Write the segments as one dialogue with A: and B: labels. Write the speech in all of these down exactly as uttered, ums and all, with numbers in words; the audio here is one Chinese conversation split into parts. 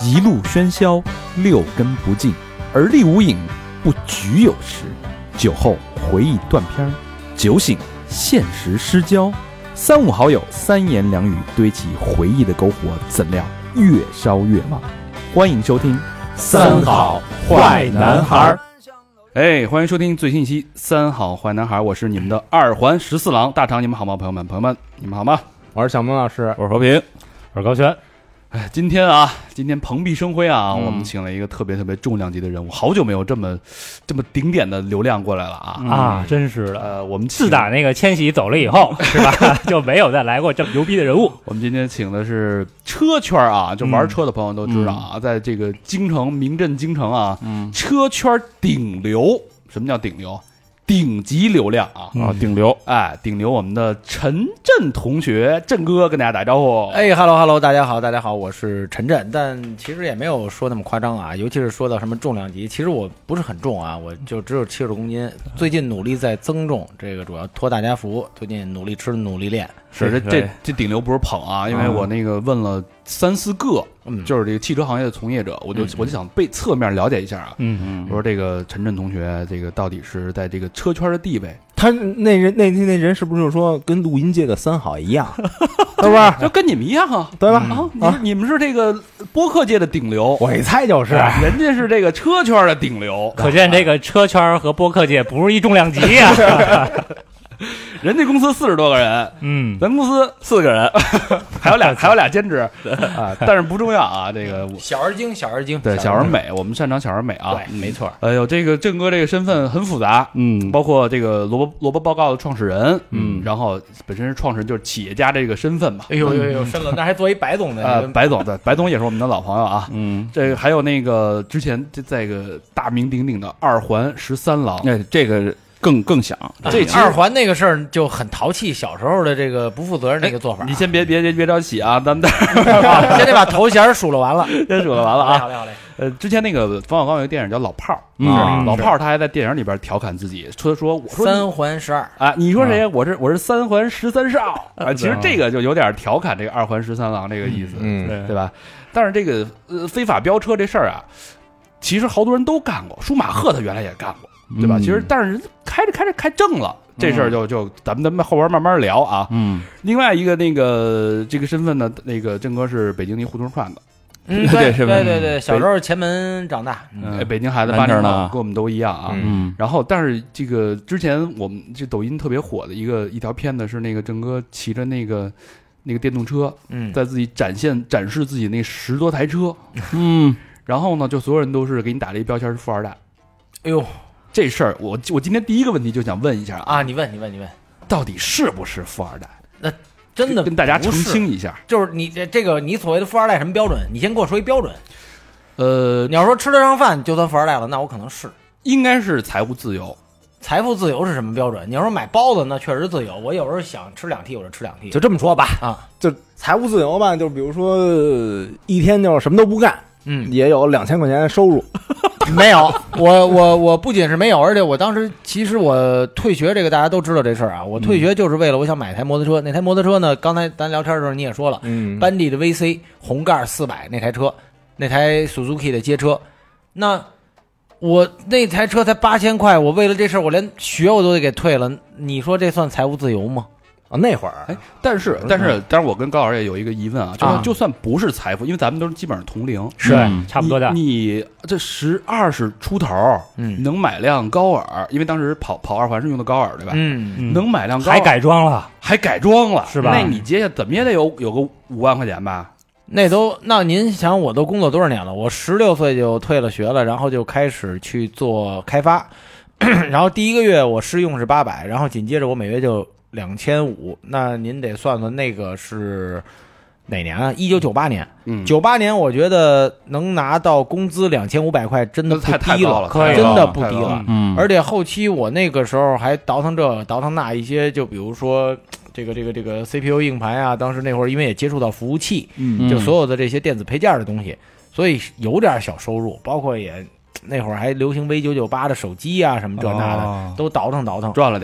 A: 一路喧嚣，六根不净，而立无影，不局有时。酒后回忆断片，酒醒现实失焦。三五好友，三言两语堆起回忆的篝火，怎料越烧越旺。欢迎收听《
B: 三好坏男孩》。
C: 哎，欢迎收听最新一期《三好坏男孩》，我是你们的二环十四郎大肠，你们好吗？朋友们，朋友们，你们好吗？
B: 我是小萌老师，
C: 我是和平，
B: 我是高璇。
C: 哎，今天啊，今天蓬荜生辉啊、嗯，我们请了一个特别特别重量级的人物，好久没有这么这么顶点的流量过来了啊！
B: 啊，嗯、真是的。
C: 呃，我们
B: 自打那个千玺走了以后，是吧，就没有再来过这么牛逼的人物。
C: 我们今天请的是车圈啊，就玩车的朋友都知道啊，嗯、在这个京城名震京城啊，嗯、车圈顶流。什么叫顶流？顶级流量啊！
B: 啊，顶流！
C: 哎，顶流！我们的陈震同学，震哥跟大家打招呼。
D: 哎 ，hello hello， 大家好，大家好，我是陈震。但其实也没有说那么夸张啊，尤其是说到什么重量级，其实我不是很重啊，我就只有七十公斤。最近努力在增重，这个主要托大家福。最近努力吃，努力练。
C: 是这这这顶流不是捧啊，因为我那个问了三四个，嗯，就是这个汽车行业的从业者，我就、嗯、我就想被侧面了解一下啊，嗯嗯，我说这个陈震同学，这个到底是在这个车圈的地位，
A: 他那人那那人是不是说跟录音界的三好一样，是不是？
C: 就跟你们一样啊，
A: 对吧？
C: 嗯、啊，你们是这个播客界的顶流，
A: 我一猜就是，
C: 人家是这个车圈的顶流，
B: 可见这个车圈和播客界不是一重量级呀、啊。
C: 人家公司四十多个人，嗯，咱公司四个人，还有俩还有俩兼职啊，但是不重要啊。这个
D: 小而精，小而精，
C: 对，小而美，我们擅长小而美啊。
D: 对，没错。
C: 哎呦，这个郑哥这个身份很复杂，嗯，包括这个萝卜萝卜报告的创始人，嗯，然后本身是创始人，就是企业家这个身份嘛。
D: 哎呦呦呦，深了，那还作为白总呢？
C: 啊，白总对，白总也是我们的老朋友啊。嗯，这个还有那个之前在一个大名鼎鼎的二环十三郎，
A: 哎，这个。更更想，
D: 这二环那个事儿就很淘气，小时候的这个不负责任那个做法。
C: 你先别别别别着急啊，咱们
D: 先得把头衔数了完了，
C: 先数了完了啊。
D: 好嘞好嘞。
C: 呃，之前那个冯小刚有个电影叫《老炮儿》，嗯，老炮儿他还在电影里边调侃自己，说说我说
D: 三环十二
C: 啊，你说谁？我是我是三环十三少啊。其实这个就有点调侃这个二环十三郎这个意思，嗯，对吧？但是这个呃非法飙车这事儿啊，其实好多人都干过，舒马赫他原来也干过。对吧？其实，但是人开着开着开正了，这事儿就就咱们咱们后边慢慢聊啊。嗯，另外一个那个这个身份呢，那个郑哥是北京的胡同串子，
D: 嗯，对对对对，小时候前门长大，
C: 嗯，北京孩子八零后跟我们都一样啊。嗯，然后但是这个之前我们这抖音特别火的一个一条片子是那个郑哥骑着那个那个电动车，嗯，在自己展现展示自己那十多台车，嗯，然后呢，就所有人都是给你打了一标签是富二代，
D: 哎呦。
C: 这事儿，我我今天第一个问题就想问一下
D: 啊，你问你问你问，
C: 到底是不是富二代？
D: 那真的
C: 跟大家澄清一下，
D: 就是你这这个你所谓的富二代什么标准？你先给我说一标准。
C: 呃，
D: 你要说吃得上饭就算富二代了，那我可能是，
C: 应该是财务自由。
D: 财富自由是什么标准？你要说买包子，那确实自由。我有时候想吃两屉，我就吃两屉。
A: 就这么说吧，啊，就财务自由吧，就比如说一天就什么都不干，嗯，也有两千块钱的收入。
D: 没有，我我我不仅是没有，而且我当时其实我退学这个大家都知道这事儿啊。我退学就是为了我想买台摩托车，嗯、那台摩托车呢，刚才咱聊天的时候你也说了，嗯，班迪的 V C 红盖四百那台车，那台 Suzuki 的街车，那我那台车才八千块，我为了这事儿我连学我都得给退了，你说这算财务自由吗？
A: 啊，那会儿，
C: 哎，但是但是，但是我跟高老师也有一个疑问啊，就是、啊、就算不是财富，因为咱们都是基本上同龄，
B: 是、嗯、差不多的。
C: 你, 你这十二十出头，嗯，能买辆高尔，因为当时跑跑二环是用的高尔，对吧？嗯，能买辆高尔，
B: 还改装了，
C: 还改装了，
B: 是吧？
C: 那你接下怎么也得有有个五万块钱吧？
D: 那都，那您想，我都工作多少年了？我十六岁就退了学了，然后就开始去做开发，然后第一个月我试用是八百，然后紧接着我每月就。两千五，那您得算算那个是哪年啊？一九九八年，嗯，九八年我觉得能拿到工资两千五百块，真的不低
C: 了，
D: 可以，真的不低了。嗯，而且后期我那个时候还倒腾这倒腾那一些，就比如说这个这个这个 C P U 硬盘啊，当时那会儿因为也接触到服务器，嗯，就所有的这些电子配件的东西，所以有点小收入，包括也那会儿还流行 V 九九八的手机啊什么这那的，哦、都倒腾倒腾
C: 赚了点。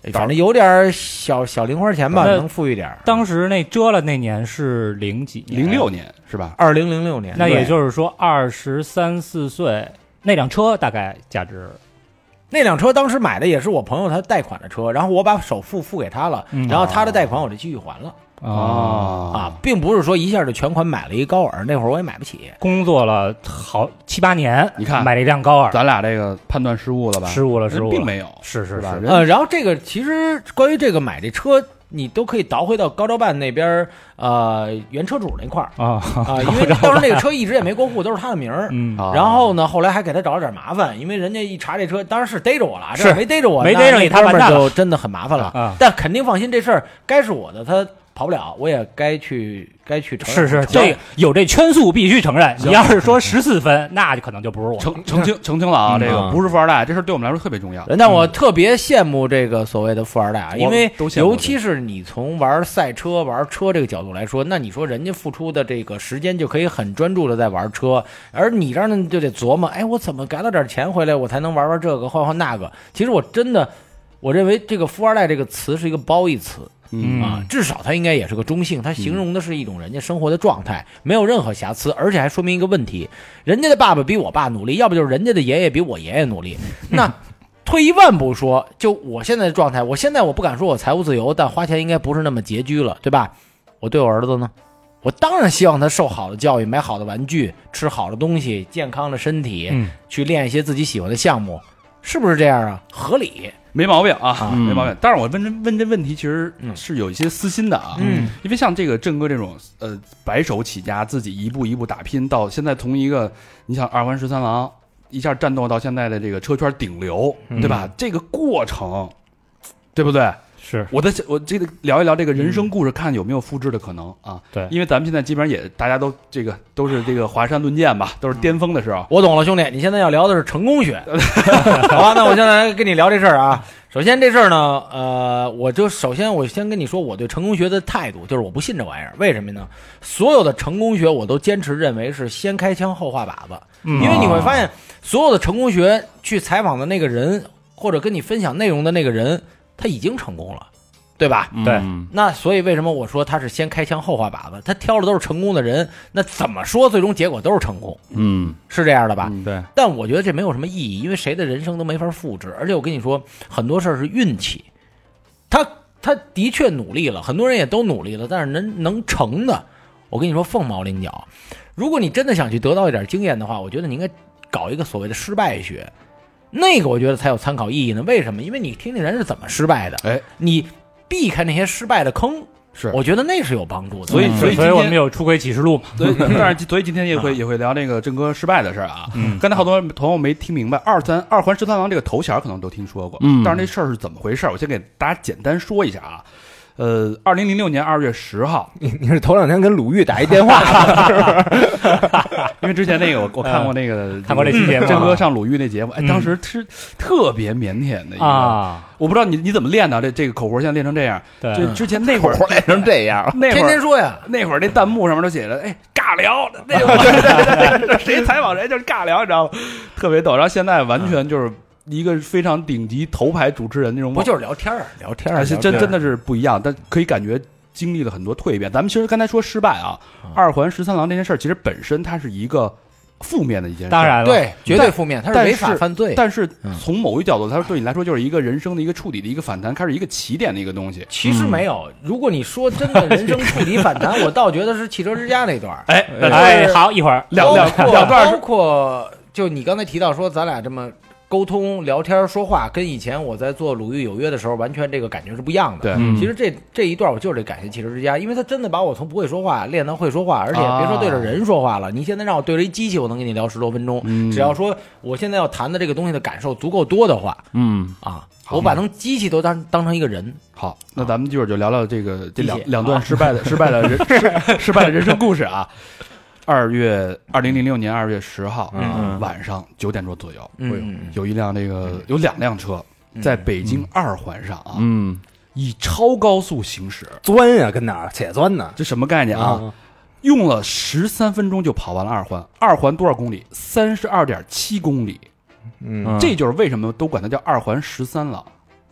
D: 反正有点小小零花钱吧，能富裕点。
B: 当时那折了那年是零几年，
C: 零六年是吧？
D: 二零零六年，
B: 那也就是说二十三四岁，那辆车大概价值。
D: 那辆车当时买的也是我朋友他贷款的车，然后我把首付付给他了，嗯、然后他的贷款我就继续还了。
C: 哦
D: 啊，并不是说一下就全款买了一高尔，那会儿我也买不起。
B: 工作了好七八年，
C: 你看
B: 买了一辆高尔，
C: 咱俩这个判断失误了吧？
B: 失误了，失误了，
C: 并没有，
B: 是是
C: 吧？
D: 呃，然后这个其实关于这个买这车。你都可以倒回到高招办那边，呃，原车主那块儿啊啊，因为当时那个车一直也没过户，都是他的名儿。嗯，然后呢，后来还给他找了点麻烦，因为人家一查这车，当然是逮着我了，
B: 是
D: 没逮着我，
B: 没逮着你，
D: 他们就真的很麻烦了。啊，但肯定放心，这事儿该是我的，他跑不了，我也该去该去承
B: 认。是是，这个有这圈速必须承认。你要是说十四分，那就可能就不是我。
C: 澄澄清澄清了啊，这个不是富二代，这事对我们来说特别重要。
D: 但我特别羡慕这个所谓的富二代啊，因为尤其是你从玩赛车、玩车这个角度来说，那你说人家付出的这个时间就可以很专注的在玩车，而你这儿呢就得琢磨，哎，我怎么改到点钱回来，我才能玩玩这个，换换那个。其实我真的，我认为这个富二代这个词是一个褒义词。嗯啊，至少它应该也是个中性，它形容的是一种人家生活的状态，没有任何瑕疵，而且还说明一个问题：人家的爸爸比我爸努力，要不就是人家的爷爷比我爷爷努力。那退一万步说，就我现在的状态，我现在我不敢说我财务自由，但花钱应该不是那么拮据了，对吧？我对我儿子呢，我当然希望他受好的教育，买好的玩具，吃好的东西，健康的身体，嗯，去练一些自己喜欢的项目，是不是这样啊？合理。
C: 没毛病啊，啊没毛病。但是我问这问这问题，其实是有一些私心的啊。嗯，因为像这个郑哥这种呃白手起家，自己一步一步打拼，到现在从一个你想二环十三郎一下战斗到现在的这个车圈顶流，嗯、对吧？这个过程，对不对？
B: 是
C: 我的我这个聊一聊这个人生故事，看有没有复制的可能啊？
B: 对，
C: 因为咱们现在基本上也大家都这个都是这个华山论剑吧，都是巅峰的时候。
D: 我懂了，兄弟，你现在要聊的是成功学，好吧？那我现在来跟你聊这事儿啊。首先这事儿呢，呃，我就首先我先跟你说我对成功学的态度，就是我不信这玩意儿。为什么呢？所有的成功学我都坚持认为是先开枪后画靶子，嗯、因为你会发现所有的成功学去采访的那个人，或者跟你分享内容的那个人，他已经成功了，对吧？
B: 对。
C: 嗯、
D: 那所以为什么我说他是先开枪后画靶子？他挑的都是成功的人，那怎么说最终结果都是成功？
C: 嗯，
D: 是这样的吧？
C: 嗯、对。
D: 但我觉得这没有什么意义，因为谁的人生都没法复制。而且我跟你说，很多事儿是运气。他他的确努力了，很多人也都努力了，但是能能成的，我跟你说凤毛麟角。如果你真的想去得到一点经验的话，我觉得你应该搞一个所谓的失败学。那个我觉得才有参考意义呢。为什么？因为你听听人是怎么失败的，哎，你避开那些失败的坑，
C: 是
D: 我觉得那是有帮助的。
C: 所以，所以，
B: 所以我们有出轨启示录嘛？
C: 所以，但是，所以今天也会也会聊那个郑哥失败的事儿啊。嗯，刚才好多朋友没听明白，二三二环十三郎这个头衔可能都听说过，嗯，但是这事儿是怎么回事？我先给大家简单说一下啊。呃，二零零六年二月十号，
E: 你你是头两天跟鲁豫打一电话，是不是？
C: 因为之前那个我我看过那个
B: 看过那期节目，
C: 郑哥上鲁豫那节目，哎，当时是特别腼腆的一个啊，我不知道你你怎么练的，这这个口活现在练成这样。
B: 对，
C: 就之前那会儿
E: 口活练成这样，
C: 那会儿
D: 天天说呀，
C: 那会儿那弹幕上面都写着，哎，尬聊，那会儿谁采访谁就是尬聊，你知道吗？特别逗。然后现在完全就是。一个非常顶级头牌主持人那种，
D: 不就是聊天儿聊天儿，
C: 真真的是不一样，但可以感觉经历了很多蜕变。咱们其实刚才说失败啊，嗯、二环十三郎这件事儿，其实本身它是一个负面的一件事，
B: 当然了，
D: 对，绝对负面，它是违法犯罪。
C: 但是从某一角度，它对你来说就是一个人生的一个触底的一个反弹，开始一个起点的一个东西。
D: 其实没有，如果你说真的人生触底反弹，我倒觉得是汽车之家那段。
C: 哎
B: 哎，好，一会儿
C: 两两两段，
D: 包括就你刚才提到说咱俩这么。沟通、聊天、说话，跟以前我在做鲁豫有约的时候，完全这个感觉是不一样的。
C: 对，
D: 嗯、其实这这一段我就是得感谢汽车之家，因为他真的把我从不会说话练到会说话，而且别说对着人说话了，啊、你现在让我对着一机器，我能跟你聊十多分钟。嗯、只要说我现在要谈的这个东西的感受足够多的话，
C: 嗯
D: 啊，我把能机器都当当成一个人。
C: 好，那咱们一会儿就聊聊这个这两两段失败的、失败的人失失败的人生故事啊。二月二零零六年二月十号、嗯、晚上九点多左右，嗯、有一辆这个有两辆车在北京二环上啊，
E: 嗯，
C: 以超高速行驶，
E: 钻呀，跟哪儿且钻呢？
C: 这什么概念啊？嗯、用了十三分钟就跑完了二环，二环多少公里？三十二点七公里。嗯，这就是为什么都管它叫二环十三郎。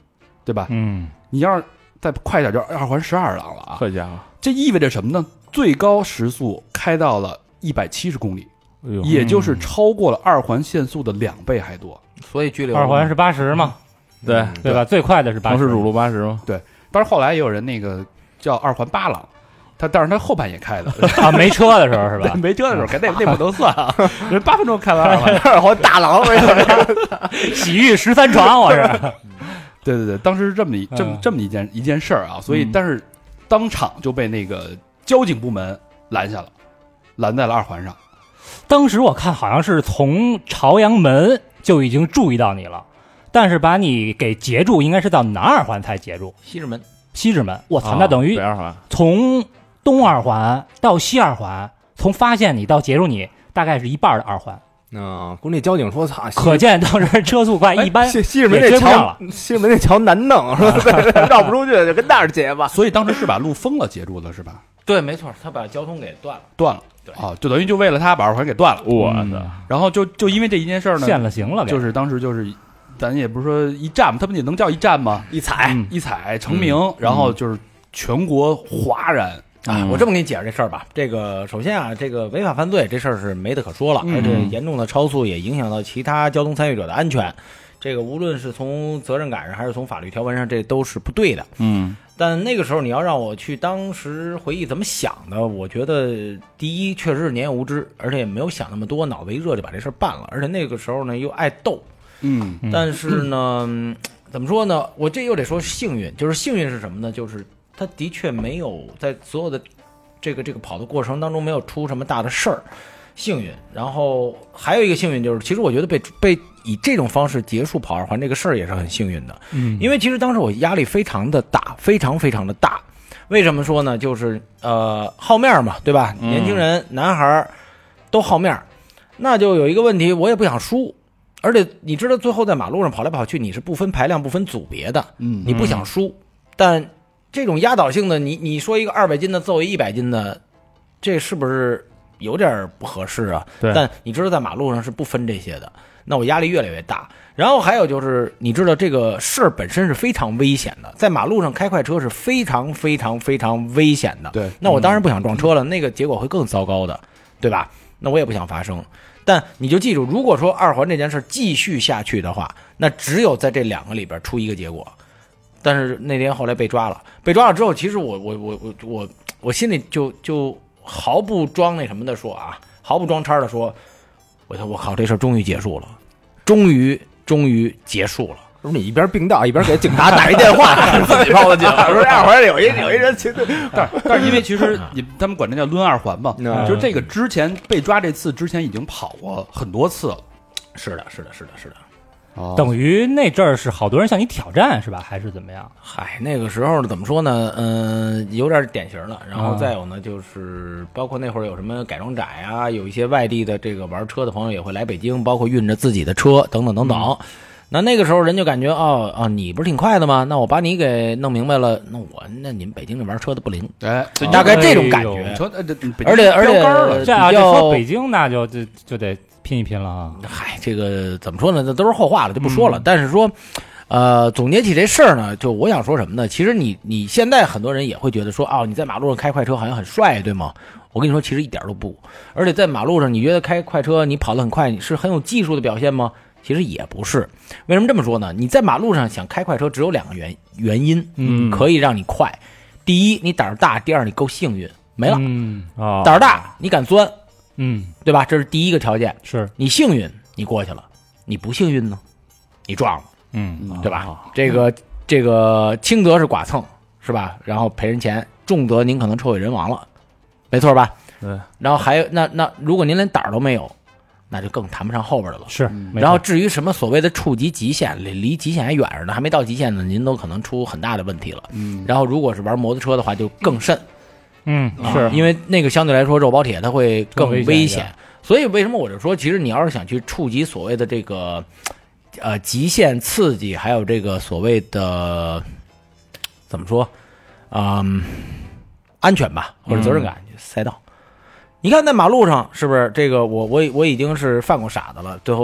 C: 对吧？
B: 嗯，
C: 你要是再快点，就二环十二档了啊！
E: 好家伙，
C: 这意味着什么呢？最高时速开到了一百七十公里，也就是超过了二环限速的两倍还多。
D: 所以拘留
B: 二环是八十嘛？
E: 对
B: 对吧？最快的是八十，
E: 城市主路八十吗？
C: 对，但是后来也有人那个叫二环八郎。他但是他后半夜开的
B: 啊，没车的时候是吧？
C: 没车的时候，那那不能算啊，人八分钟开完二环，
D: 二环大郎，
B: 洗浴十三床，我是。
C: 对对对，当时是这么一这么这么一件一件事儿啊，所以但是当场就被那个交警部门拦下了，拦在了二环上。
B: 当时我看好像是从朝阳门就已经注意到你了，但是把你给截住，应该是到南二环才截住。
D: 西直门，
B: 西直门，我操，那等于
E: 北二环
B: 从东二环到西二环，从发现你到截住你，大概是一半的二环。
E: 啊，估计交警说：“操，
B: 可见当时车速快，一般
E: 西西直门那桥，西直门那桥难弄，说绕不出去，就跟那儿截吧。”
C: 所以当时是把路封了，截住了，是吧？
D: 对，没错，他把交通给断了，
C: 断了。
D: 对
C: 啊，就等于就为了他把二环给断了。
E: 我
B: 的，
C: 然后就就因为这一件事呢，
B: 现了形了，
C: 就是当时就是咱也不是说一战，他们也能叫一战吗？
D: 一踩、
C: 嗯、一踩成名，嗯、然后就是全国哗然。
D: 啊，我这么给你解释这事儿吧。这个首先啊，这个违法犯罪这事儿是没得可说了，而且严重的超速也影响到其他交通参与者的安全。这个无论是从责任感上还是从法律条文上，这都是不对的。
C: 嗯，
D: 但那个时候你要让我去当时回忆怎么想的，我觉得第一确实是年幼无知，而且也没有想那么多，脑子一热就把这事儿办了。而且那个时候呢又爱斗，
C: 嗯，
D: 但是呢、嗯、怎么说呢？我这又得说幸运，就是幸运是什么呢？就是他的确没有在所有的这个这个跑的过程当中没有出什么大的事儿，幸运。然后还有一个幸运就是，其实我觉得被被以这种方式结束跑二环这个事儿也是很幸运的，嗯，因为其实当时我压力非常的大，非常非常的大。为什么说呢？就是呃好面嘛，对吧？年轻人、嗯、男孩都好面，那就有一个问题，我也不想输。而且你知道，最后在马路上跑来跑去，你是不分排量、不分组别的，嗯，你不想输，但这种压倒性的，你你说一个二百斤的揍一一百斤的，这是不是有点不合适啊？
B: 对。
D: 但你知道在马路上是不分这些的，那我压力越来越大。然后还有就是，你知道这个事儿本身是非常危险的，在马路上开快车是非常非常非常危险的。
C: 对。
D: 那我当然不想撞车了，嗯、那个结果会更糟糕的，对吧？那我也不想发生。但你就记住，如果说二环这件事继续下去的话，那只有在这两个里边出一个结果。但是那天后来被抓了，被抓了之后，其实我我我我我我心里就就毫不装那什么的说啊，毫不装叉的说，我我靠，这事儿终于结束了，终于终于结束了。
E: 不是你一边并道一边给警察打一电话，自己报的警，说这二环有一有一人情，
C: 但但是因为其实你他们管这叫抡二环嘛，
E: 嗯、
C: 就是这个之前被抓这次之前已经跑过很多次了。
D: 是的，是的，是的，是的。
B: 哦、等于那阵儿是好多人向你挑战是吧？还是怎么样？
D: 嗨，那个时候怎么说呢？嗯、呃，有点典型了。然后再有呢，就是包括那会儿有什么改装展啊，有一些外地的这个玩车的朋友也会来北京，包括运着自己的车等等等等。嗯、那那个时候人就感觉哦哦，你不是挺快的吗？那我把你给弄明白了，那我那你们北京这玩车的不灵，
C: 哎，
D: 大概这种感觉。
C: 哎、
D: 而且而且
B: 这样就说北京那就就就得。拼一拼了啊！
D: 嗨，这个怎么说呢？这都是后话了，就不说了。嗯、但是说，呃，总结起这事儿呢，就我想说什么呢？其实你你现在很多人也会觉得说，哦，你在马路上开快车好像很帅，对吗？我跟你说，其实一点都不。而且在马路上，你觉得开快车你跑得很快，你是很有技术的表现吗？其实也不是。为什么这么说呢？你在马路上想开快车，只有两个原原因，嗯，可以让你快。第一，你胆儿大；第二，你够幸运，没了。
B: 嗯
D: 啊，胆儿大，你敢钻。
B: 嗯，
D: 对吧？这是第一个条件，
B: 是你
D: 幸运，你过去了；你不幸运呢，你撞了，
B: 嗯，
D: 对吧？哦、这个这个轻则是剐蹭，是吧？然后赔人钱；重则您可能车毁人亡了，没错吧？
B: 对。
D: 然后还有那那，如果您连胆儿都没有，那就更谈不上后边的了。
B: 是。
D: 然后至于什么所谓的触及极限，离极限还远着呢，还没到极限呢，您都可能出很大的问题了。嗯。然后如果是玩摩托车的话，就更甚。
B: 嗯，
D: 是、啊、因为那个相对来说肉包铁它会更危险，所以为什么我就说，其实你要是想去触及所谓的这个呃极限刺激，还有这个所谓的怎么说，嗯，安全吧或者责任感、嗯、赛道。你看在马路上是不是这个我我我已经是犯过傻子了，最后被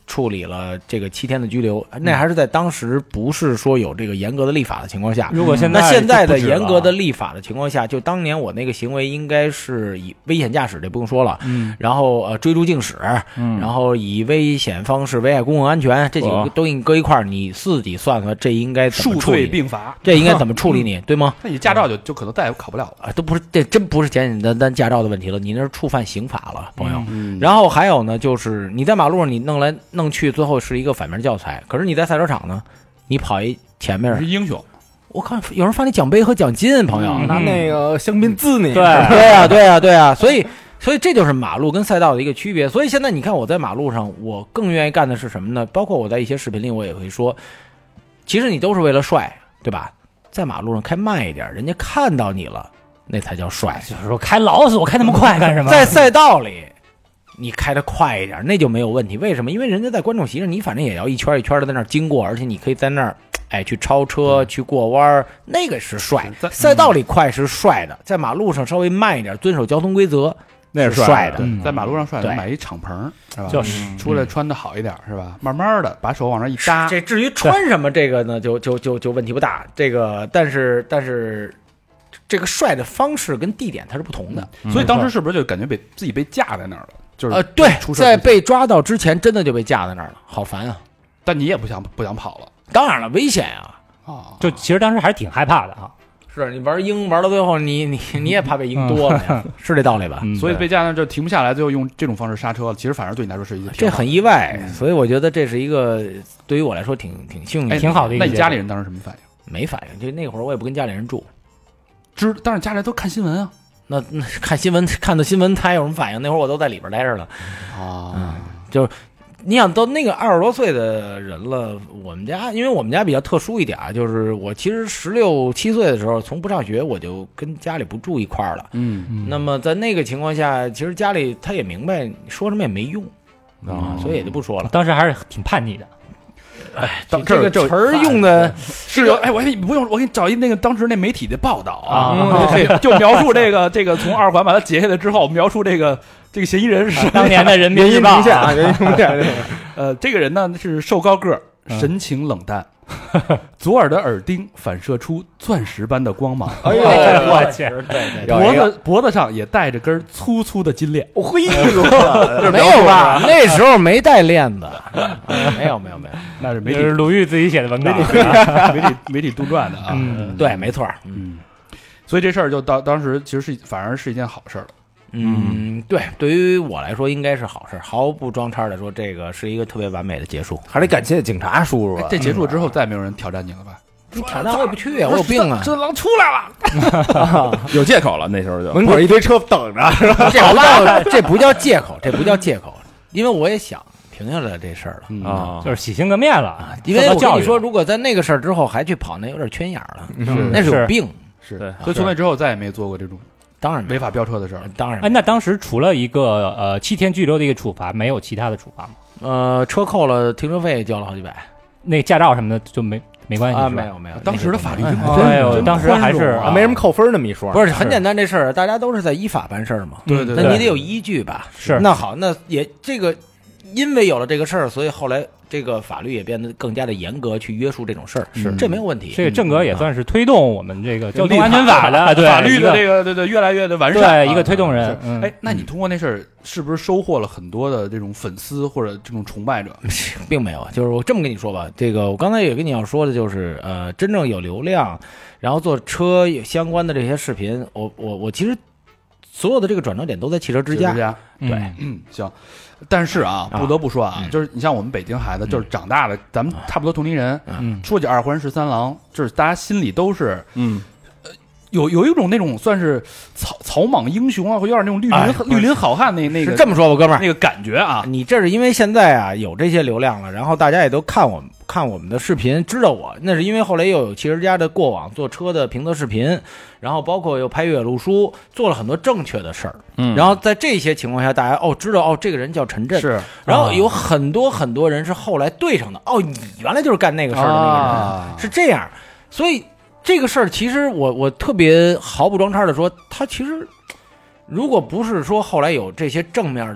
D: 处理了这个七天的拘留，那还是在当时不是说有这个严格的立法的情况下。
B: 如果现在
D: 那现在的严格的立法的情况下，就当年我那个行为应该是以危险驾驶，这不用说了，
B: 嗯，
D: 然后呃追逐竞驶，嗯，然后以危险方式危害公共安全，这几个都给你搁一块儿，你自己算算这应该怎么处理？
C: 数罪并罚，
D: 这应该怎么处理你，对吗？
C: 那你驾照就就可能再也考不了了
D: 啊，都不是，这真不是简简单单驾照的问题了，你那是触犯刑法了，朋友。
C: 嗯、
D: 然后还有呢，就是你在马路上你弄来弄去，最后是一个反面教材。可是你在赛车场呢，你跑一前面
C: 是英雄，
D: 我看有人发你奖杯和奖金，朋友、
E: 嗯、拿那个香槟滋你。
D: 对对呀、啊、对呀、啊、对呀、啊，所以所以这就是马路跟赛道的一个区别。所以现在你看我在马路上，我更愿意干的是什么呢？包括我在一些视频里我也会说，其实你都是为了帅，对吧？在马路上开慢一点，人家看到你了，那才叫帅。
B: 就是说开老死我开那么快干什么？
D: 在赛道里。你开得快一点，那就没有问题。为什么？因为人家在观众席上，你反正也要一圈一圈的在那儿经过，而且你可以在那儿，哎，去超车、去过弯，那个是帅。赛道里快是帅的，在马路上稍微慢一点，遵守交通规则，那是帅的。
C: 嗯、在马路上帅的，买一敞篷，是吧？就是出来穿的好一点，是吧？慢慢的把手往那一搭。
D: 这至于穿什么，这个呢，就就就就问题不大。这个，但是但是。这个帅的方式跟地点它是不同的，
C: 嗯、所以当时是不是就感觉被自己被架在那儿了？就是
D: 呃，对，在被抓到之前，真的就被架在那儿了，好烦啊！
C: 但你也不想不想跑了？
D: 当然了，危险啊！
C: 啊，
B: 就其实当时还是挺害怕的啊。
D: 是你玩鹰玩到最后，你你你也怕被鹰多了呀，嗯、是这道理吧？
B: 嗯、
C: 所以被架在那儿就停不下来，最后用这种方式刹车了。其实反而对你来说是一个
D: 这很意外，嗯、所以我觉得这是一个对于我来说挺挺幸运、
B: 挺好的一个。
C: 那你家里人当时什么反应？
D: 没反应，就那会儿我也不跟家里人住。
C: 知，但是家里都看新闻啊，
D: 那那看新闻看的新闻，他有什么反应？那会儿我都在里边待着了，
C: 啊、
D: 嗯，就是你想都那个二十多岁的人了，我们家因为我们家比较特殊一点，就是我其实十六七岁的时候，从不上学我就跟家里不住一块儿了，
C: 嗯嗯，
D: 那么在那个情况下，其实家里他也明白说什么也没用啊、嗯，所以也就不说了。
B: 当时还是挺叛逆的。
D: 哎，这个词儿用的
C: 是有哎，我你不用，我给你找一那个当时那媒体的报道啊，嗯、就描述这个这个从二环把它截下来之后，描述这个这个嫌疑人是
B: 当年的人民日报
E: 啊，人民日报。
C: 呃，这个人呢是瘦高个儿，神情冷淡，嗯、左耳的耳钉反射出钻石般的光芒。
B: 哎呦，我去！
C: 脖子脖子上也带着根粗粗的金链。
E: 嘿，
D: 没有吧？那时候没带链子，没有没有没有。
C: 那是媒体
B: 鲁豫自己写的文稿，
C: 媒体媒体杜撰的啊。
D: 嗯，对，没错。
C: 嗯，所以这事儿就当当时其实是反而是一件好事了。
D: 嗯，对，对于我来说应该是好事，毫不装叉的说，这个是一个特别完美的结束。
E: 还得感谢警察叔叔、啊
C: 哎。这结束之后，再没有人挑战你了吧？
D: 你挑战我也不去啊，我有病啊！
C: 这狼出来
E: 了，有借口了。那时候就门口一堆车等着，
D: 这不叫这不叫借口，这不叫借口，因为我也想停下来这事儿了
B: 啊、嗯，就是洗心革面了啊。
D: 因为我跟你说，如果在那个事儿之后还去跑，那有点圈眼了，
C: 是
D: 那是有病。
C: 是，所以从那之后再也没做过这种。
D: 当然
C: 违法飙车的事儿，
D: 当然。
B: 哎，那当时除了一个呃七天拘留的一个处罚，没有其他的处罚吗？
D: 呃，车扣了，停车费交了好几百，
B: 那驾照什么的就没没关系
D: 啊，没有没有。
C: 当时的法律真
B: 哎呦，当时还是
E: 没什么扣分那么一说。
D: 不是很简单这事儿，大家都是在依法办事儿嘛。
C: 对对。
D: 那你得有依据吧？
B: 是。
D: 那好，那也这个，因为有了这个事儿，所以后来。这个法律也变得更加的严格，去约束这种事儿，是这没有问题。
B: 这个正格也算是推动我们这个交通安全法的对
C: 法律的这个对对越来越的完善，
B: 对一个推动人。
C: 哎，那你通过那事儿是不是收获了很多的这种粉丝或者这种崇拜者？
D: 并没有，就是我这么跟你说吧，这个我刚才也跟你要说的就是，呃，真正有流量，然后做车相关的这些视频，我我我其实所有的这个转折点都在汽车之家。
C: 对，嗯，行。但是啊，不得不说啊，就是你像我们北京孩子，就是长大的，咱们差不多同龄人，说起二环十三郎，就是大家心里都是，嗯，有有一种那种算是草草莽英雄啊，或有点那种绿林绿林好汉那那个
D: 是这么说吧，哥们儿，
C: 那个感觉啊，
D: 你这是因为现在啊有这些流量了，然后大家也都看我们看我们的视频，知道我，那是因为后来又有汽车之家的过往做车的评测视频。然后包括又拍越野路书，做了很多正确的事儿。嗯，然后在这些情况下，大家哦知道哦这个人叫陈震
C: 是，
D: 然后有很多很多人是后来对上的。哦，你原来就是干那个事儿的那个人，啊、是这样。所以这个事儿其实我我特别毫不装叉的说，他其实如果不是说后来有这些正面的。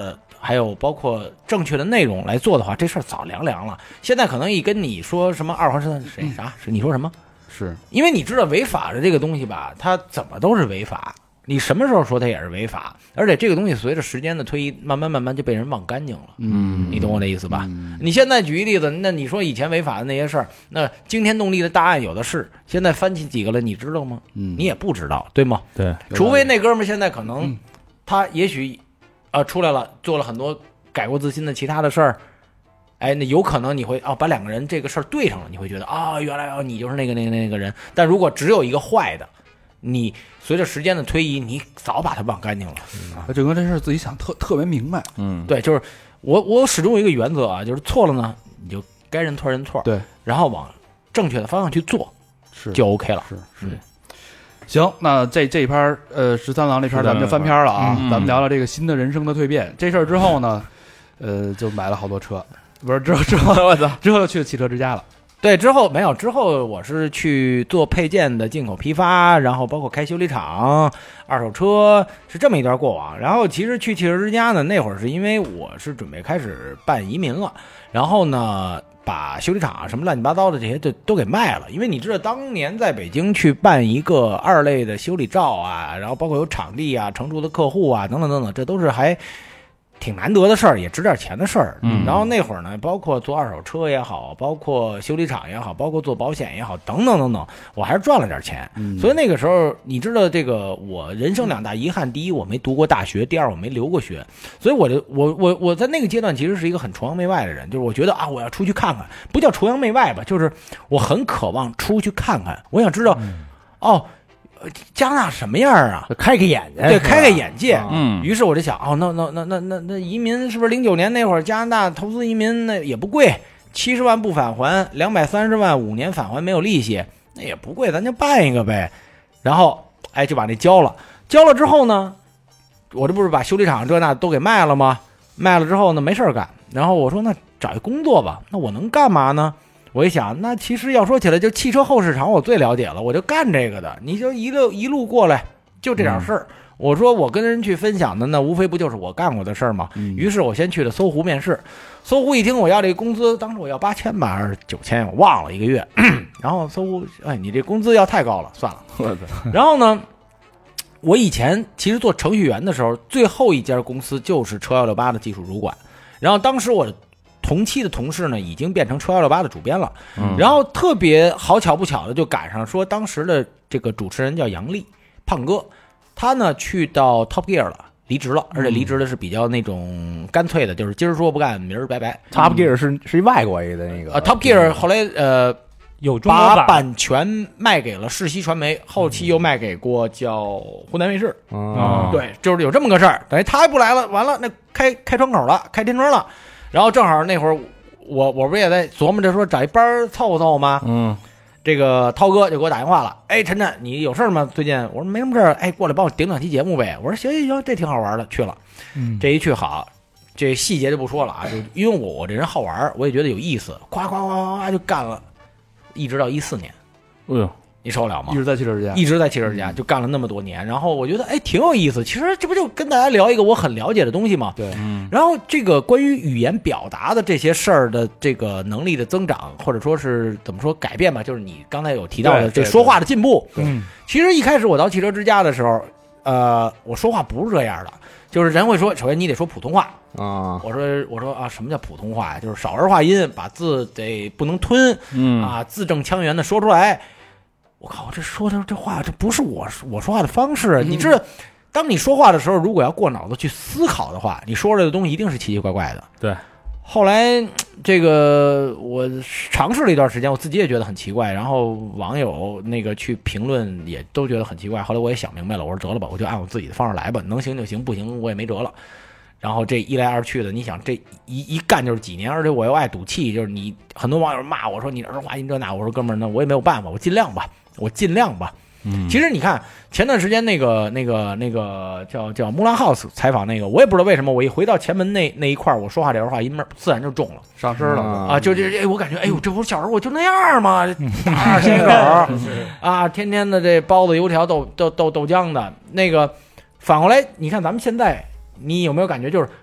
D: 还有包括正确的内容来做的话，这事儿早凉凉了。现在可能一跟你说什么二环十三谁啥是你说什么？
C: 是
D: 因为你知道违法的这个东西吧，它怎么都是违法。你什么时候说它也是违法，而且这个东西随着时间的推移，慢慢慢慢就被人忘干净了。
C: 嗯，
D: 你懂我的意思吧？嗯、你现在举一例子，那你说以前违法的那些事儿，那惊天动地的大案有的是，现在翻起几个了，你知道吗？嗯，你也不知道，对吗？
A: 对，
D: 除非那哥们儿现在可能、嗯、他也许啊、呃、出来了，做了很多改过自新的其他的事儿。哎，那有可能你会哦，把两个人这个事儿对上了，你会觉得啊、哦，原来哦你就是那个那个那个人。但如果只有一个坏的，你随着时间的推移，你早把它忘干净了。
C: 嗯、整个这事儿自己想特特别明白。
D: 嗯，对，就是我我始终有一个原则啊，就是错了呢，你就该认错认错，
C: 对，
D: 然后往正确的方向去做，
C: 是
D: 就 OK 了。
C: 是是。嗯、行，那这这一篇呃十三郎这篇咱们就翻篇了啊，嗯、咱们聊聊这个新的人生的蜕变。这事儿之后呢，呃，就买了好多车。不是之后之后我操，之后又去了汽车之家了。
D: 对，之后没有，之后我是去做配件的进口批发，然后包括开修理厂、二手车，是这么一段过往。然后其实去汽车之家呢，那会儿是因为我是准备开始办移民了，然后呢把修理厂啊什么乱七八糟的这些就都给卖了。因为你知道当年在北京去办一个二类的修理照啊，然后包括有场地啊、承租的客户啊等等等等，这都是还挺难得的事儿，也值点钱的事儿。嗯，然后那会儿呢，包括做二手车也好，包括修理厂也好，包括做保险也好，等等等等，我还是赚了点钱。嗯，所以那个时候，你知道这个我人生两大遗憾，第一我没读过大学，第二我没留过学，所以我就我我我在那个阶段其实是一个很崇洋媚外的人，就是我觉得啊，我要出去看看，不叫崇洋媚外吧，就是我很渴望出去看看，我想知道，嗯、哦。加拿大什么样啊？
E: 开开眼界，
D: 对，开开眼界。
C: 嗯，
D: 于是我就想，哦，那那那那那那移民是不是零九年那会儿加拿大投资移民那也不贵，七十万不返还，两百三十万五年返还没有利息，那也不贵，咱就办一个呗。然后，哎，就把那交了。交了之后呢，我这不是把修理厂这那都给卖了吗？卖了之后呢，没事干。然后我说，那找一工作吧。那我能干嘛呢？我一想，那其实要说起来，就汽车后市场我最了解了，我就干这个的。你就一路一路过来，就这点事儿。嗯、我说我跟人去分享的，那无非不就是我干过的事儿吗？嗯、于是我先去了搜狐面试。搜狐一听我要这个工资，当时我要八千吧，还是九千，我忘了一个月。然后搜狐，哎，你这工资要太高了，算了。然后呢，我以前其实做程序员的时候，最后一家公司就是车一六八的技术主管。然后当时我同期的同事呢，已经变成车一六八的主编了。嗯、然后特别好巧不巧的，就赶上说当时的这个主持人叫杨丽，胖哥，他呢去到 Top Gear 了，离职了，而且离职的是比较那种干脆的，就是今儿说不干，明儿拜拜。
E: Top Gear 是是一外国的那个。
D: 呃 Top Gear 后来呃
B: 有中国版，
D: 把版权卖给了世熙传媒，后期又卖给过叫湖南卫视。
E: 哦、
D: 嗯，对，就是有这么个事儿。等于他还不来了，完了那开开窗口了，开天窗了。然后正好那会儿我我不也在琢磨着说找一班凑凑吗？
E: 嗯，
D: 这个涛哥就给我打电话了，哎，陈晨你有事吗？最近我说没什么事儿，哎，过来帮我顶两期节目呗。我说行行行，这挺好玩的，去了。嗯，这一去好，这细节就不说了啊，就因为我我这人好玩，我也觉得有意思，夸夸夸夸就干了，一直到一四年。
E: 哎呦。
D: 你受了吗？
C: 一直在汽车之家，
D: 一直在汽车之家，就干了那么多年。然后我觉得，哎，挺有意思。其实这不就跟大家聊一个我很了解的东西吗？
C: 对，嗯。
D: 然后这个关于语言表达的这些事儿的这个能力的增长，或者说是怎么说改变吧，就是你刚才有提到的这说话的进步。
C: 嗯。
D: 其实一开始我到汽车之家的时候，呃，我说话不是这样的，就是人会说，首先你得说普通话
E: 啊。
D: 我说我说啊，什么叫普通话呀？就是少儿化音，把字得不能吞，嗯啊，字正腔圆的说出来。我靠，这说的这话，这不是我我说话的方式。你知道，当你说话的时候，如果要过脑子去思考的话，你说出来的东西一定是奇奇怪怪的。
E: 对。
D: 后来这个我尝试了一段时间，我自己也觉得很奇怪，然后网友那个去评论也都觉得很奇怪。后来我也想明白了，我说得了吧，我就按我自己的方式来吧，能行就行，不行我也没辙了。然后这一来二去的，你想这一一干就是几年，而且我又爱赌气，就是你很多网友骂我说你儿化音这那，我说哥们儿，那我也没有办法，我尽量吧。我尽量吧，嗯，其实你看前段时间那个那个那个叫叫木兰 House 采访那个，我也不知道为什么，我一回到前门那那一块，我说话这儿化音门自然就中了，
C: 上身了
D: 啊！就这哎，我感觉哎呦，这不是小时候我就那样吗？大仙狗啊，天天的这包子油条豆豆豆豆浆的那个，反过来你看咱们现在，你有没有感觉就是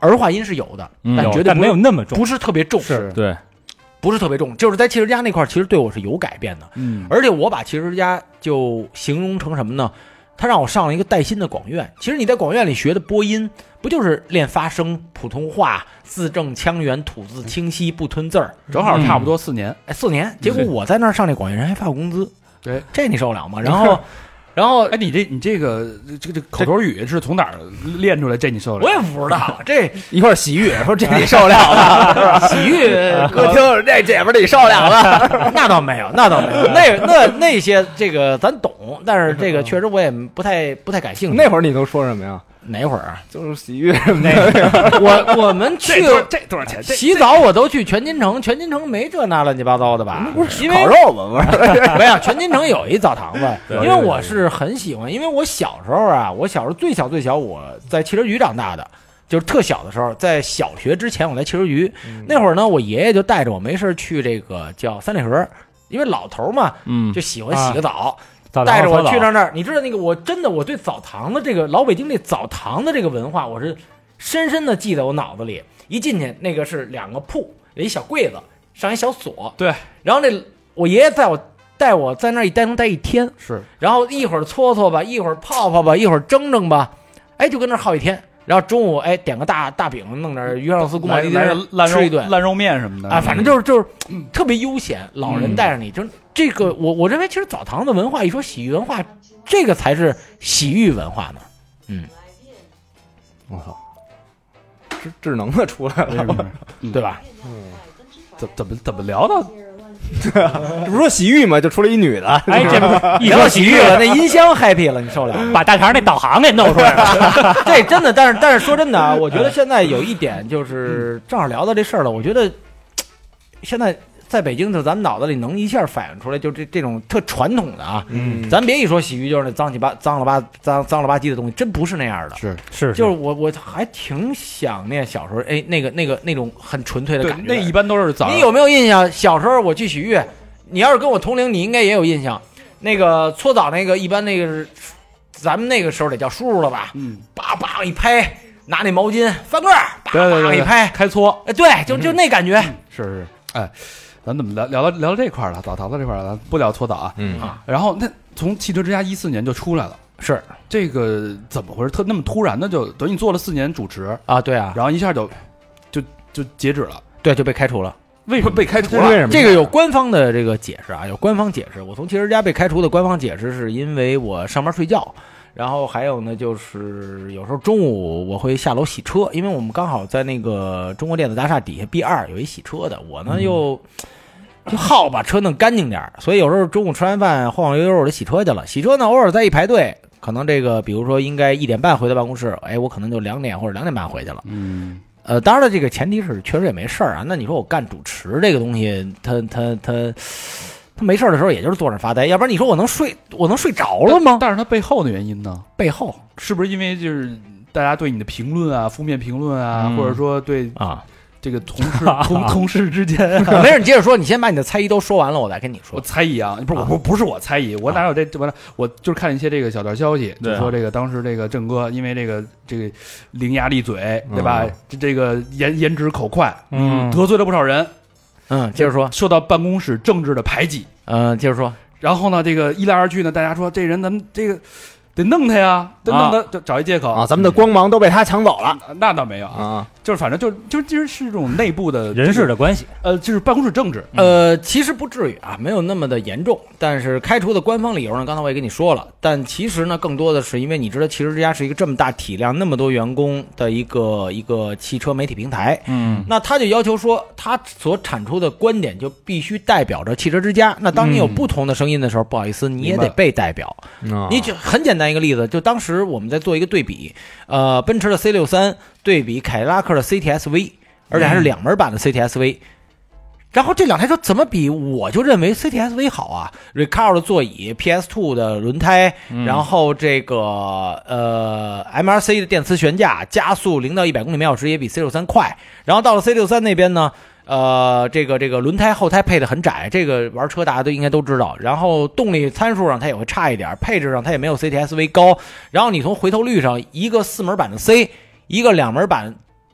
D: 儿化音是有的，
B: 嗯、
D: 但绝对
B: 但没有那么重，
D: 不是特别重，
B: 是
A: 对，
D: 不是特别重，就是在汽车之家那块，其实对我是有改变的。
C: 嗯，
D: 而且我把汽车之家就形容成什么呢？他让我上了一个带薪的广院。其实你在广院里学的播音，不就是练发声、普通话、字正腔圆、吐字清晰、不吞字儿，
C: 正好差不多四年，
D: 哎，四年。结果我在那儿上那广院，人还发我工资，
C: 对，
D: 这你受得了吗？然后。然后，
C: 哎，你这你这个这个这口头语是从哪儿练出来？这你受得了？
D: 我也不知道，这
E: 一块洗浴说这你受得了了，
D: 洗浴
E: 歌厅这姐们儿你受得了了，
D: 那倒没有，那倒没有，那那那些这个咱懂，但是这个确实我也不太不太感兴趣。
E: 那会儿你都说什么呀？
D: 哪会儿啊？
E: 就是洗浴什么的。
D: 我我们去
C: 这多少钱？
D: 洗澡我都去全金城，全金城没这那乱七八糟的吧？
E: 不是
D: 因为
E: 烤肉吗？不是，
D: 没有，全金城有一澡堂子，因为我是很喜欢，因为我小时候啊，我小时候最小最小，我在汽车局长大的。就是特小的时候，在小学之前，我在汽车局、嗯、那会儿呢，我爷爷就带着我没事去这个叫三里河，因为老头嘛，嗯，就喜欢洗个澡。啊带着我去到那儿，你知道那个，我真的我对澡堂的这个老北京这澡堂的这个文化，我是深深的记在我脑子里。一进去，那个是两个铺，有一小柜子，上一小锁，
C: 对。
D: 然后那我爷爷在我带我在那儿一待能待一天，
C: 是。
D: 然后一会儿搓搓吧，一会儿泡泡吧，一会儿蒸蒸吧，哎，就跟那儿耗一天。然后中午哎点个大大饼，弄点鱼香丝、宫保鸡丁，吃一顿
C: 烂肉面什么的
D: 啊，反正就是就是、嗯、特别悠闲。老人带着你，就这个我我认为其实澡堂的文化，一说洗浴文化，这个才是洗浴文化呢。嗯，
E: 我操，智智能的出来了，
D: 对吧？
C: 嗯，怎怎么怎么聊到？
E: 这不是说洗浴吗？就出来一女的，
B: 哎，这
D: 一说洗浴了，那音箱 happy 了，你受不了，
B: 把大肠那导航给弄出来了。
D: 这真的，但是但是说真的啊，我觉得现在有一点就是正好聊到这事儿了，我觉得现在在北京，就咱们脑子里能一下反映出来，就这这种特传统的啊，嗯，咱别一说洗浴就是那脏七八脏了吧脏脏了吧唧的东西，真不是那样的，
C: 是
B: 是，
D: 就是我我还挺想念小时候，哎，那个那个那种很纯粹的感觉。
C: 那一般都是早。
D: 你有没有印象？小时候我去洗浴，你要是跟我同龄，你应该也有印象。那个搓澡那个，一般那个是咱们那个时候得叫叔叔了吧？嗯，叭叭一拍，拿那毛巾翻个，叭叭一拍，
C: 开搓。
D: 哎，对，就就那感觉。
C: 嗯、是是，哎。咱怎么聊聊到聊到这块了？澡堂子这块咱不聊搓澡啊。嗯啊。然后那从汽车之家一四年就出来了，
D: 是
C: 这个怎么回事？特那么突然的就等于你做了四年主持
D: 啊？对啊。
C: 然后一下就就就截止了，
D: 对，就被开除了。
C: 为什么被开除了？
E: 为什么？
D: 这个有官方的这个解释啊，有官方解释。我从汽车之家被开除的官方解释是因为我上班睡觉。然后还有呢，就是有时候中午我会下楼洗车，因为我们刚好在那个中国电子大厦底下 B 二有一洗车的，我呢又就好把车弄干净点，所以有时候中午吃完饭晃晃悠悠我就洗车去了。洗车呢，偶尔再一排队，可能这个比如说应该一点半回到办公室，哎，我可能就两点或者两点半回去了。嗯，呃，当然了，这个前提是确实也没事儿啊。那你说我干主持这个东西，他他他。他没事的时候，也就是坐那发呆，要不然你说我能睡，我能睡着了吗？
C: 但是他背后的原因呢？
D: 背后
C: 是不是因为就是大家对你的评论啊，负面评论啊，嗯、或者说对
D: 啊
C: 这个同事同同事之间、
D: 啊，没事，你接着说，你先把你的猜疑都说完了，我再跟你说。
C: 我猜疑啊，不是我不不是我猜疑，我哪有这这完了？我就是看一些这个小道消息，就说这个当时这个郑哥因为这个这个伶牙俐嘴，对吧？嗯、这个言言之口快，嗯，得罪了不少人。
D: 嗯，接着说，
C: 受到办公室政治的排挤。
D: 嗯，接着说，
C: 然后呢，这个一来二去呢，大家说这人咱们这个得弄他呀，得弄他，就找一借口
E: 啊，咱们的光芒都被他抢走了。
C: 那倒没有啊，就是反正就就其实是这种内部的
B: 人事的关系，
C: 呃，就是办公室政治。
D: 呃，其实不至于啊，没有那么的严重。但是开除的官方理由呢，刚才我也跟你说了。但其实呢，更多的是因为你知道，汽车之家是一个这么大体量、那么多员工的一个一个汽车媒体平台。嗯，那他就要求说，他所产出的观点就必须代表着汽车之家。那当你有不同的声音的时候，嗯、不好意思，你也得被代表。嗯、你就很简单一个例子，就当时我们在做一个对比，呃，奔驰的 C 六十三。对比凯迪拉克的 C T S V， 而且还是两门版的 C T S V，、嗯、然后这两台车怎么比？我就认为 C T S V 好啊 ，Recaro 的座椅 ，P S 二 的轮胎，嗯、然后这个呃 M R C 的电磁悬架，加速零到一百公里每小时也比 C 六十三 快。然后到了 C 六十三 那边呢，呃，这个这个轮胎后胎配的很窄，这个玩车大家都应该都知道。然后动力参数上它也会差一点，配置上它也没有 C T S V 高。然后你从回头率上，一个四门版的 C。一个两门版，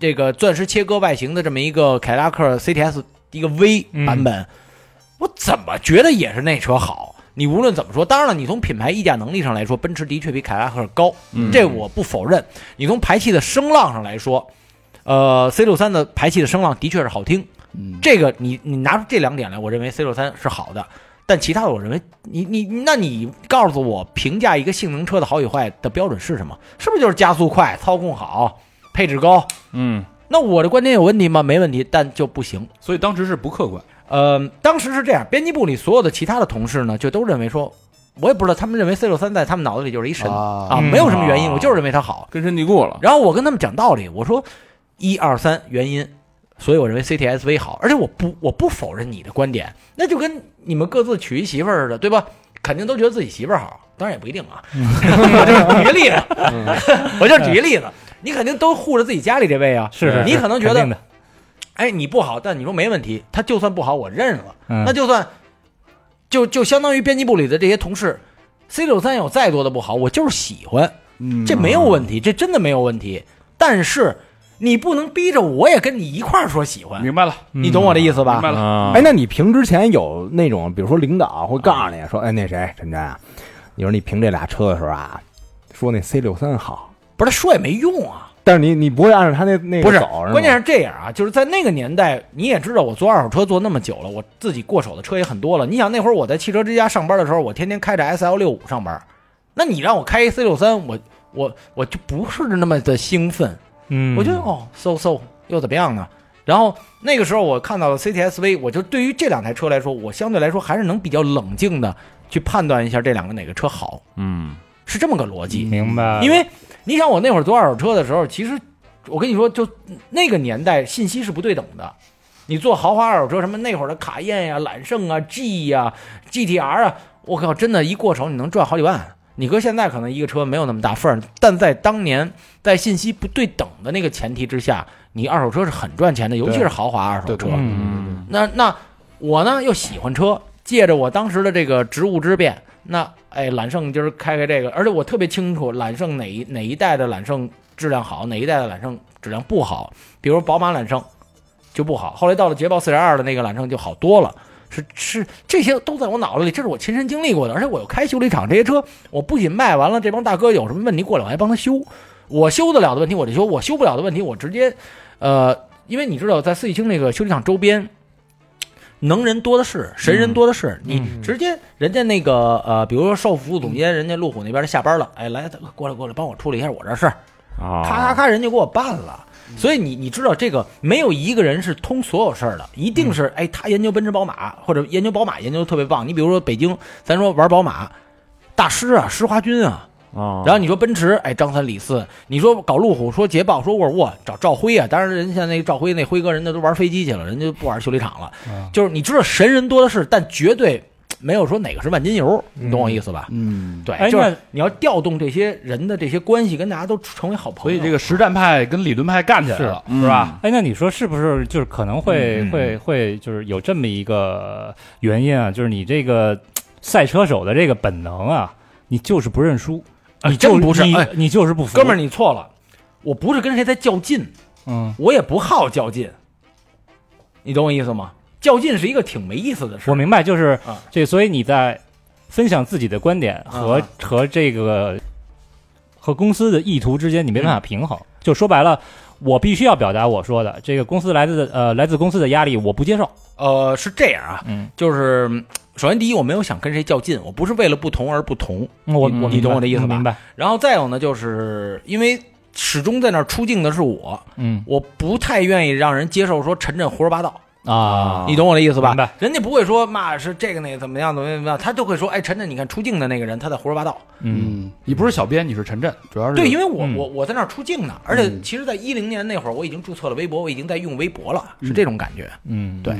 D: 这个钻石切割外形的这么一个凯迪拉克 C T S 一个 V 版本，嗯、我怎么觉得也是那车好。你无论怎么说，当然了，你从品牌溢价能力上来说，奔驰的确比凯迪拉克高，嗯、这我不否认。你从排气的声浪上来说，呃 ，C 六十三的排气的声浪的确是好听，嗯、这个你你拿出这两点来，我认为 C 六十三是好的。但其他的，我认为你你那你告诉我，评价一个性能车的好与坏的标准是什么？是不是就是加速快、操控好、配置高？
C: 嗯，
D: 那我的观点有问题吗？没问题，但就不行。
C: 所以当时是不客观。
D: 呃，当时是这样，编辑部里所有的其他的同事呢，就都认为说，我也不知道，他们认为 C 六十三在他们脑子里就是一神 啊, 啊，没有什么原因，我就是认为它好，
E: 根深蒂固了。
D: 然后我跟他们讲道理，我说一二三原因，所以我认为 C T S V 好，而且我不我不否认你的观点，那就跟你们各自娶一媳妇儿似的，对吧？肯定都觉得自己媳妇儿好，当然也不一定啊。我就是举个例子，嗯、我就举个例子，你肯定都护着自己家里这位啊，
B: 是是，
D: 你可能觉得。
B: 的
D: 哎，你不好，但你说没问题，他就算不好，我认了，嗯、那就算，就就相当于编辑部里的这些同事 ，C 六十三有再多的不好，我就是喜欢，嗯、这没有问题，这真的没有问题。但是你不能逼着我也跟你一块儿说喜欢，
C: 明白了，
D: 你懂我的意思吧？
C: 明白了。
E: 哎，那你评之前有那种，比如说领导会告诉你说，哎，那谁陈真啊，你说你评这俩车的时候啊，说那 C 六十三好，
D: 不是他说也没用啊。
E: 但是你你不会按照他那那个
D: 不是
E: 走，
D: 关键是这样啊，就是在那个年代，你也知道我做二手车做那么久了，我自己过手的车也很多了。你想那会儿我在汽车之家上班的时候，我天天开着 S L 六十五上班，那你让我开 C 六十三，我我我就不是那么的兴奋，嗯，我觉得哦 so so 又怎么样呢？然后那个时候我看到了 C T S V， 我就对于这两台车来说，我相对来说还是能比较冷静的去判断一下这两个哪个车好，
C: 嗯，
D: 是这么个逻辑，
B: 明白？
D: 因为你想我那会儿做二手车的时候，其实我跟你说，就那个年代信息是不对等的。你做豪华二手车，什么那会儿的卡宴呀、揽胜啊、G 呀、G T R 啊，我靠，真的，一过手你能赚好几万。你搁现在可能一个车没有那么大份儿，但在当年，在信息不对等的那个前提之下，你二手车是很赚钱的，尤其是豪华二手车。嗯、那那我呢又喜欢车，借着我当时的这个职务之便，那哎，揽胜今儿开开这个，而且我特别清楚揽胜哪一哪一代的揽胜质量好，哪一代的揽胜质量不好。比如宝马揽胜就不好，后来到了捷豹四点二的那个揽胜就好多了。是是，这些都在我脑子里，这是我亲身经历过的。而且我又开修理厂，这些车我不仅卖完了，这帮大哥有什么问题过来我还帮他修。我修得了的问题我就修，我修不了的问题我直接，呃，因为你知道在四季青那个修理厂周边。能人多的是，神人多的是，嗯、你直接人家那个呃，比如说售服务总监，人家路虎那边下班了，哎，来过来过来帮我处理一下我这事儿，啊、咔咔咔，人就给我办了。所以你你知道这个没有一个人是通所有事儿的，一定是哎，他研究奔驰宝马或者研究宝马研究的特别棒。你比如说北京，咱说玩宝马，大师啊，施华军啊。哦，然后你说奔驰，哎，张三李四；你说搞路虎，说捷豹，说沃尔沃，找赵辉啊。当然，人现在那赵辉那辉哥，人家都玩飞机去了，人家不玩修理厂了。嗯、就是你知道神人多的是，但绝对没有说哪个是万金油，你懂我意思吧？
C: 嗯，
D: 对，就是你要调动这些人的这些关系，跟大家都成为好朋友。
C: 所以这个实战派跟理论派干起来了，是, 是吧？
B: 哎，那你说是不是就是可能会、
C: 嗯、
B: 会会就是有这么一个原因啊？就是你这个赛车手的这个本能啊，你就是不认输。你
D: 真不是，
B: 你、
D: 哎、
B: 你就是不服，
D: 哥们儿，你错了。我不是跟谁在较劲，嗯，我也不好较劲，你懂我意思吗？较劲是一个挺没意思的事。
B: 我明白，就是这个，所以你在分享自己的观点和、啊、和这个和公司的意图之间，你没办法平衡。嗯、就说白了，我必须要表达我说的，这个公司来自呃来自公司的压力，我不接受。
D: 呃，是这样啊，嗯，就是首先第一，我没有想跟谁较劲，我不是为了不同而不同，
B: 我我
D: 你懂我的意思吧？
B: 明白。
D: 然后再有呢，就是因为始终在那儿出镜的是我，嗯，我不太愿意让人接受说陈震胡说八道啊，你懂我的意思吧？
B: 明白。
D: 人家不会说嘛是这个那个怎么样怎么样怎么样，他就会说，哎，陈震，你看出镜的那个人他在胡说八道。
C: 嗯，你不是小编，你是陈震，主要是
D: 对，因为我、嗯、我我在那儿出镜呢，而且其实，在一零年那会儿，我已经注册了微博，我已经在用微博了，是这种感觉。
B: 嗯，
D: 对。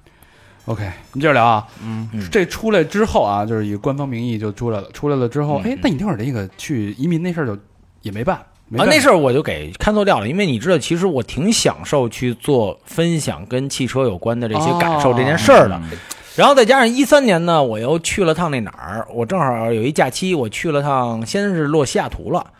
C: OK， 你接着聊啊。嗯，这出来之后啊，就是以官方名义就出来了。出来了之后，哎、嗯，那你那会儿这个去移民那事儿就也没办没办
D: 啊，那事儿我就给看错掉了，因为你知道，其实我挺享受去做分享跟汽车有关的这些感受这件事儿的。哦嗯、然后再加上一三年呢，我又去了趟那哪儿，我正好有一假期，我去了趟，先是落西雅图了。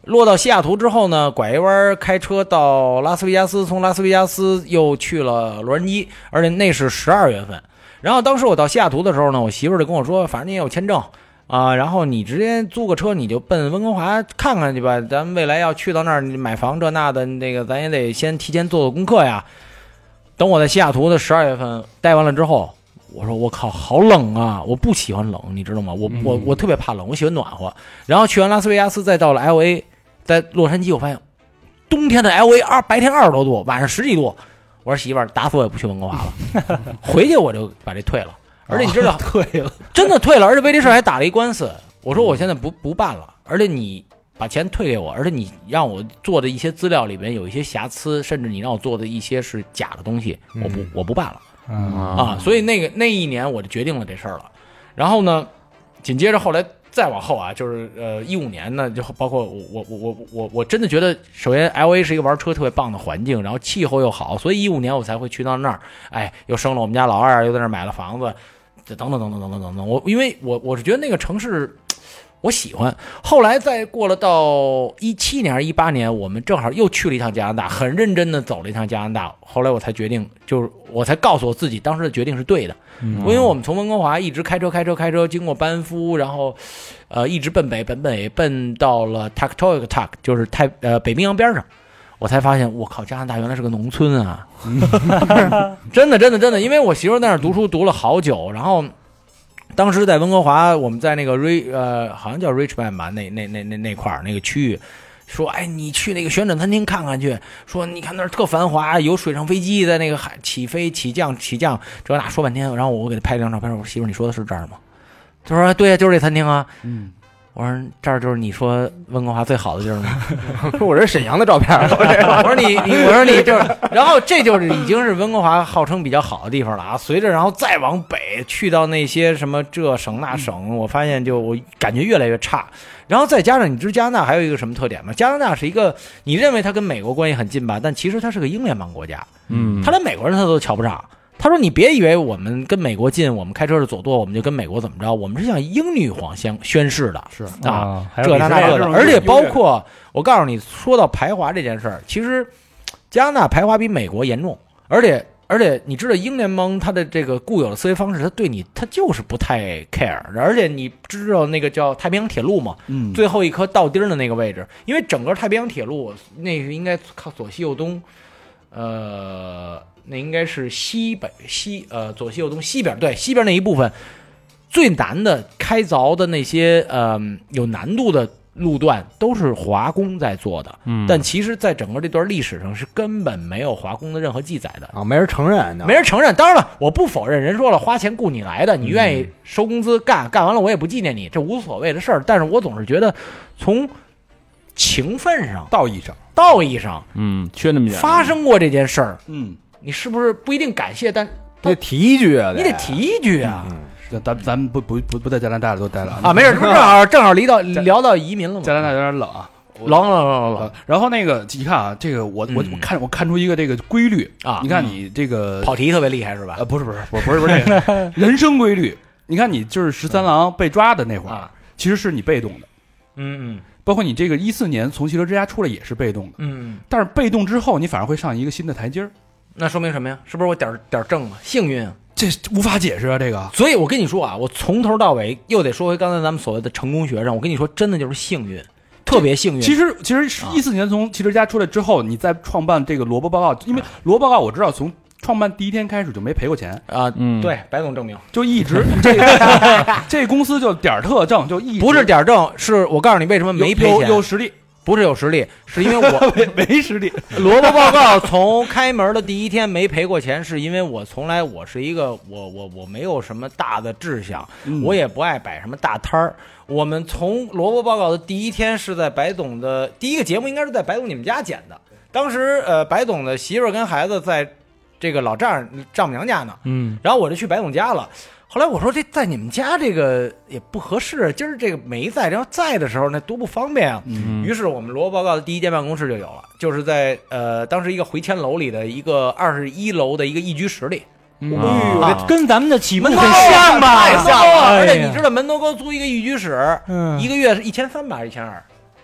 D: 落到西雅图之后呢，拐一弯开车到拉斯维加斯，从拉斯维加斯又去了洛杉矶，而且那是十二月份。然后当时我到西雅图的时候呢，我媳妇儿就跟我说，反正你也有签证啊、呃，然后你直接租个车，你就奔温哥华看看去吧。咱们未来要去到那儿，你买房这那的，那个咱也得先提前做做功课呀。等我在西雅图的十二月份待完了之后，我说我靠，好冷啊！我不喜欢冷，你知道吗？我我我特别怕冷，我喜欢暖和。然后去完拉斯维加斯，再到了 L A， 在洛杉矶，我发现冬天的 L A 二白天二十多度，晚上十几度。我说媳妇儿，打死我也不去温哥华了，回去我就把这退了。而且你知道，
C: 退了，
D: 真的退了，而且为这事还打了一官司。我说我现在不不办了，而且你把钱退给我，而且你让我做的一些资料里面有一些瑕疵，甚至你让我做的一些是假的东西，我不我不办了、
E: 嗯、
D: 啊！所以那个那一年我就决定了这事儿了。然后呢，紧接着后来再往后啊，就是呃一五年呢，就包括我我我我我我真的觉得，首先 L A 是一个玩车特别棒的环境，然后气候又好，所以一五年我才会去到那儿。哎，又生了我们家老二，又在那儿买了房子，等等等等等等等等。我因为我我是觉得那个城市我喜欢。后来再过了到一七年还是一八年，我们正好又去了一趟加拿大，很认真的走了一趟加拿大。后来我才决定，就是我才告诉我自己，当时的决定是对的。嗯、因为我们从温哥华一直开车开车开车，经过班夫，然后呃一直奔北奔北奔到了 Tuktoyaktuk， 就是太呃北冰洋边上。我才发现，我靠，加拿大原来是个农村啊！真的，真的，真的，因为我媳妇在那儿读书读了好久，然后当时在温哥华，我们在那个 Rich 呃，好像叫 Richmond 吧，那那那那那块儿那个区域，说，哎，你去那个旋转餐厅看看去，说你看那儿特繁华，有水上飞机在那个海起飞起降起降，这那说半天，然后我给他拍了张照片，我说媳妇，你说的是这儿吗？他说对呀，就是这餐厅啊。嗯。我说这儿就是你说温哥华最好的地儿吗？
E: 我这是沈阳的照片。
D: 我说你你我说你就是，然后这就是已经是温哥华号称比较好的地方了啊。随着然后再往北去到那些什么这省那省，我发现就我感觉越来越差。然后再加上你知道加拿大还有一个什么特点吗？加拿大是一个你认为它跟美国关系很近吧，但其实它是个英联邦国家。嗯，他连美国人他都瞧不上。他说：“你别以为我们跟美国近，我们开车是左舵，我们就跟美国怎么着？我们是向英女皇宣宣誓的，
B: 是
D: 啊，这那那的。而且包括我告诉你，说到排华这件事儿，其实加拿大排华比美国严重，而且而且你知道英联盟它的这个固有的思维方式，它对你它就是不太 care。而且你知道那个叫太平洋铁路吗？嗯，最后一颗倒钉的那个位置，因为整个太平洋铁路那是应该靠左西右东，呃。”那应该是西北西呃左西右东西边，对西边那一部分最难的开凿的那些呃有难度的路段都是华工在做的，嗯，但其实在整个这段历史上是根本没有华工的任何记载的
E: 啊，没人承认的，
D: 没人承认。当然了，我不否认，人说了花钱雇你来的，你愿意收工资干，干完了我也不纪念你，这无所谓的事儿。但是我总是觉得从情分上、
C: 道义上、
D: 道义上，
C: 嗯，缺那么点
D: 发生过这件事儿，
C: 嗯。
D: 你是不是不一定感谢？但
E: 你得提一句啊！
D: 你得提一句啊！
C: 嗯，咱咱们不不不不在加拿大都待了
D: 啊，没事，正好正好离到聊到移民了嘛。
C: 加拿大有点冷啊，
D: 冷冷冷冷。
C: 然后那个你看啊，这个我我我看我看出一个这个规律
D: 啊，
C: 你看你这个
D: 跑题特别厉害是吧？
C: 呃，不是不是不是不是不是这个人生规律。你看你就是十三郎被抓的那会儿，其实是你被动的，
D: 嗯嗯。
C: 包括你这个一四年从汽车之家出来也是被动的，
D: 嗯。
C: 但是被动之后，你反而会上一个新的台阶儿。
D: 那说明什么呀？是不是我点点正啊？幸运啊？
C: 这无法解释啊！这个，
D: 所以我跟你说啊，我从头到尾又得说回刚才咱们所谓的成功学生。我跟你说，真的就是幸运，特别幸运。
C: 其实，其实一四年从汽车家出来之后，你再创办这个萝卜报告，因为萝卜报告我知道从创办第一天开始就没赔过钱
D: 啊。嗯，对，白总证明
C: 就一直这个这公司就点儿特正，就一直
D: 不是点儿正，是我告诉你为什么没赔钱，
C: 有有实力。
D: 不是有实力，是因为我
C: 没实力。
D: 萝卜报告从开门的第一天没赔过钱，是因为我从来我是一个我我我没有什么大的志向，嗯、我也不爱摆什么大摊儿。我们从萝卜报告的第一天是在白总的第一个节目，应该是在白总你们家剪的。当时呃，白总的媳妇儿跟孩子在这个老丈丈母娘家呢，嗯，然后我就去白总家了。后来我说这在你们家这个也不合适，今儿这个没在，然后在的时候那多不方便啊。嗯、于是我们萝卜报告的第一间办公室就有了，就是在呃当时一个回迁楼里的一个二十一楼的一个一居室里。
B: 哎呦、啊，跟咱们的启梦很像吧？
D: 太像了！而且你知道门头沟租一个一居室，嗯、一个月是一千三吧，一千二。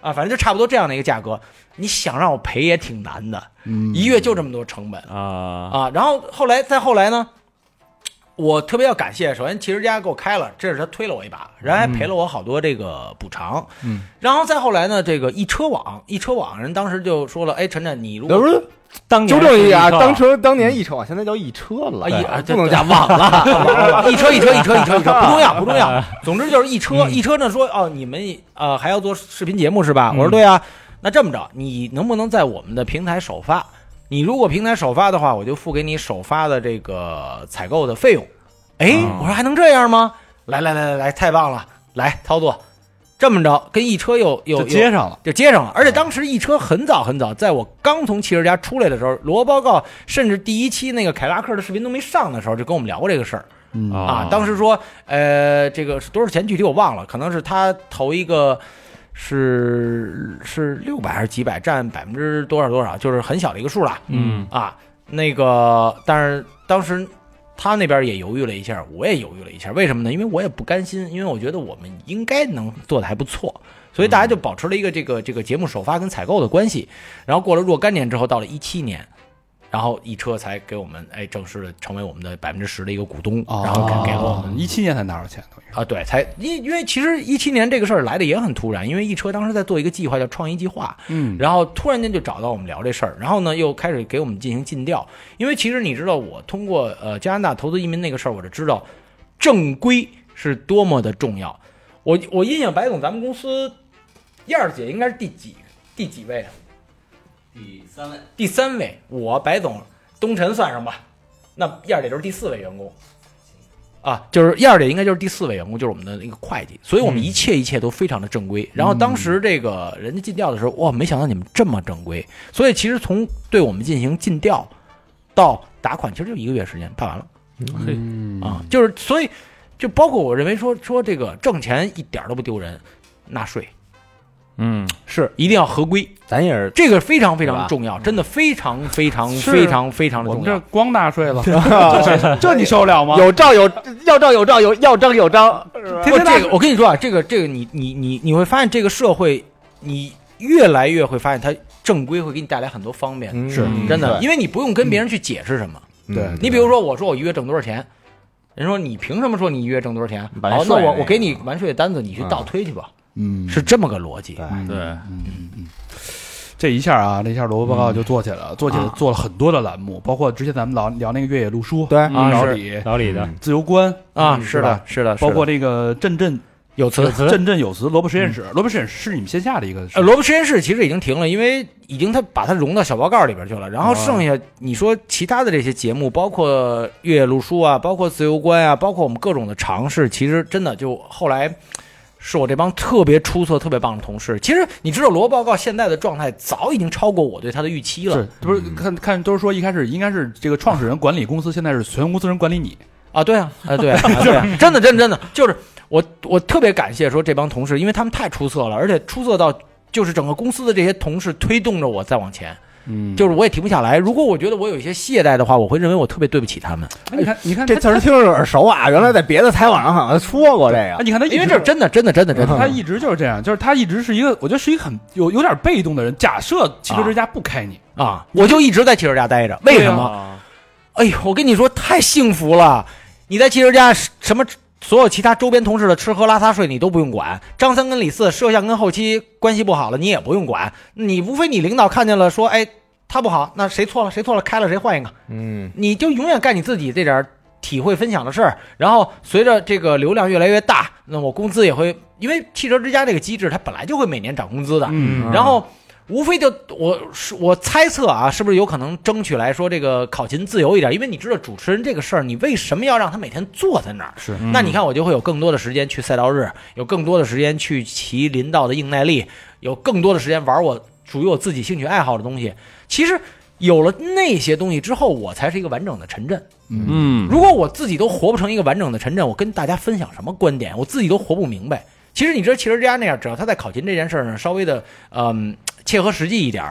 D: 啊，反正就差不多这样的一个价格。你想让我赔也挺难的，
C: 嗯，
D: 一月就这么多成本
F: 啊
D: 啊。然后后来再后来呢，我特别要感谢，首先汽车之家给我开了，这是他推了我一把，人还赔了我好多这个补偿。
C: 嗯，
D: 然后再后来呢，这个易车网，易车网人当时就说了，哎，陈晨，你如果
B: 当年
E: 纠正一下，当车当年易车网现在叫易车了，
D: 易
E: 不能加网
D: 了，易车易车易车易车易车不重要不重要，总之就是易车易车呢说哦，你们呃还要做视频节目是吧？我说对啊，那这么着，你能不能在我们的平台首发？你如果平台首发的话，我就付给你首发的这个采购的费用。哎，我说还能这样吗？来来来来来，太棒了，来操作。这么着，跟易车又又
C: 就接上了，
D: 就接上了。而且当时易车很早很早，在我刚从汽车家出来的时候，罗报告甚至第一期那个凯拉克的视频都没上的时候，就跟我们聊过这个事儿。
C: 嗯
D: 啊，当时说，呃，这个是多少钱？具体我忘了，可能是他投一个是是六百还是几百，占百分之多少多少，就是很小的一个数了。
B: 嗯
D: 啊，那个，但是当时。他那边也犹豫了一下，我也犹豫了一下，为什么呢？因为我也不甘心，因为我觉得我们应该能做的还不错，所以大家就保持了一个这个这个节目首发跟采购的关系。然后过了若干年之后，到了一七年，然后易车才给我们哎正式的成为我们的百分之十的一个股东，
C: 哦、
D: 然后给给了我们
C: 一七年才拿着钱
D: 啊，对，才因因为其实一七年这个事儿来的也很突然，因为易车当时在做一个计划叫创意计划，
C: 嗯，
D: 然后突然间就找到我们聊这事儿，然后呢又开始给我们进行尽调，因为其实你知道我通过呃加拿大投资移民那个事儿，我就知道正规是多么的重要。我我印象白总咱们公司燕儿姐应该是第几第几位啊？
G: 第三位，
D: 第三位，我白总东辰算上吧，那燕儿姐就是第四位员工。啊，就是燕儿姐应该就是第四位员工，就是我们的那个会计，所以我们一切一切都非常的正规。然后当时这个人家尽调的时候，哇，没想到你们这么正规。所以其实从对我们进行尽调到打款，其实就一个月时间办完了。
C: 嗯
D: 啊，就是所以就包括我认为说说这个挣钱一点都不丢人，纳税，
B: 嗯，
D: 是一定要合规，
E: 咱也是
D: 这个非常非常重要，真的非常非常非常非常的重要。
C: 我们这光纳税了，这这你受得了吗？
E: 有照有要照有照有要章有章。
D: 不，这个我跟你说啊，这个这个你你你你会发现这个社会，你越来越会发现它正规会给你带来很多方便，
C: 是
D: 真的，因为你不用跟别人去解释什么。
C: 对，
D: 你比如说，我说我一月挣多少钱，人说你凭什么说你一月挣多少钱？好，那我我给你完税的单子，你去倒推去吧。
C: 嗯，
D: 是这么个逻辑。
F: 对，
C: 嗯嗯，这一下啊，这下萝卜报告就做起来了，做起来做了很多的栏目，包括之前咱们老聊那个越野路书，
E: 对，
C: 老李
B: 老李的
C: 自由观
D: 啊，是的，是的，
C: 包括这个阵阵。
D: 有词，
C: 阵阵有词，萝卜实验室，萝卜实验室是你们线下的一个。
D: 呃，萝卜实验室其实已经停了，因为已经他把它融到小报告里边去了。然后剩下你说其他的这些节目，包括越野路书啊，包括自由观啊，包括我们各种的尝试，其实真的就后来是我这帮特别出色、特别棒的同事。其实你知道，萝卜报告现在的状态早已经超过我对他的预期了。
C: 是，不是看看都是说一开始应该是这个创始人管理公司，现在是全公司人管理你
D: 啊？对啊，啊对啊，对啊，真的，真的，真的就是。我我特别感谢说这帮同事，因为他们太出色了，而且出色到就是整个公司的这些同事推动着我再往前，嗯，就是我也停不下来。如果我觉得我有一些懈怠的话，我会认为我特别对不起他们。
C: 你看，你看
E: 这词儿听着耳熟啊，原来在别的采访上好像说过这个。
C: 你看他，
D: 因为这真的真的真的真的，
C: 他一直就是这样，就是他一直是一个，我觉得是一个很有有点被动的人。假设汽车之家不开你
D: 啊，我就一直在汽车家待着，为什么？哎呦，我跟你说太幸福了，你在汽车家什么？所有其他周边同事的吃喝拉撒睡你都不用管，张三跟李四摄像跟后期关系不好了你也不用管，你无非你领导看见了说，哎，他不好，那谁错了谁错了，开了谁换一个，嗯，你就永远干你自己这点体会分享的事儿，然后随着这个流量越来越大，那我工资也会，因为汽车之家这个机制它本来就会每年涨工资的，嗯，然后。无非就我我猜测啊，是不是有可能争取来说这个考勤自由一点？因为你知道主持人这个事儿，你为什么要让他每天坐在那儿？
C: 是，
D: 那你看我就会有更多的时间去赛道日，有更多的时间去骑林道的硬耐力，有更多的时间玩我属于我自己兴趣爱好的东西。其实有了那些东西之后，我才是一个完整的陈震。嗯，如果我自己都活不成一个完整的陈震，我跟大家分享什么观点？我自己都活不明白。其实你知道汽车之家那样，只要他在考勤这件事上稍微的嗯。切合实际一点，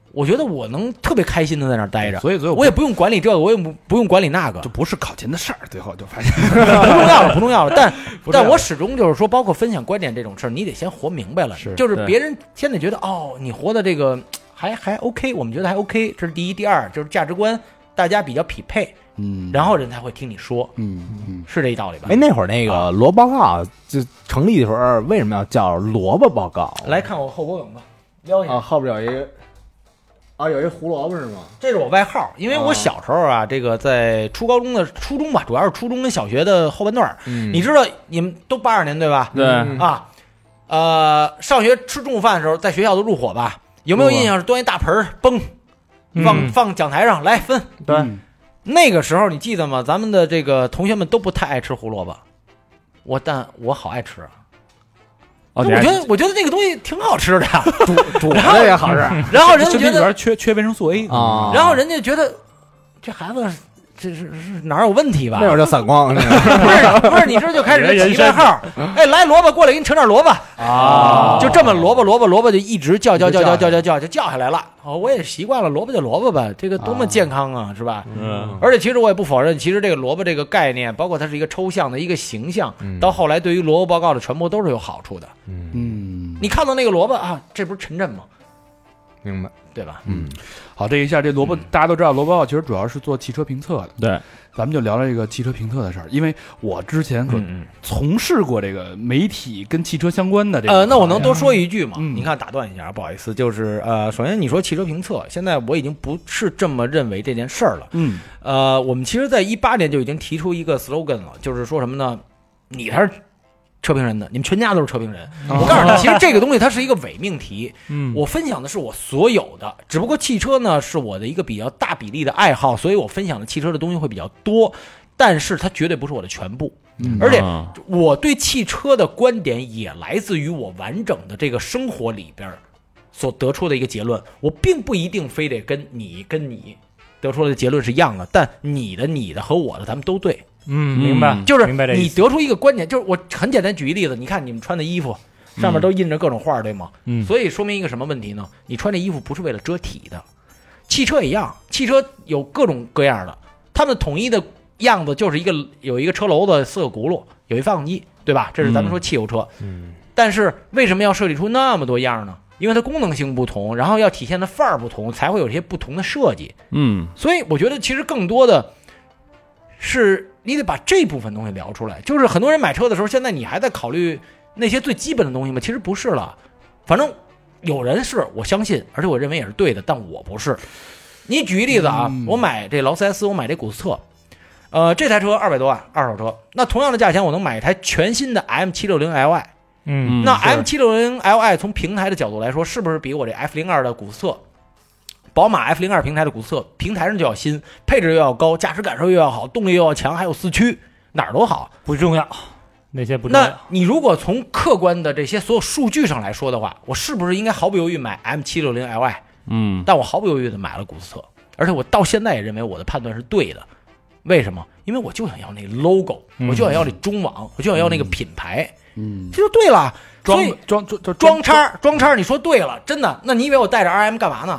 D: 我觉得我能特别开心的在那儿待着，
C: 所以所以
D: 我也不用管理这个，我也不不用管理那个，
C: 就不是考勤的事儿，最后就发现
D: 不重要了，不重要了。但但我始终就是说，包括分享观点这种事儿，你得先活明白了，
C: 是
D: 就是别人先得觉得哦，你活的这个还还 OK， 我们觉得还 OK， 这是第一，第二就是价值观大家比较匹配，
C: 嗯，
D: 然后人才会听你说，
C: 嗯嗯，
D: 是这一道理吧？
E: 哎，那会儿那个萝卜报告就成立的时候，为什么要叫萝卜报告？
D: 来看我后脖梗吧，撩一下
E: 啊，后边有一个。啊，有一胡萝卜是吗？
D: 这是我外号，因为我小时候啊，这个在初高中的初中吧，主要是初中跟小学的后半段。嗯，你知道你们都八二年对吧？
E: 对
D: 啊，呃，上学吃中午饭的时候，在学校都入伙吧？有没有印象是端一大盆儿，嘣，放、嗯、放讲台上来分？
E: 对、
D: 嗯，那个时候你记得吗？咱们的这个同学们都不太爱吃胡萝卜，我但我好爱吃。
C: 哦，
D: 我觉得我觉得那个东西挺好吃的，
E: 煮煮的也好吃。
D: 然后人家觉得
C: 里边缺缺维生素 A
E: 啊，
D: 然后人家觉得这孩子这是是哪有问题吧？
E: 那会儿就散光，
D: 不是不是，你这就开始起外号，哎，来萝卜过来给你盛点萝卜啊，就这么萝卜萝卜萝卜就一直叫叫叫叫叫叫叫就叫下来了。哦，我也习惯了，萝卜就萝卜吧，这个多么健康啊，是吧？嗯。而且其实我也不否认，其实这个萝卜这个概念，包括它是一个抽象的一个形象，到后来对于萝卜报告的传播都是有好处的。嗯，你看到那个萝卜啊，这不是陈震吗？
E: 明白，
D: 对吧？
C: 嗯，好，这一下这萝卜、嗯、大家都知道，萝卜报告其实主要是做汽车评测的。
B: 对，
C: 咱们就聊聊这个汽车评测的事儿，因为我之前可从事过这个媒体跟汽车相关的这个。
D: 呃，那我能多说一句吗？
C: 嗯、
D: 您看，打断一下，不好意思，就是呃，首先你说汽车评测，现在我已经不是这么认为这件事儿了。
C: 嗯，
D: 呃，我们其实在一八年就已经提出一个 slogan 了，就是说什么呢？你才是车评人的，你们全家都是车评人。我告诉你，其实这个东西它是一个伪命题。嗯，我分享的是我所有的，只不过汽车呢是我的一个比较大比例的爱好，所以我分享的汽车的东西会比较多，但是它绝对不是我的全部。嗯，而且我对汽车的观点也来自于我完整的这个生活里边所得出的一个结论。我并不一定非得跟你跟你得出的结论是一样的，但你的、你的和我的，咱们都对。
B: 嗯，明白，
D: 就是你得出一个观点，就是我很简单举一例子，你看你们穿的衣服上面都印着各种画，对吗？嗯，所以说明一个什么问题呢？你穿这衣服不是为了遮体的，汽车一样，汽车有各种各样的，它们统一的样子就是一个有一个车篓子，四个轱辘，有一发动机，对吧？这是咱们说汽油车。嗯，但是为什么要设计出那么多样呢？因为它功能性不同，然后要体现的范儿不同，才会有这些不同的设计。嗯，所以我觉得其实更多的是你得把这部分东西聊出来。就是很多人买车的时候，现在你还在考虑那些最基本的东西吗？其实不是了。反正有人是我相信，而且我认为也是对的，但我不是。你举一例子啊，嗯、我买这劳斯莱斯，我买这古斯特，呃，这台车二百多万二手车，那同样的价钱，我能买一台全新的 M 七六零 L I。嗯，那 M 七六零 L I 从平台的角度来说，是不是比我这 F 零二的古斯特，宝马 F 零二平台的古斯特平台上就要新，配置又要高，驾驶感受又要好，动力又要强，还有四驱，哪儿都好，
B: 不重要，那些不重要。
D: 那你如果从客观的这些所有数据上来说的话，我是不是应该毫不犹豫买 M 七六零 L I？ 嗯，但我毫不犹豫的买了古斯特，而且我到现在也认为我的判断是对的。为什么？因为我就想要那个 logo，、嗯、我就想要那中网，我就想要那个品牌。嗯，这就对了。
C: 装
D: 装
C: 装
D: 装叉装叉，你说对了，真的。那你以为我带着 R M 干嘛呢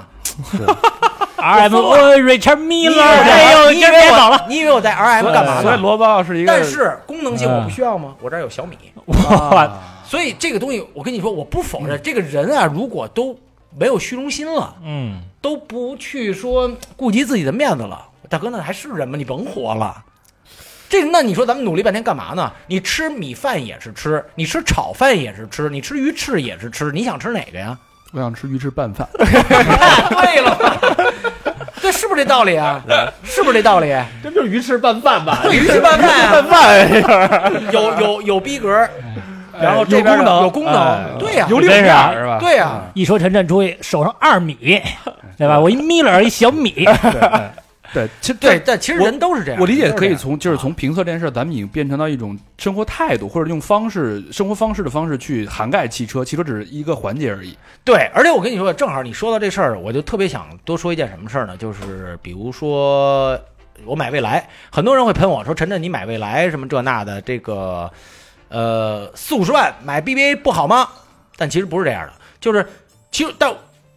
B: ？R M 我 Richard Miller，
D: 哎呦，你以为我你以为我带 R M 干嘛呢？
C: 所以罗报是一个，
D: 但是功能性我不需要吗？我这儿有小米。
B: 哇，
D: 所以这个东西，我跟你说，我不否认，这个人啊，如果都没有虚荣心了，嗯，都不去说顾及自己的面子了，大哥，那还是人吗？你甭活了。这那你说咱们努力半天干嘛呢？你吃米饭也是吃，你吃炒饭也是吃，你吃鱼翅也是吃，你想吃哪个呀？
C: 我想吃鱼翅拌饭。
D: 对了，这是不是这道理啊？是不是这道理？
E: 这就是鱼翅拌饭吧？
D: 鱼翅拌饭、
E: 啊，拌饭
D: 有有有逼格，然后这边有功能，
C: 哎、
D: 对呀、啊，
C: 有脸面是吧？
D: 对呀、啊，
B: 一说陈震注意手上二米，对吧？我一米了一小米。
C: 对，其实
D: 对，但其实人都是这样。
C: 我理解可以从就是从评测这件事，咱们已经变成到一种生活态度，或者用方式、生活方式的方式去涵盖汽车。汽车只是一个环节而已。
D: 对，而且我跟你说，正好你说到这事儿，我就特别想多说一件什么事儿呢？就是比如说我买蔚来，很多人会喷我说陈震，你买蔚来什么这那的，这个呃四五十万买 B B A 不好吗？但其实不是这样的，就是其实但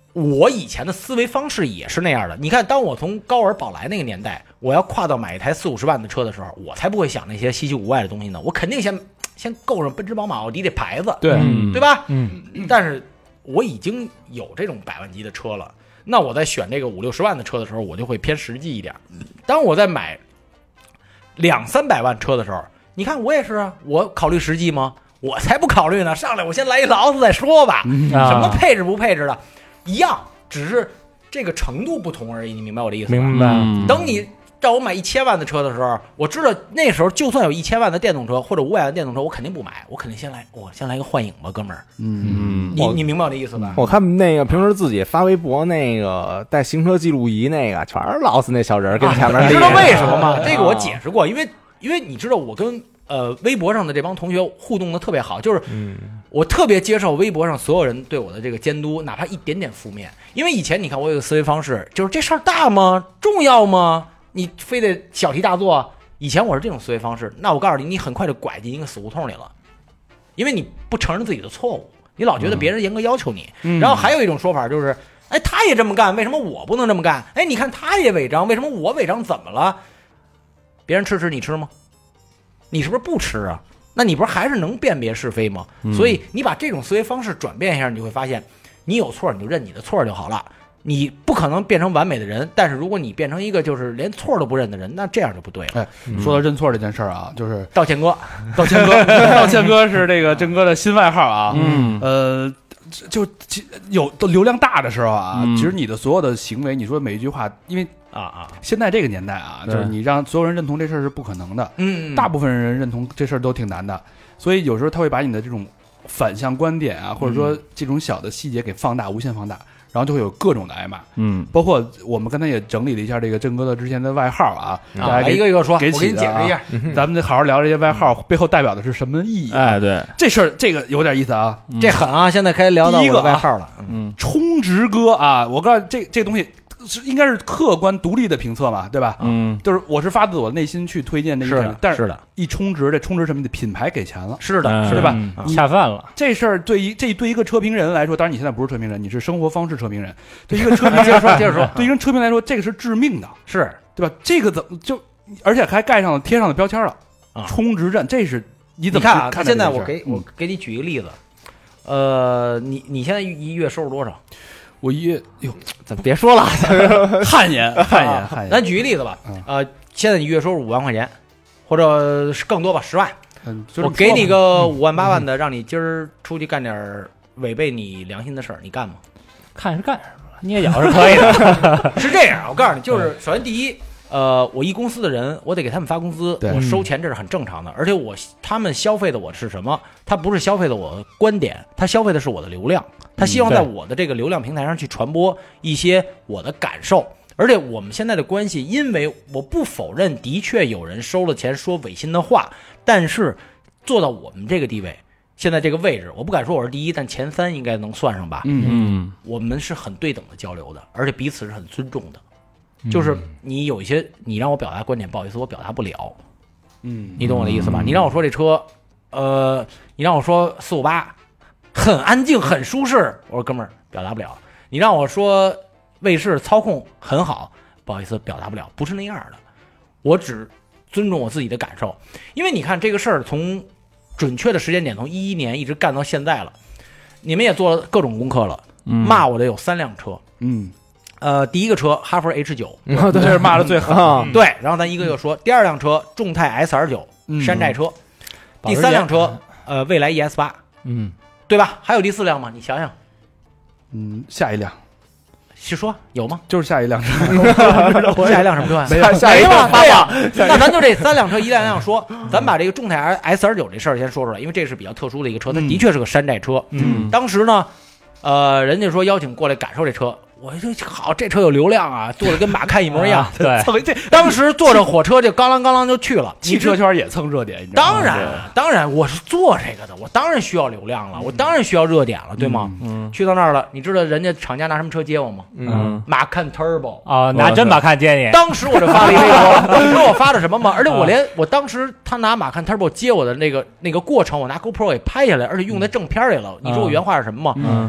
D: 我以前的思维方式也是那样的。你看，当我从高尔宝来那个年代，我要跨到买一台四五十万的车的时候，我才不会想那些稀奇古怪的东西呢。我肯定先先够上奔驰、宝马、奥迪这牌子，
C: 对
D: 对吧？
B: 嗯。
D: 但是我已经有这种百万级的车了，那我在选这个五六十万的车的时候，我就会偏实际一点。当我在买两三百万车的时候，你看我也是啊，我考虑实际吗？我才不考虑呢，上来我先来一劳斯再说吧，
B: 嗯
D: 什么配置不配置的，一样，只是这个程度不同而已。你明白我的意思吗？
B: 明白。
A: 嗯
D: 等你让我买一千万的车的时候，我知道那时候就算有一千万的电动车或者五百万电动车，我肯定不买，我肯定先来，我先来个幻影吧，哥们儿。
C: 嗯，
D: 你你明白我的意思吧？
E: 我看那个平时自己发微博那个带行车记录仪那个，全是劳斯那小人跟前面、啊。
D: 你知道为什么吗？这个我解释过，因为因为你知道我跟呃微博上的这帮同学互动的特别好，就是我特别接受微博上所有人对我的这个监督，哪怕一点点负面。因为以前你看我有个思维方式，就是这事儿大吗？重要吗？你非得小题大做。以前我是这种思维方式，那我告诉你，你很快就拐进一个死胡同里了，因为你不承认自己的错误，你老觉得别人严格要求你。嗯、然后还有一种说法就是，哎，他也这么干，为什么我不能这么干？哎，你看他也违章，为什么我违章怎么了？别人吃吃你吃吗？你是不是不吃啊？那你不是还是能辨别是非吗？嗯、所以你把这种思维方式转变一下，你就会发现，你有错你就认你的错就好了。你不可能变成完美的人，但是如果你变成一个就是连错都不认的人，那这样就不对了。
C: 哎，说到认错这件事儿啊，就是
D: 道歉哥，
C: 道歉哥，道歉哥是这个郑哥的新外号啊。
A: 嗯，
C: 呃，就有流量大的时候啊，嗯、其实你的所有的行为，你说每一句话，因为啊啊，现在这个年代啊，就是你让所有人认同这事儿是不可能的。嗯，大部分人认同这事儿都挺难的，所以有时候他会把你的这种反向观点啊，或者说这种小的细节给放大，无限放大。然后就会有各种的挨骂，嗯，包括我们刚才也整理了一下这个郑哥的之前的外号啊，
D: 啊，一个一个说，
C: 给
D: 我给你解释一下，
C: 咱们得好好聊这些外号背后代表的是什么意义。
A: 哎，对，
C: 这事儿这个有点意思啊，
D: 这狠啊！现在开始聊到我的外号了，
C: 嗯，充值哥啊，我告诉你，这这东西是应该是客观独立的评测嘛，对吧？嗯，就是我是发自我内心去推荐这一产品，但
D: 是的，
C: 一充值，这充值什么的品牌给钱了，
D: 是的，
C: 对吧？
B: 恰饭了。
C: 这事儿对于这对一个车评人来说，当然你现在不是车评人，你是生活方式车评人。对一个车评接着说，接着说，对一个车评来说，这个是致命的，
D: 是
C: 对吧？这个怎么就而且还盖上了贴上了标签了？充值站，这是你怎么
D: 看啊？
C: 看
D: 现在我给我给你举一个例子，呃，你你现在一月收入多少？
C: 我一月哟，
D: 咱别说了，
C: 汗颜汗颜汗颜。
D: 咱举一例子吧，呃，现在你月收入五万块钱，或者是更多吧，十万。
C: 嗯，
D: 我给你个五万八万的，让你今儿出去干点违背你良心的事儿，你干吗？
B: 看是干什么了，捏脚是可以的。
D: 是这样，我告诉你，就是首先第一，呃，我一公司的人，我得给他们发工资，我收钱这是很正常的，而且我他们消费的我是什么？他不是消费的我的观点，他消费的是我的流量。他希望在我的这个流量平台上去传播一些我的感受，而且我们现在的关系，因为我不否认，的确有人收了钱说违心的话，但是做到我们这个地位，现在这个位置，我不敢说我是第一，但前三应该能算上吧。嗯，我们是很对等的交流的，而且彼此是很尊重的。就是你有一些你让我表达观点，不好意思，我表达不了。嗯，你懂我的意思吧？你让我说这车，呃，你让我说四五八。很安静，很舒适。我说哥们儿，表达不了。你让我说卫士操控很好，不好意思，表达不了，不是那样的。我只尊重我自己的感受，因为你看这个事儿从准确的时间点，从一一年一直干到现在了，你们也做了各种功课了。嗯、骂我的有三辆车，嗯，呃，第一个车哈弗 H 九，
C: 这是骂的最狠。
D: 嗯、对，然后咱一个一个说。第二辆车众泰 S R 九、嗯、山寨车，第三辆车呃蔚来 E S 八，嗯。对吧？还有第四辆吗？你想想，
C: 嗯，下一辆，
D: 是说有吗？
C: 就是下一辆车，
D: 下一辆什么车？
C: 没有，下一
D: 辆对呀。那咱就这三辆车一辆辆说，咱把这个众泰 S R 九这事儿先说出来，因为这是比较特殊的一个车，它的确是个山寨车。嗯，当时呢，呃，人家说邀请过来感受这车。我就好，这车有流量啊，做的跟马看一模一样。
B: 对，
D: 这当时坐着火车就刚啷刚啷就去了。
C: 汽车圈也蹭热点，你知道吗？
D: 当然，当然，我是做这个的，我当然需要流量了，我当然需要热点了，对吗？嗯。去到那儿了，你知道人家厂家拿什么车接我吗？嗯，马看 Turbo
B: 啊，拿真马看接你。
D: 当时我就发了一微博，你知道我发的什么吗？而且我连我当时他拿马看 Turbo 接我的那个那个过程，我拿 GoPro 给拍下来，而且用在正片里了。你知道我原话是什么吗？嗯。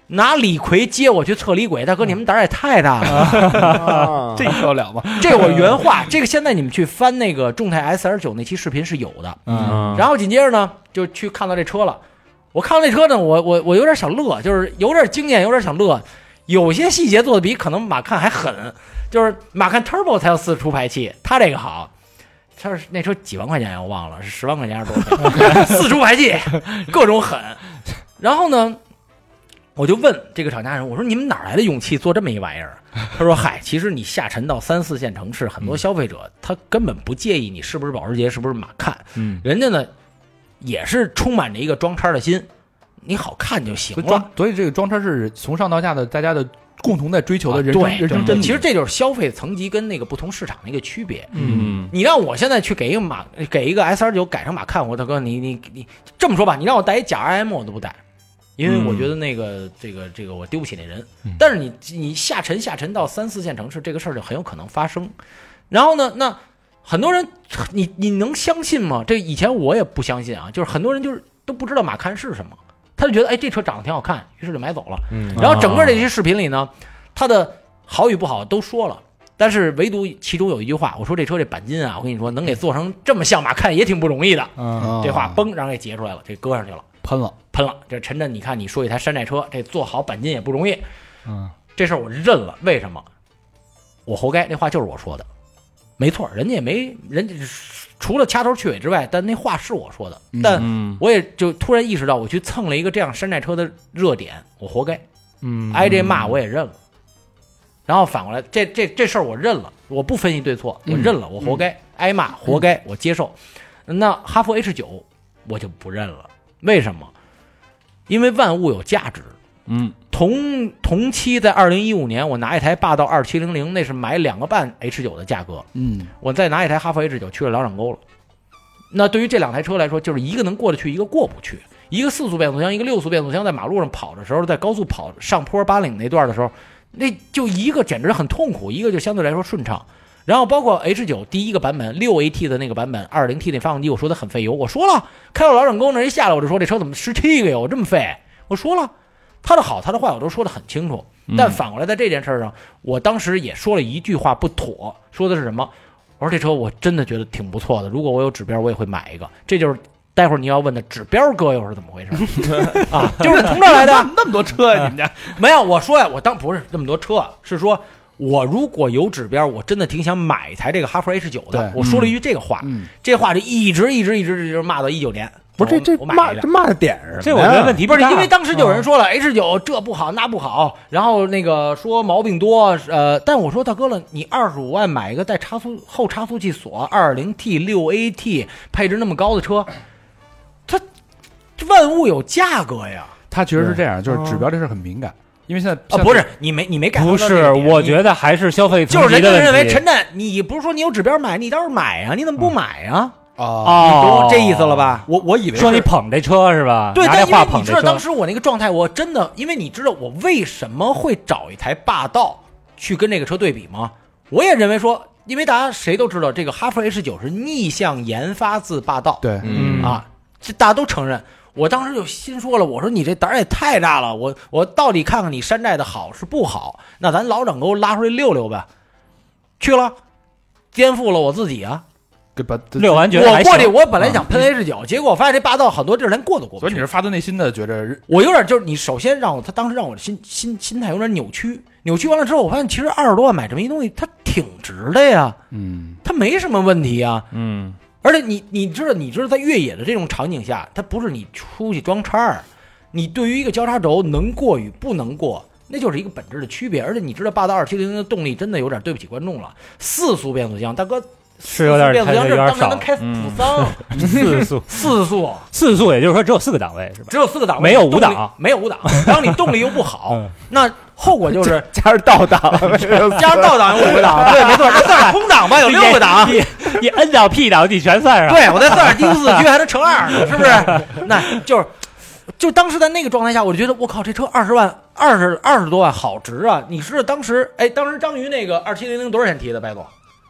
D: 拿李逵接我去测李轨，大哥你们胆儿也太大了，
C: 这受得了吗？
D: 这我原话，这个现在你们去翻那个众泰 S R 九那期视频是有的，
E: 嗯，
D: 然后紧接着呢就去看到这车了，我看到这车呢，我我我有点想乐，就是有点惊艳，有点想乐，有些细节做的比可能马看还狠，就是马看 Turbo 才有四出排气，他这个好。他是那车几万块钱我忘了，是十万块钱还是多少钱？四出排气，各种狠。然后呢，我就问这个厂家人，我说你们哪来的勇气做这么一玩意儿？他说：嗨，其实你下沉到三四线城市，很多消费者他根本不介意你是不是保时捷，是不是马看，嗯，人家呢也是充满着一个装叉的心，你好看就行了。
C: 所以这个装叉是从上到下的大家的共同在追求的人生、
D: 啊、
C: 人生真理。
D: 其实这就是消费层级跟那个不同市场的一个区别。嗯，你让我现在去给一个马给一个 S R 九改成马看，我大哥你你你这么说吧，你让我带一假 I M 我都不带，因为我觉得那个、嗯、这个这个我丢不起那人。嗯、但是你你下沉下沉到三四线城市，这个事儿就很有可能发生。然后呢，那很多人你你能相信吗？这以前我也不相信啊，就是很多人就是都不知道马看是什么。他就觉得哎，这车长得挺好看，于是就买走了。嗯，然后整个这些视频里呢，他的好与不好都说了，但是唯独其中有一句话，我说这车这钣金啊，我跟你说能给做成这么像马看也挺不容易的。嗯，这话嘣让给截出来了，这搁上去了，
C: 喷了
D: 喷了。这陈震，你看你说一台山寨车，这做好钣金也不容易。嗯，这事儿我认了，为什么？我活该，这话就是我说的，没错，人家也没人家。除了掐头去尾之外，但那话是我说的，但我也就突然意识到，我去蹭了一个这样山寨车的热点，我活该，嗯，挨这骂我也认了。然后反过来，这这这事儿我认了，我不分析对错，我认了，我活该，挨骂活该，我接受。那哈弗 H 九我就不认了，为什么？因为万物有价值。嗯，同同期在二零一五年，我拿一台霸道二七零零，那是买两个半 H 九的价格。嗯，我再拿一台哈弗 H 九去了老掌沟了。那对于这两台车来说，就是一个能过得去，一个过不去。一个四速变速箱，一个六速变速箱，在马路上跑的时候，在高速跑上坡八岭那段的时候，那就一个简直很痛苦，一个就相对来说顺畅。然后包括 H 九第一个版本六 A T 的那个版本，二零 T 那发动机，我说的很费油，我说了，开到老掌沟那一下来，我就说这车怎么十七个油这么费，我说了。他的好，他的坏，我都说得很清楚。但反过来，在这件事上，我当时也说了一句话不妥，说的是什么？我说这车我真的觉得挺不错的，如果我有指标，我也会买一个。这就是待会儿你要问的指标哥又是怎么回事啊？就是从这儿来的。
C: 那么多车呀、啊，你们家
D: 没有？我说呀，我当不是这么多车，是说我如果有指标，我真的挺想买一台这个哈弗 H 九的。我说了一句这个话，嗯、这话就一直一直一直一直骂到一九年。
E: 不是这这骂这骂的点是
B: 这我觉得问题
D: 不是因为当时就有人说了、嗯、H 九这不好那不好，然后那个说毛病多，呃，但我说大哥了，你二十五万买一个带差速后差速器锁 二零 T 六 A T 配置那么高的车，它万物有价格呀。
C: 它确实是这样，就是指标这事很敏感。因为现在
D: 啊，不是你没你没感
B: 不是，我觉得还是消费
D: 就是人家认为陈震，你不是说你有指标买，你倒是买啊，你怎么不买啊？
C: 嗯
D: 哦，你懂这意思了吧？
C: 我我以为
B: 说你捧这车是吧？
D: 对，但因为你知道
B: 当
D: 时我那个状态，我真的，因为你知道我为什么会找一台霸道去跟这个车对比吗？我也认为说，因为大家谁都知道，这个哈弗 H 九是逆向研发自霸道，
C: 对，
D: 嗯啊，这大家都承认。我当时就心说了，我说你这胆儿也太大了，我我到底看看你山寨的好是不好？那咱老整给我拉出来溜溜呗。去了，颠覆了我自己啊。
B: 六完觉得
D: 我过去，我本来想喷 H 九、嗯，结果我发现这霸道很多地儿连过都过不去。
C: 所以你是发自内心的觉得，
D: 我有点就是你首先让我，他当时让我的心心心态有点扭曲，扭曲完了之后，我发现其实二十多万买这么一东西，它挺值的呀，嗯，它没什么问题呀，嗯，而且你你知道，你知道在越野的这种场景下，它不是你出去装叉儿，你对于一个交叉轴能过与不能过。那就是一个本质的区别，而且你知道霸道二七零零的动力真的有点对不起观众了，四速变速箱，大哥。
B: 是有点
D: 变速箱，这当时
B: 少
D: 能开普桑，
B: 嗯、四速，
D: 四速，
B: 四速，也就是说只有四个档位是吧？
D: 只有四个档位，
B: 没有五档，
D: 没有五档。然后你动力又不好，嗯、那后果就是
E: 加上倒档，
D: 加上倒档有五个档，对，没错，这算上空档吧，有六个档。
B: 你你摁到 P 档，你全算上。
D: 对，我再算上低速四驱还能乘二呢，是不是？那就是，就当时在那个状态下，我就觉得我靠，这车二十万，二十二十多万，好值啊！你知道当时，哎，当时章鱼那个二七零零多少钱提的，白总？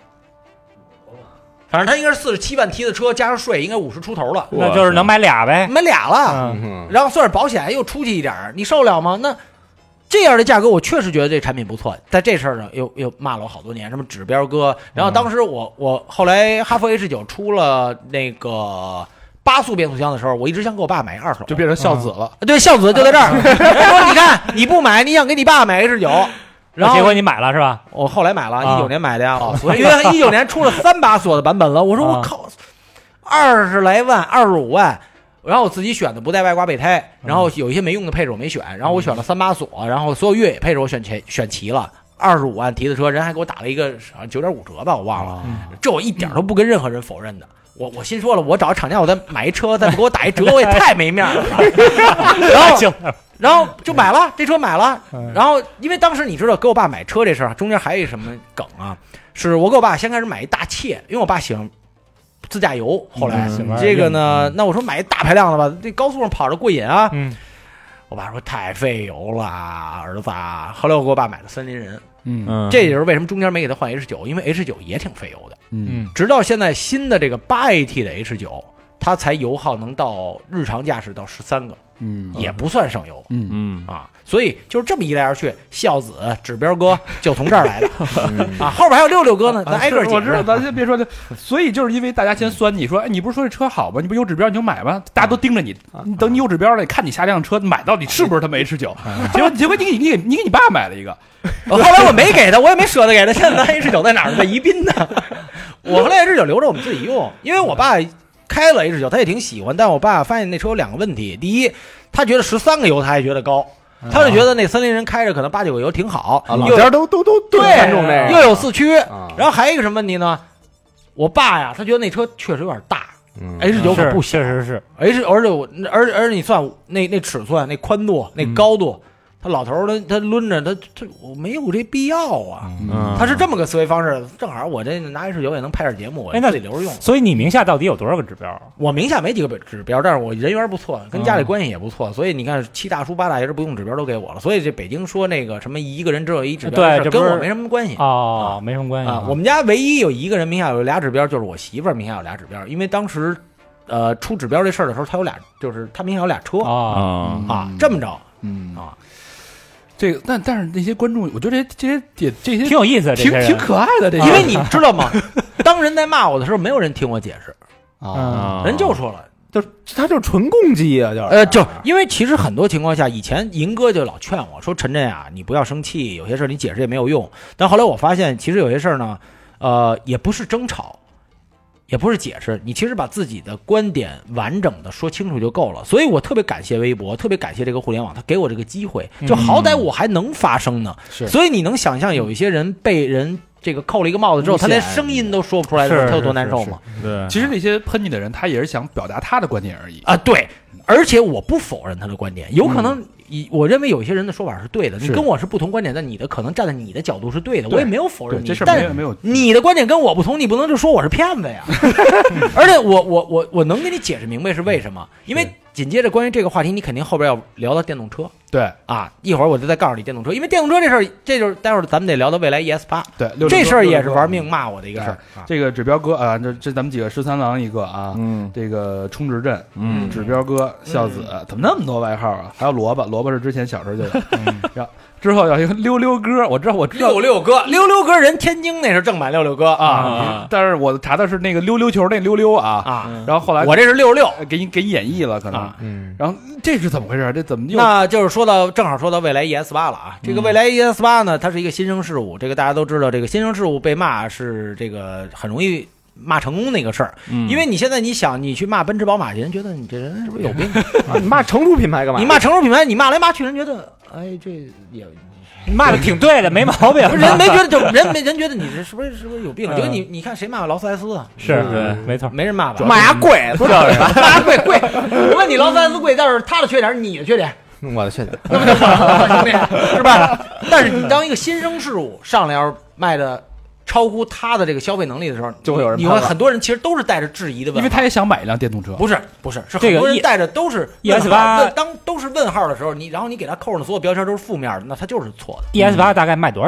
D: 反正他应该是四十七万提的车，加上税应该五十出头了，
B: 那就是能买俩呗，
D: 买俩了。嗯、然后算是保险又出去一点，你受得了吗？那这样的价格，我确实觉得这产品不错。在这事儿上又又骂了我好多年，什么指标哥。然后当时我我后来哈弗 H 九出了那个八速变速箱的时候，我一直想给我爸买一二手，
C: 就变成孝子了。
D: 对，孝子就在这儿。说你看你不买，你想给你爸买 H 九。然后
B: 结果你买了是吧？
D: 我后来买了，一九年买的呀。
C: 哦，
D: 因为一九年出了三把锁的版本了。我说我靠，二十来万，二十五万。然后我自己选的不带外挂备胎，然后有一些没用的配置我没选，然后我选了三把锁，然后所有越野配置我选齐选齐了。二十五万提的车，人还给我打了一个好像九点五折吧，我忘了。这我一点都不跟任何人否认的。我我心说了，我找厂家我再买一车，再不给我打一折，我也太没面了。然后然后就买了这车买了，然后因为当时你知道给我爸买车这事儿中间还有一什么梗啊？是我给我爸先开始买一大切，因为我爸喜欢自驾游，后来、嗯、这个呢，那我说买一大排量的吧，这高速上跑着过瘾啊。嗯，我爸说太费油了，儿子啊。后来我给我爸买了森林人，嗯，这也是为什么中间没给他换 H 九，因为 H 九也挺费油的。嗯，直到现在新的这个八 A T 的 H 九，它才油耗能到日常驾驶到十三个，嗯，也不算省油。嗯嗯啊，所以就是这么一来二去，孝子指标哥就从这儿来的啊，后边还有六六哥呢，咱挨个解释。
C: 我知道，咱先别说这，所以就是因为大家先酸你说，哎，你不是说这车好吗？你不有指标你就买吧，大家都盯着你，你等你有指标了，你看你下辆车买到底是不是他们 H 九？结果结果你给你给你给你爸买了一个，
D: 后来我没给他，我也没舍得给他，现在咱 H 九在哪儿呢？在宜宾呢。我后来 H 九留着我们自己用，因为我爸开了 H 九，他也挺喜欢，但我爸发现那车有两个问题，第一，他觉得十三个油他还觉得高。他就觉得那森林人开着可能八九个油挺好，
E: 啊、老家都都都
D: 对，
E: 看重这个，
D: 又有四驱、啊，然后还有一个什么问题呢？我爸呀，他觉得那车确实有点大、嗯、，H 九可不小，
B: 确实是
D: H， 而且我而而且你算那那尺寸、那宽度、那高度。嗯，他老头儿他他抡着他他我没有这必要啊、嗯，他是这么个思维方式。正好我这拿 H 九也能拍点节目，我自己留着用。
B: 所以你名下到底有多少个指标？
D: 我名下没几个指标，但是我人缘不错，跟家里关系也不错，嗯、所以你看七大叔八大爷不用指标都给我了。所以这北京说那个什么一个人只有一指标，
B: 对，
D: 跟我没什么关系
B: 哦，没什么关系
D: 啊。我们家唯一有一个人名下有俩指标，就是我媳妇儿名下有俩指标，因为当时呃出指标这事儿的时候，他有俩，就是他名下有俩车啊啊，这么着，嗯啊。
C: 这个，但但是那些观众，我觉得这些这些也这些
B: 挺有意思的，
C: 挺挺可爱的。这些，
D: 因为你知道吗？当人在骂我的时候，没有人听我解释啊，人就说了，
E: 就他就是纯攻击啊，就是
D: 呃，就因为其实很多情况下，以前银哥就老劝我说：“陈震啊，你不要生气，有些事儿你解释也没有用。”但后来我发现，其实有些事儿呢，呃，也不是争吵。也不是解释，你其实把自己的观点完整的说清楚就够了。所以我特别感谢微博，特别感谢这个互联网，它给我这个机会，就好歹我还能发声呢。是、嗯，所以你能想象有一些人被人这个扣了一个帽子之后，他连声音都说不出来的时候，他有多难受吗？
C: 对，其实那些喷你的人，他也是想表达他的观点而已
D: 啊。对，而且我不否认他的观点，有可能。以我认为有些人的说法是对的，你跟我是不同观点，但你的可能站在你的角度是对的，我也没有否认你。
C: 这事
D: 但
C: 没有，
D: 你的观点跟我不同，你不能就说我是骗子呀。而且我我我我能给你解释明白是为什么，因为紧接着关于这个话题，你肯定后边要聊到电动车。
C: 对
D: 啊，一会儿我就再告诉你电动车，因为电动车这事儿，这就是待会儿咱们得聊到蔚来 E S 八。
C: 对，
D: 这事儿也是玩命骂我的一个事儿。
C: 这个指标哥啊，这这咱们几个十三郎一个啊，嗯，这个充值镇，嗯，指标哥、孝子，怎么那么多外号啊？还有萝卜，萝卜是之前小时候就有，然后之后有一个溜溜哥，我知道我知道
D: 溜溜哥，溜溜哥人天津那是正版溜溜哥
C: 啊，但是我查的是那个溜溜球那溜溜啊啊，然后后来
D: 我这是六六，
C: 给你给你演绎了可能，嗯，然后这是怎么回事？这怎么又？
D: 那就是说到正好说到蔚来 E S 八了啊，这个蔚来 E S 八呢，它是一个新生事物，这个大家都知道，这个新生事物被骂是这个很容易骂成功那个事儿，嗯，因为你现在你想你去骂奔驰宝马，人觉得你这人是不是有病？
E: 啊、你骂成熟品牌干嘛？
D: 你骂成熟品牌，你骂来骂去，人觉得哎这也。
B: 你骂的挺对的，没毛病。
D: 人没觉得，就人没人觉得你这是不是是不是有病？觉得你你看谁骂劳斯莱斯啊？
B: 是对，没错，
D: 没人骂吧？
E: 骂牙贵，
D: 不是骂牙贵贵。我问你，劳斯莱斯贵，但是他的缺点是你的缺点，
E: 我的缺点，
D: 对不对？是吧？但是你当一个新生事物上来要卖的超乎他的这个消费能力的时候，
E: 就会有人，
D: 你会很多人其实都是带着质疑的问号，
C: 因为他也想买一辆电动车。
D: 不是不是，是很多人带着都是
B: E S 八，
D: 当都是问号的时候，你然后你给他扣上的所有标签都是负面的，那他就是错的。
B: E S 八大概卖多少钱？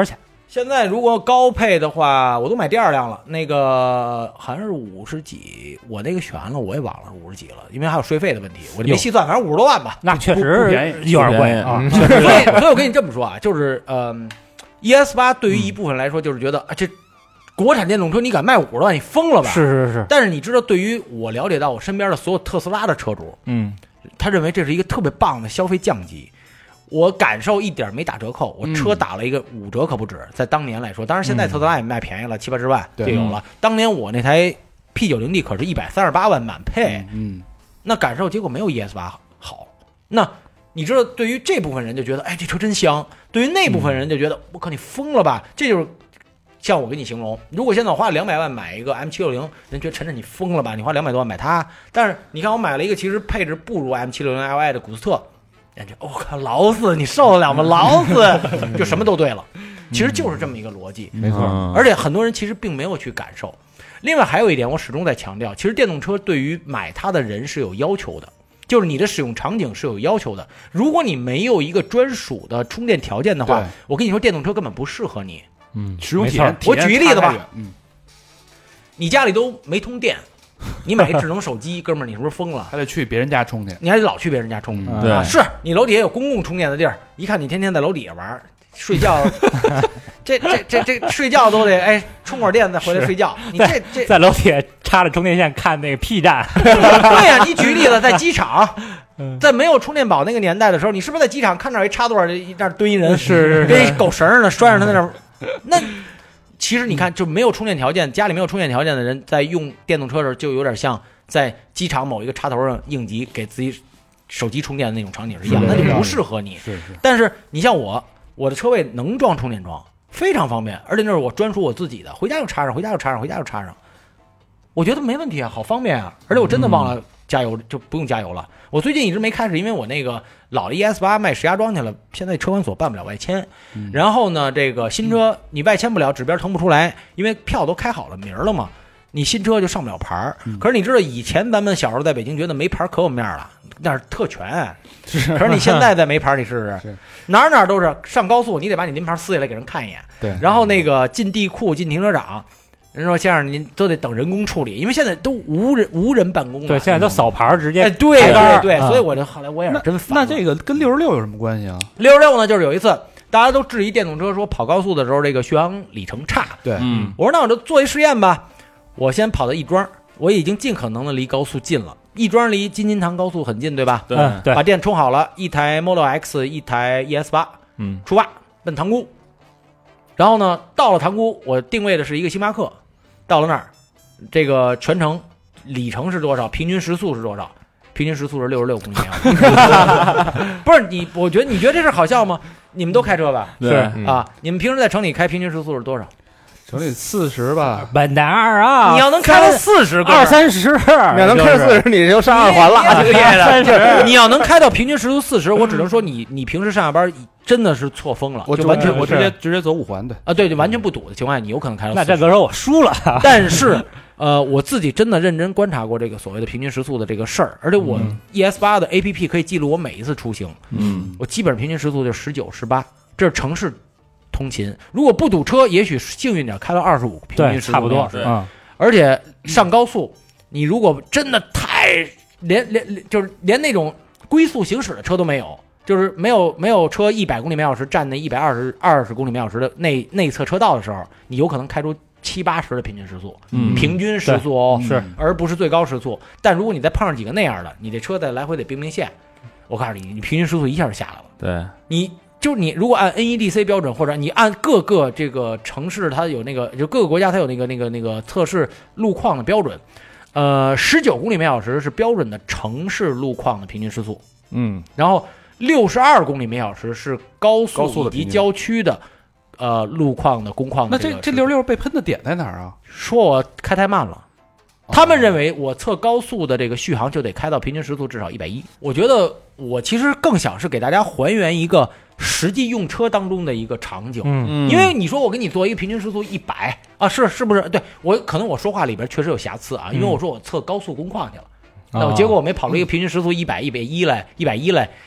D: 现在如果高配的话，我都买第二辆了，那个好像是五十几，我那个选完了，我也忘了是五十几了，因为还有税费的问题，我就没细算，反正五十多万吧。
B: 那确
C: 不
B: 实
C: 便宜
B: 有点贵啊。
D: 所以，所以我跟你这么说啊，就是呃 ，E S 八对于一部分来说，就是觉得啊，这国产电动车你敢卖五十多万，你疯了吧？
B: 是是是。
D: 但是你知道，对于我了解到我身边的所有特斯拉的车主，
B: 嗯，
D: 他认为这是一个特别棒的消费降级。我感受一点没打折扣，我车打了一个五折可不止，在当年来说，当然现在特斯拉也卖便宜了，七八十万就有了。当年我那台 P 九十 D 可是一百三十八万满配，
C: 嗯，
D: 那感受结果没有 E S 八好。那你知道，对于这部分人就觉得，哎，这车真香；对于那部分人就觉得，我靠，你疯了吧？这就是像我跟你形容，如果现在我花两百万买一个 M 七六零，人觉得晨晨你疯了吧？你花两百多万买它，但是你看我买了一个其实配置不如 M 七六零 L I 的古斯特。感觉我靠，劳斯你受得了吗？劳斯就什么都对了，其实就是这么一个逻辑，
A: 没错。
D: 而且很多人其实并没有去感受。另外还有一点，我始终在强调，其实电动车对于买它的人是有要求的，就是你的使用场景是有要求的。如果你没有一个专属的充电条件的话，我跟你说，电动车根本不适合你。
C: 嗯，使用体验。
D: 我举一例子吧，
C: 嗯，
D: 你家里都没通电。你买一智能手机，哥们儿，你是不是疯了？
C: 还得去别人家充去，
D: 你还得老去别人家充。
A: 嗯、
D: 对、啊，是你楼底下有公共充电的地儿，一看你天天在楼底下玩，睡觉，这这这这睡觉都得哎充会儿电再回来睡觉。你这这
B: 在楼底下插着充电线看那个 P 站。
D: 对呀、啊，你举例子，在机场，在没有充电宝那个年代的时候，你是不是在机场看到一插座那儿蹲一人，
B: 是
D: 跟一狗绳似的拴着他那儿，那。其实你看，就没有充电条件，家里没有充电条件的人，在用电动车的时候，就有点像在机场某一个插头上应急给自己手机充电的那种场景是一样，那就不适合你。
C: 是是。
D: 但是你像我，我的车位能装充电桩，非常方便，而且那是我专属我自己的，回家就插上，回家就插上，回家就插上，我觉得没问题啊，好方便啊！而且我真的忘了加油，就不用加油了。我最近一直没开，是因为我那个老的 E S 八卖石家庄去了，现在车管所办不了外迁。嗯、然后呢，这个新车你外迁不了，指标腾不出来，因为票都开好了名了嘛，你新车就上不了牌儿。嗯、可是你知道，以前咱们小时候在北京觉得没牌可有面了，那是特权。是。可是你现在在没牌，你试试，哪哪都是上高速，你得把你临牌撕下来给人看一眼。
C: 对。
D: 然后那个进地库、进停车场。人说先生，您都得等人工处理，因为现在都无人无人办公了。
B: 对，现在都扫牌直接。
D: 哎，对对对，所以我就后来我也是真烦。
C: 那这个跟六十六有什么关系啊？
D: 六十六呢，就是有一次大家都质疑电动车说跑高速的时候这个续航里程差。
C: 对，
B: 嗯，
D: 我说那我就做一实验吧，我先跑到亦庄，我已经尽可能的离高速近了。亦庄离金金堂高速很近，对吧？
B: 对对，
D: 把电充好了，一台 Model X， 一台 E S 八，
B: 嗯，
D: 出发奔塘沽。然后呢，到了塘沽，我定位的是一个星巴克。到了那儿，这个全程里程是多少？平均时速是多少？平均时速是六十六公里啊！不是你，我觉得你觉得这事好笑吗？你们都开车吧？
B: 是
D: 啊，你们平时在城里开平均时速是多少？
C: 城里四十吧，
B: 本哪儿啊？
D: 你要能开到四十，
B: 二三十，
E: 你要能开到四十，你就上二环了。
D: 三十，你要能开到平均时速四十，我只能说你你平时上下班真的是错峰了，
C: 我
D: 就完全
C: 我直接直接走五环的
D: 啊，对，就完全不堵的情况下，你有可能开到四十。
B: 那这个时候我输了，
D: 但是呃，我自己真的认真观察过这个所谓的平均时速的这个事儿，而且我 E S 八的 A P P 可以记录我每一次出行，
B: 嗯，
D: 我基本上平均时速就十九、十八，这是城市通勤。如果不堵车，也许幸运点开到二十五，平均时速
B: 差不多
D: 是。嗯，而且上高速，你如果真的太连连就是连那种龟速行驶的车都没有。就是没有没有车一百公里每小时占那一百二十二十公里每小时的内内侧车道的时候，你有可能开出七八十的平均时速，
B: 嗯，
D: 平均时速哦，
B: 是，
D: 而不是最高时速。但如果你再碰上几个那样的，你这车再来回得并并线，我告诉你，你平均时速一下就下来了。
A: 对，
D: 你就是你如果按 N E D C 标准，或者你按各个这个城市它有那个，就各个国家它有那个那个那个测试路况的标准，呃，十九公里每小时是标准的城市路况的平均时速，
A: 嗯，
D: 然后。六十二公里每小时是高
C: 高速
D: 以及郊区的，呃，路况的工况的、这个。
C: 那这这六十六被喷的点在哪儿啊？
D: 说我开太慢了，哦、他们认为我测高速的这个续航就得开到平均时速至少一百一。我觉得我其实更想是给大家还原一个实际用车当中的一个场景，
B: 嗯，
D: 因为你说我给你做一个平均时速一百啊，是是不是？对我可能我说话里边确实有瑕疵啊，因为我说我测高速工况去了，那、嗯、结果我没跑出一个平均时速一百、一百一来，一百一来。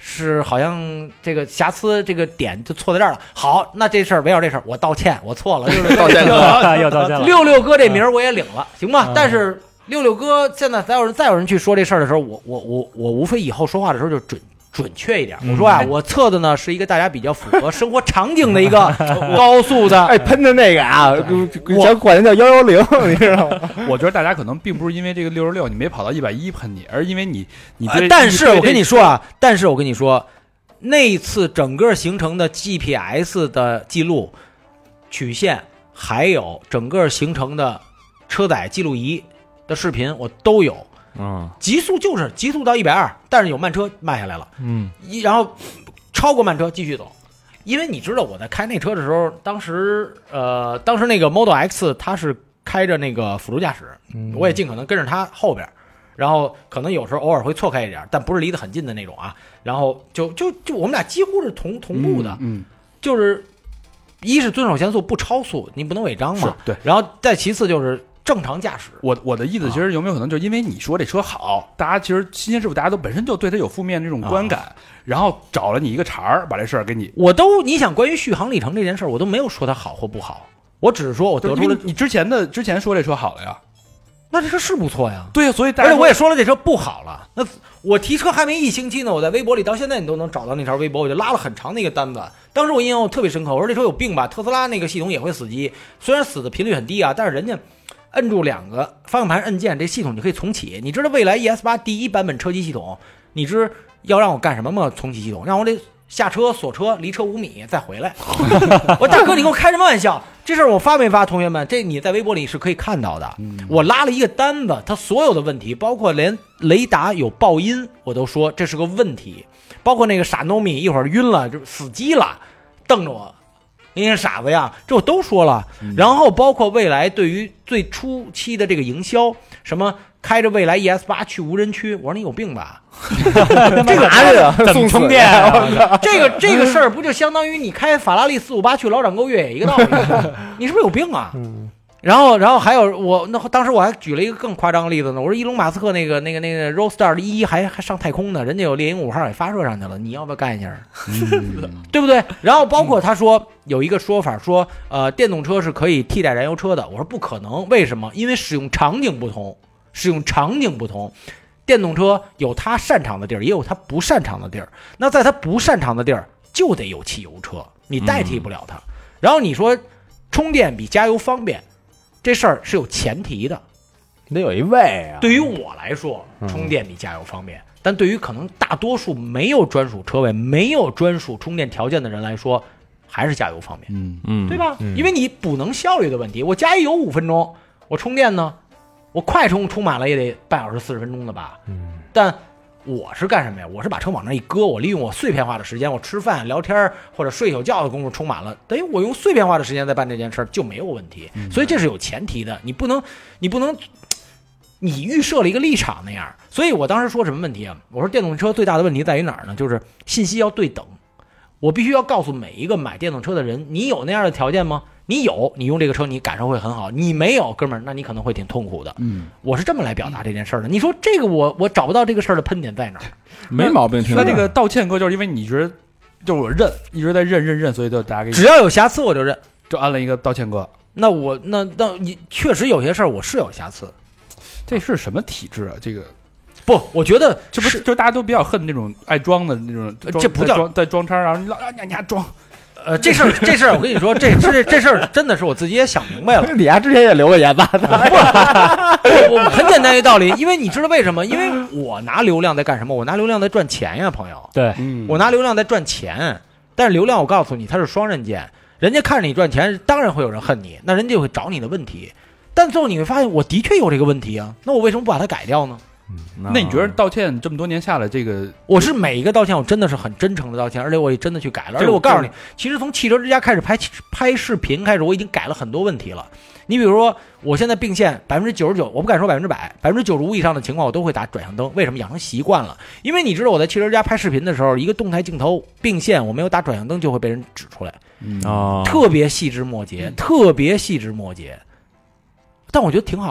D: 是好像这个瑕疵这个点就错在这儿了。好，那这事儿围绕这事儿，我道歉，我错了，就是
C: 道歉
B: 哥又道歉了。
D: 六六哥这名儿我也领了，行吧？但是六六哥现在再有人再有人去说这事儿的时候，我我我我无非以后说话的时候就准。准确一点，我说啊，我测的呢是一个大家比较符合生活场景的一个高速的，
E: 哎，喷的那个啊，想管人叫幺幺零，你知道吗？
C: 我觉得大家可能并不是因为这个六十六你没跑到一百一喷你，而因为你你对、
D: 呃。但是我跟你说啊，但是我跟你说，那次整个行程的 G P S 的记录曲线，还有整个行程的车载记录仪的视频，我都有。
E: 嗯，
D: 极速就是极速到一百二，但是有慢车慢下来了，
B: 嗯，
D: 一然后超过慢车继续走，因为你知道我在开那车的时候，当时呃，当时那个 Model X 它是开着那个辅助驾驶，嗯、我也尽可能跟着它后边，然后可能有时候偶尔会错开一点，但不是离得很近的那种啊，然后就就就我们俩几乎是同同步的，
C: 嗯，嗯
D: 就是一是遵守限速不超速，你不能违章嘛，
C: 对，
D: 然后再其次就是正常驾驶。
C: 我我的意思其实有没有可能就是因为你说这车好，大家其实新鲜事物大家都本身就对它有负面这种观感，啊、然后找了你一个茬儿把这事儿给你。
D: 我都你想关于续航里程这件事儿，我都没有说它好或不好，我只是说我得出了
C: 你之前的之前说这车好了呀。
D: 那这车是不错呀，
C: 对呀，所以大家
D: 而且我也说了这车不好了。那我提车还没一星期呢，我在微博里到现在你都能找到那条微博，我就拉了很长的一个单子。当时我印象我特别深刻，我说这车有病吧？特斯拉那个系统也会死机，虽然死的频率很低啊，但是人家摁住两个方向盘按键，这系统就可以重启。你知道蔚来 E S 八 第一版本车机系统，你知要让我干什么吗？重启系统让我得下车锁车，离车五米再回来。我大哥，你给我开什么玩笑？这事儿我发没发？同学们，这你在微博里是可以看到的。我拉了一个单子，它所有的问题，包括连雷达有爆音，我都说这是个问题。包括那个傻糯米一会儿晕了就死机了，瞪着我，你是傻子呀，这我都说了。然后包括未来对于最初期的这个营销，什么开着蔚来 E S 八去无人区，我说你有病吧？这个
E: 拿着
B: 怎么充电、啊？
D: 这个这个事儿不就相当于你开法拉利四五八去老掌沟越野一个道理？你是不是有病啊？然后，然后还有我那当时我还举了一个更夸张的例子呢。我说伊隆马斯克那个那个那个 Roadster 一还还上太空呢，人家有猎鹰五号也发射上去了，你要不要干一下？嗯、对不对？然后包括他说有一个说法说，呃，电动车是可以替代燃油车的。我说不可能，为什么？因为使用场景不同，使用场景不同。电动车有它擅长的地儿，也有它不擅长的地儿。那在它不擅长的地儿，就得有汽油车，你代替不了它。嗯、然后你说充电比加油方便。这事儿是有前提的，
E: 得有一位啊。
D: 对于我来说，充电比加油方便，嗯、但对于可能大多数没有专属车位、没有专属充电条件的人来说，还是加油方便。
C: 嗯
D: 嗯，对吧？嗯、因为你补能效率的问题，我加一油五分钟，我充电呢，我快充充满了也得半小时四十分钟的吧。嗯，但我是干什么呀？我是把车往那一搁，我利用我碎片化的时间，我吃饭、聊天或者睡一宿觉的功夫充满了，等于我用碎片化的时间在办这件事儿就没有问题。嗯、所以这是有前提的，你不能，你不能，你预设了一个立场那样。所以我当时说什么问题啊？我说电动车最大的问题在于哪儿呢？就是信息要对等，我必须要告诉每一个买电动车的人，你有那样的条件吗？你有，你用这个车你感受会很好，你没有，哥们儿，那你可能会挺痛苦的。嗯，我是这么来表达这件事儿的。你说这个我我找不到这个事儿的喷点在哪儿？
C: 没毛病。那这个道歉哥就是因为你一直就是我认一直在认认认，所以就大家给
D: 只要有瑕疵我就认，
C: 就安了一个道歉哥。
D: 那我那那你确实有些事儿我是有瑕疵，
C: 这是什么体制啊？这个
D: 不，我觉得
C: 这不是就大家都比较恨那种爱装的那种，
D: 这不叫
C: 在装叉，然后你老让你还装。
D: 呃，这事儿，这事儿，我跟你说，这这这事儿真的是我自己也想明白了。
E: 你丫之前也留过言吧？
D: 我我很简单一道理，因为你知道为什么？因为我拿流量在干什么？我拿流量在赚钱呀，朋友。
B: 对，
D: 我拿流量在赚钱，但是流量我告诉你，它是双刃剑。人家看着你赚钱，当然会有人恨你，那人家就会找你的问题。但最后你会发现，我的确有这个问题啊，那我为什么不把它改掉呢？
C: 那你觉得道歉这么多年下来，这个
D: 我是每一个道歉，我真的是很真诚的道歉，而且我也真的去改了。而且我告诉你，其实从汽车之家开始拍拍视频开始，我已经改了很多问题了。你比如说，我现在并线百分之九十九，我不敢说百分之百，百分之九十五以上的情况，我都会打转向灯。为什么？养成习惯了。因为你知道我在汽车之家拍视频的时候，一个动态镜头并线，我没有打转向灯就会被人指出来，
E: 哦，
D: 特别细枝末节，特别细枝末节。但我觉得挺好的呀。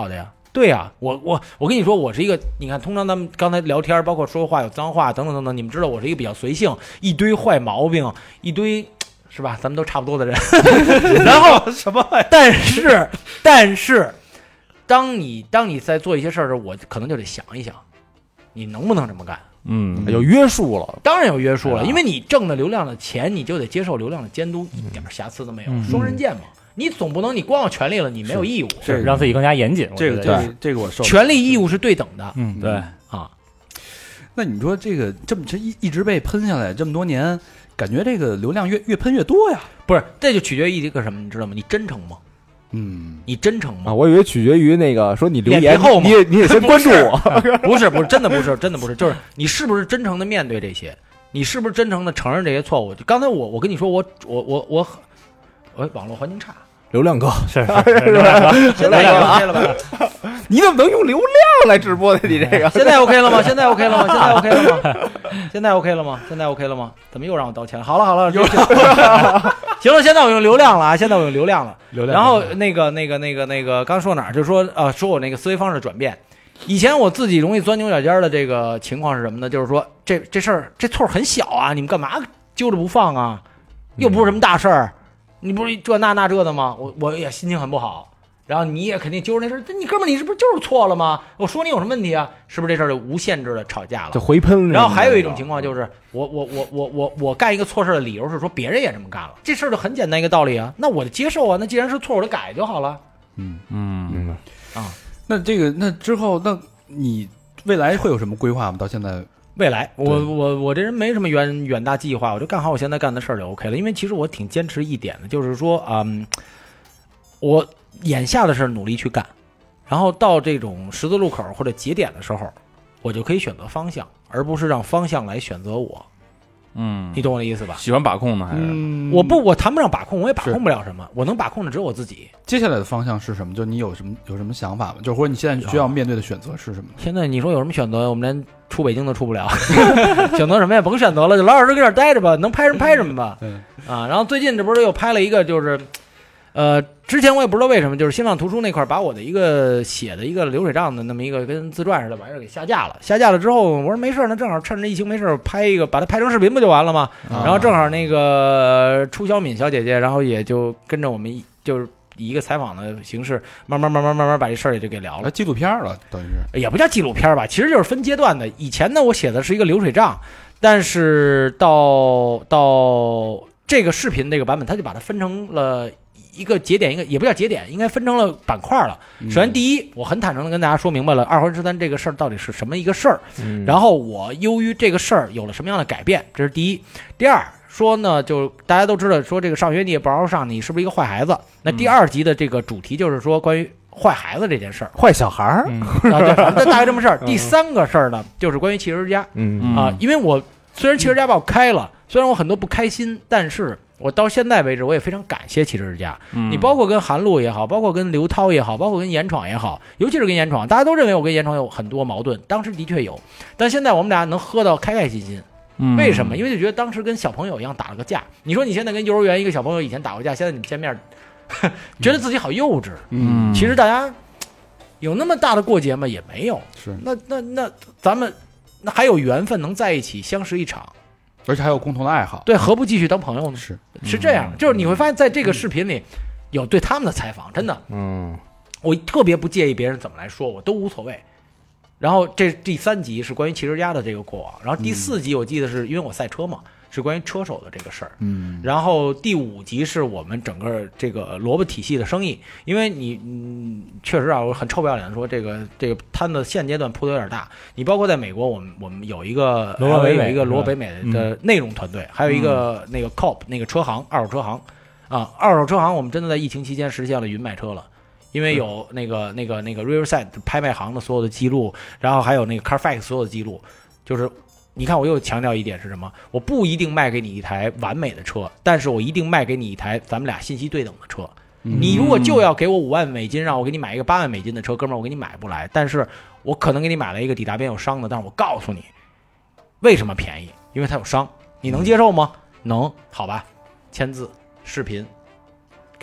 D: 对呀、啊，我我我跟你说，我是一个，你看，通常咱们刚才聊天，包括说话有脏话等等等等，你们知道我是一个比较随性，一堆坏毛病，一堆是吧？咱们都差不多的人。然后什么？但是但是，当你当你在做一些事儿的时候，我可能就得想一想，你能不能这么干？
E: 嗯，有约束了，
D: 当然有约束了，因为你挣的流量的钱，你就得接受流量的监督，一点瑕疵都没有，
B: 嗯、
D: 双刃剑嘛。你总不能你光有权利了，你没有义务，
B: 是让自己更加严谨。
C: 这个这个这个我受。
D: 权利义务是对等的。
B: 嗯，
C: 对
D: 啊。
C: 那你说这个这么这一一直被喷下来这么多年，感觉这个流量越越喷越多呀？
D: 不是，这就取决于一个什么，你知道吗？你真诚吗？
C: 嗯，
D: 你真诚吗？
E: 啊，我以为取决于那个说你留言
D: 后
E: 你也你也先关注我。
D: 不是不是，真的不是真的不是，就是你是不是真诚的面对这些？你是不是真诚的承认这些错误？刚才我我跟你说，我我我我，哎，网络环境差。
E: 流量哥
B: 是是流量哥，
D: 现在 OK 了吧？
E: 你怎么能用流量来直播呢？你这个
D: 现在 OK 了吗？现在 OK 了吗？现在 OK 了吗？现在 OK 了吗？现在 OK 了吗？怎么又让我道歉？好了好了，行了，现在我用流量了啊！现在我用流量了。
C: 流量。
D: 然后那个那个那个那个，刚说哪儿？就说呃，说我那个思维方式转变。以前我自己容易钻牛角尖的这个情况是什么呢？就是说这这事儿这错很小啊，你们干嘛揪着不放啊？又不是什么大事儿。你不是这那那这的吗？我我也心情很不好，然后你也肯定揪着那事儿，你哥们儿你是不是就是错了吗？我说你有什么问题啊？是不是这事儿就无限制的吵架了？
E: 就回喷。
D: 然后还有一种情况就是，我我我我我我干一个错事的理由是说别人也这么干了，这事儿就很简单一个道理啊，那我就接受啊，那既然是错，我就改就好了。
C: 嗯
B: 嗯
E: 嗯
D: 啊，
C: 那这个那之后，那你未来会有什么规划吗？到现在？
D: 未来，我我我这人没什么远远大计划，我就干好我现在干的事儿就 OK 了。因为其实我挺坚持一点的，就是说，嗯，我眼下的事儿努力去干，然后到这种十字路口或者节点的时候，我就可以选择方向，而不是让方向来选择我。
A: 嗯，
D: 你懂我的意思吧？
A: 喜欢把控呢，还是、
C: 嗯、
D: 我不，我谈不上把控，我也把控不了什么，我能把控的只有我自己。
C: 接下来的方向是什么？就你有什么有什么想法吗？就是或者你现在需要面对的选择是什么？
D: 现在你说有什么选择？我们连出北京都出不了，选择什么也甭选择了，就老老实实搁这儿待着吧，能拍什么拍什么吧。
C: 嗯
D: 啊，然后最近这不是又拍了一个，就是呃，之前我也不知道为什么，就是新浪图书那块把我的一个写的一个流水账的那么一个跟自传似的玩意儿给下架了。下架了之后，我说没事，那正好趁着疫情没事拍一个，把它拍成视频不就完了吗？
C: 啊、
D: 然后正好那个初小敏小姐姐，然后也就跟着我们一就是以一个采访的形式，慢慢慢慢慢慢把这事儿也就给聊了。
C: 纪录片了，等于是
D: 也不叫纪录片吧，其实就是分阶段的。以前呢，我写的是一个流水账，但是到到这个视频这个版本，它就把它分成了一个节点，一个也不叫节点，应该分成了板块了。首先，第一，我很坦诚的跟大家说明白了二环十三这个事儿到底是什么一个事儿，
E: 嗯、
D: 然后我由于这个事儿有了什么样的改变，这是第一。第二。说呢，就大家都知道，说这个上学你也不好好上，你是不是一个坏孩子？那第二集的这个主题就是说关于坏孩子这件事儿，
E: 坏小孩儿、
D: 嗯、啊，对，反正大概这么事儿。第三个事儿呢，就是关于汽车之家，
E: 嗯
D: 啊，因为我虽然汽车之家把我开了，虽然我很多不开心，但是我到现在为止，我也非常感谢汽车之家。
A: 嗯、
D: 你包括跟韩露也好，包括跟刘涛也好，包括跟严闯也好，尤其是跟严闯，大家都认为我跟严闯有很多矛盾，当时的确有，但现在我们俩能喝到开开心心。为什么？因为就觉得当时跟小朋友一样打了个架。你说你现在跟幼儿园一个小朋友以前打过架，现在你们见面，觉得自己好幼稚。
C: 嗯，
D: 其实大家有那么大的过节吗？也没有。
C: 是。
D: 那那那咱们那还有缘分能在一起相识一场，
C: 而且还有共同的爱好。
D: 对，何不继续当朋友呢？
C: 是
D: 是这样，就是你会发现在这个视频里有对他们的采访，真的，
E: 嗯，
D: 我特别不介意别人怎么来说我，都无所谓。然后这第三集是关于汽车家的这个过往，然后第四集我记得是因为我赛车嘛，是关于车手的这个事儿，
C: 嗯，
D: 然后第五集是我们整个这个萝卜体系的生意，因为你嗯确实啊，我很臭不要脸的说这个这个摊子现阶段铺的有点大，你包括在美国，我们我们有一个
B: 罗伯北美
D: 有一个罗伯北美的内容团队，还有一个那个 C O P 那个车行二手车行啊，二手车行我们真的在疫情期间实现了云买车了。因为有那个那个那个 Riverside 拍卖行的所有的记录，然后还有那个 Carfax 所有的记录，就是你看我又强调一点是什么？我不一定卖给你一台完美的车，但是我一定卖给你一台咱们俩信息对等的车。
C: 嗯、
D: 你如果就要给我五万美金，让我给你买一个八万美金的车，哥们儿，我给你买不来。但是我可能给你买了一个底大边有伤的，但是我告诉你，为什么便宜？因为它有伤，你能接受吗？能，好吧，签字、视频，给你。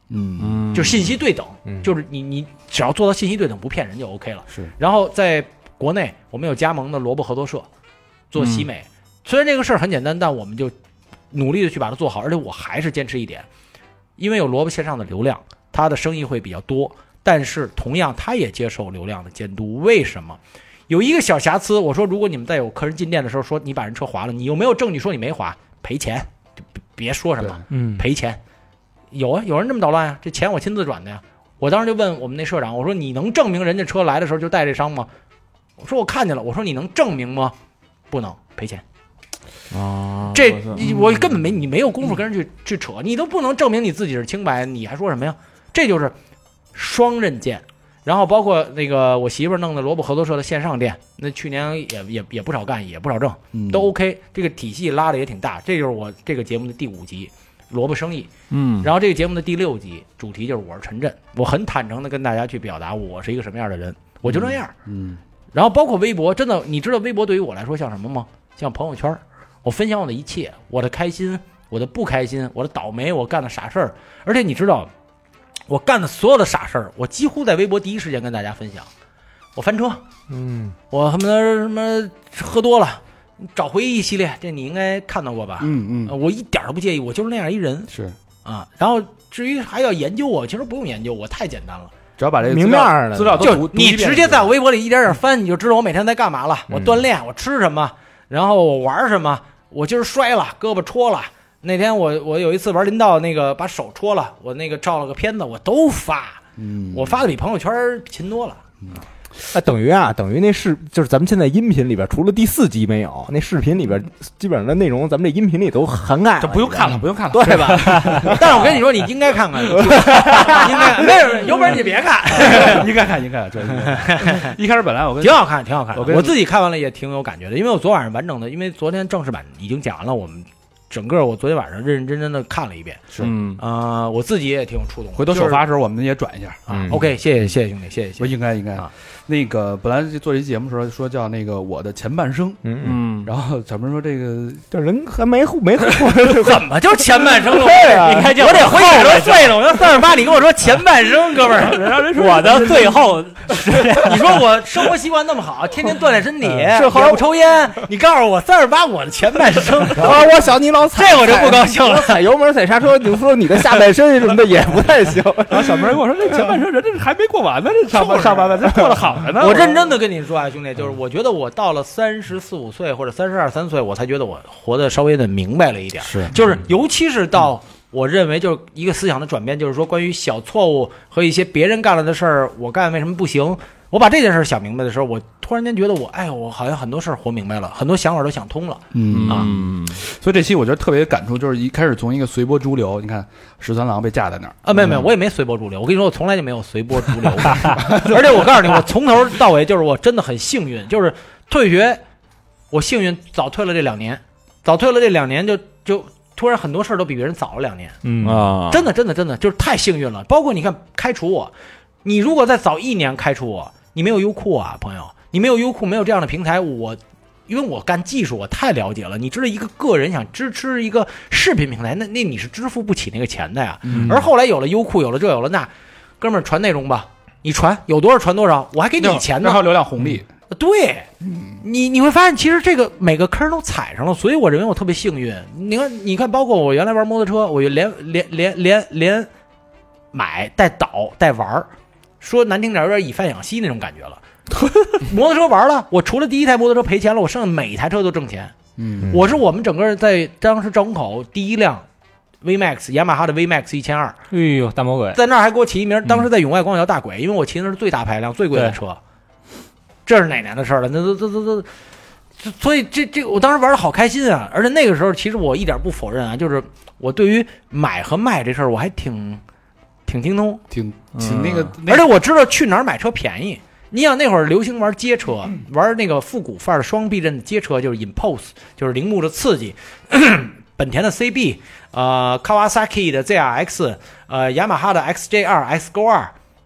C: 嗯，
D: 就是信息对等，嗯、就是你你只要做到信息对等不骗人就 OK 了。
C: 是。
D: 然后在国内我们有加盟的萝卜合作社做喜美，嗯、虽然这个事儿很简单，但我们就努力的去把它做好，而且我还是坚持一点，因为有萝卜线上的流量，它的生意会比较多，但是同样它也接受流量的监督。为什么？有一个小瑕疵，我说如果你们在有客人进店的时候说你把人车划了，你有没有证据说你没划？赔钱，别说什么，嗯，赔钱。有啊，有人这么捣乱啊，这钱我亲自转的呀。我当时就问我们那社长，我说你能证明人家车来的时候就带这伤吗？我说我看见了，我说你能证明吗？不能，赔钱。
E: 啊，
D: 这我根本没你没有功夫跟人去、嗯、去扯，你都不能证明你自己是清白，你还说什么呀？这就是双刃剑。然后包括那个我媳妇儿弄的萝卜合作社的线上店，那去年也也也不少干，也不少挣，都 OK。这个体系拉的也挺大。这就是我这个节目的第五集，萝卜生意。嗯，然后这个节目的第六集主题就是我是陈震，我很坦诚的跟大家去表达我是一个什么样的人，我就这样。嗯，然后包括微博，真的，你知道微博对于我来说像什么吗？像朋友圈，我分享我的一切，我的开心，我的不开心，我的倒霉，我干的傻事儿，而且你知道。我干的所有的傻事儿，我几乎在微博第一时间跟大家分享。我翻车，嗯，我他妈什么喝多了，找回忆系列，这你应该看到过吧？嗯嗯，我一点都不介意，我就是那样一人。
C: 是
D: 啊，然后至于还要研究我，其实不用研究，我太简单了，
C: 只要把这个
E: 明面的
C: 资料都
D: 就你直接在我微博里一点点翻，你就知道我每天在干嘛了。我锻炼，我吃什么，然后我玩什么，我今儿摔了，胳膊戳了。那天我我有一次玩林道，那个把手戳了，我那个照了个片子，我都发，嗯，我发的比朋友圈勤多了。
E: 嗯，那等于啊，等于那视就是咱们现在音频里边，除了第四集没有，那视频里边基本上的内容，咱们这音频里都涵盖了，
C: 这不用看了，不用看了，
D: 对吧？但是我跟你说，你应该看看，应该没有有本事你别看，
C: 应该看，应该看。一开始本来我跟
D: 挺好看，挺好看，我我自己看完了也挺有感觉的，因为我昨晚上完整的，因为昨天正式版已经讲完了，我们。整个我昨天晚上认认真真的看了一遍，
C: 是
D: 嗯啊、呃，我自己也挺有触动。
C: 回头首发的时候我们也转一下
D: 啊。嗯、OK， 谢谢谢谢兄弟，谢谢。谢谢
C: 应该应该啊。那个本来做这期节目的时候说叫那个我的前半生，嗯嗯，然后咱们说这个
E: 这人还没没
D: 怎么就前半生了？对啊，你看我得活一百多岁了，我要三十八，你跟我说前半生，哥们儿，让人说
B: 我的最后，
D: 你说我生活习惯那么好，天天锻炼身体，也不抽烟，你告诉我三十八我的前半生，
E: 啊，我想你老踩，
D: 这我就不高兴了，
E: 踩油门踩刹车，你说你的下半身什么的也不太行。
C: 然后小明跟我说，这前半生人这还没过完呢，这上半上半半这过得好着呢。
D: 我认真的跟你说啊，兄弟，就是我觉得我到了三十四五岁或者三十二三岁，我才觉得我活得稍微的明白了一点。
C: 是，
D: 就是尤其是到我认为就是一个思想的转变，就是说关于小错误和一些别人干了的事儿，我干为什么不行？我把这件事想明白的时候，我突然间觉得我，哎，我好像很多事儿活明白了，很多想法都想通了。
C: 嗯啊，所以这期我觉得特别感触，就是一开始从一个随波逐流，你看十三郎被架在那儿
D: 啊，没有没有，我也没随波逐流。我跟你说，我从来就没有随波逐流，而且我告诉你，我从头到尾就是我真的很幸运，就是退学，我幸运早退了这两年，早退了这两年就就突然很多事儿都比别人早了两年。
C: 嗯啊，
D: 真的真的真的就是太幸运了。包括你看开除我，你如果再早一年开除我。你没有优酷啊，朋友，你没有优酷，没有这样的平台，我因为我干技术，我太了解了。你知道，一个个人想支持一个视频平台，那那你是支付不起那个钱的呀。嗯、而后来有了优酷，有了这，有了那，哥们儿传内容吧，你传有多少传多少，我还给你钱呢，
C: 还有流量红利。
D: 嗯、对，你你会发现，其实这个每个坑都踩上了，所以我认为我特别幸运。你看，你看，包括我原来玩摩托车，我就连连连连连买带倒带玩。说难听点有点以贩养吸那种感觉了。摩托车玩了，我除了第一台摩托车赔钱了，我剩下每一台车都挣钱。嗯，我是我们整个在当时赵公口第一辆 V Max 雅马哈的 V Max 一千二，
B: 哎呦大魔鬼，
D: 在那儿还给我起一名，当时在永外光叫大鬼，因为我骑的是最大排量最贵的车。这是哪年的事了？那都都都都，所以这这我当时玩的好开心啊！而且那个时候其实我一点不否认啊，就是我对于买和卖这事儿我还挺。挺精通，
C: 挺挺那个、
D: 嗯，而且我知道去哪儿买车便宜。你想那会儿流行玩街车，嗯、玩那个复古范儿的双避震的街车，就是 Impulse， 就是铃木的刺激，本田的 C B， 呃 ，Kawasaki 的 Z R X， 呃，雅马哈的 X J 二 X Go 二，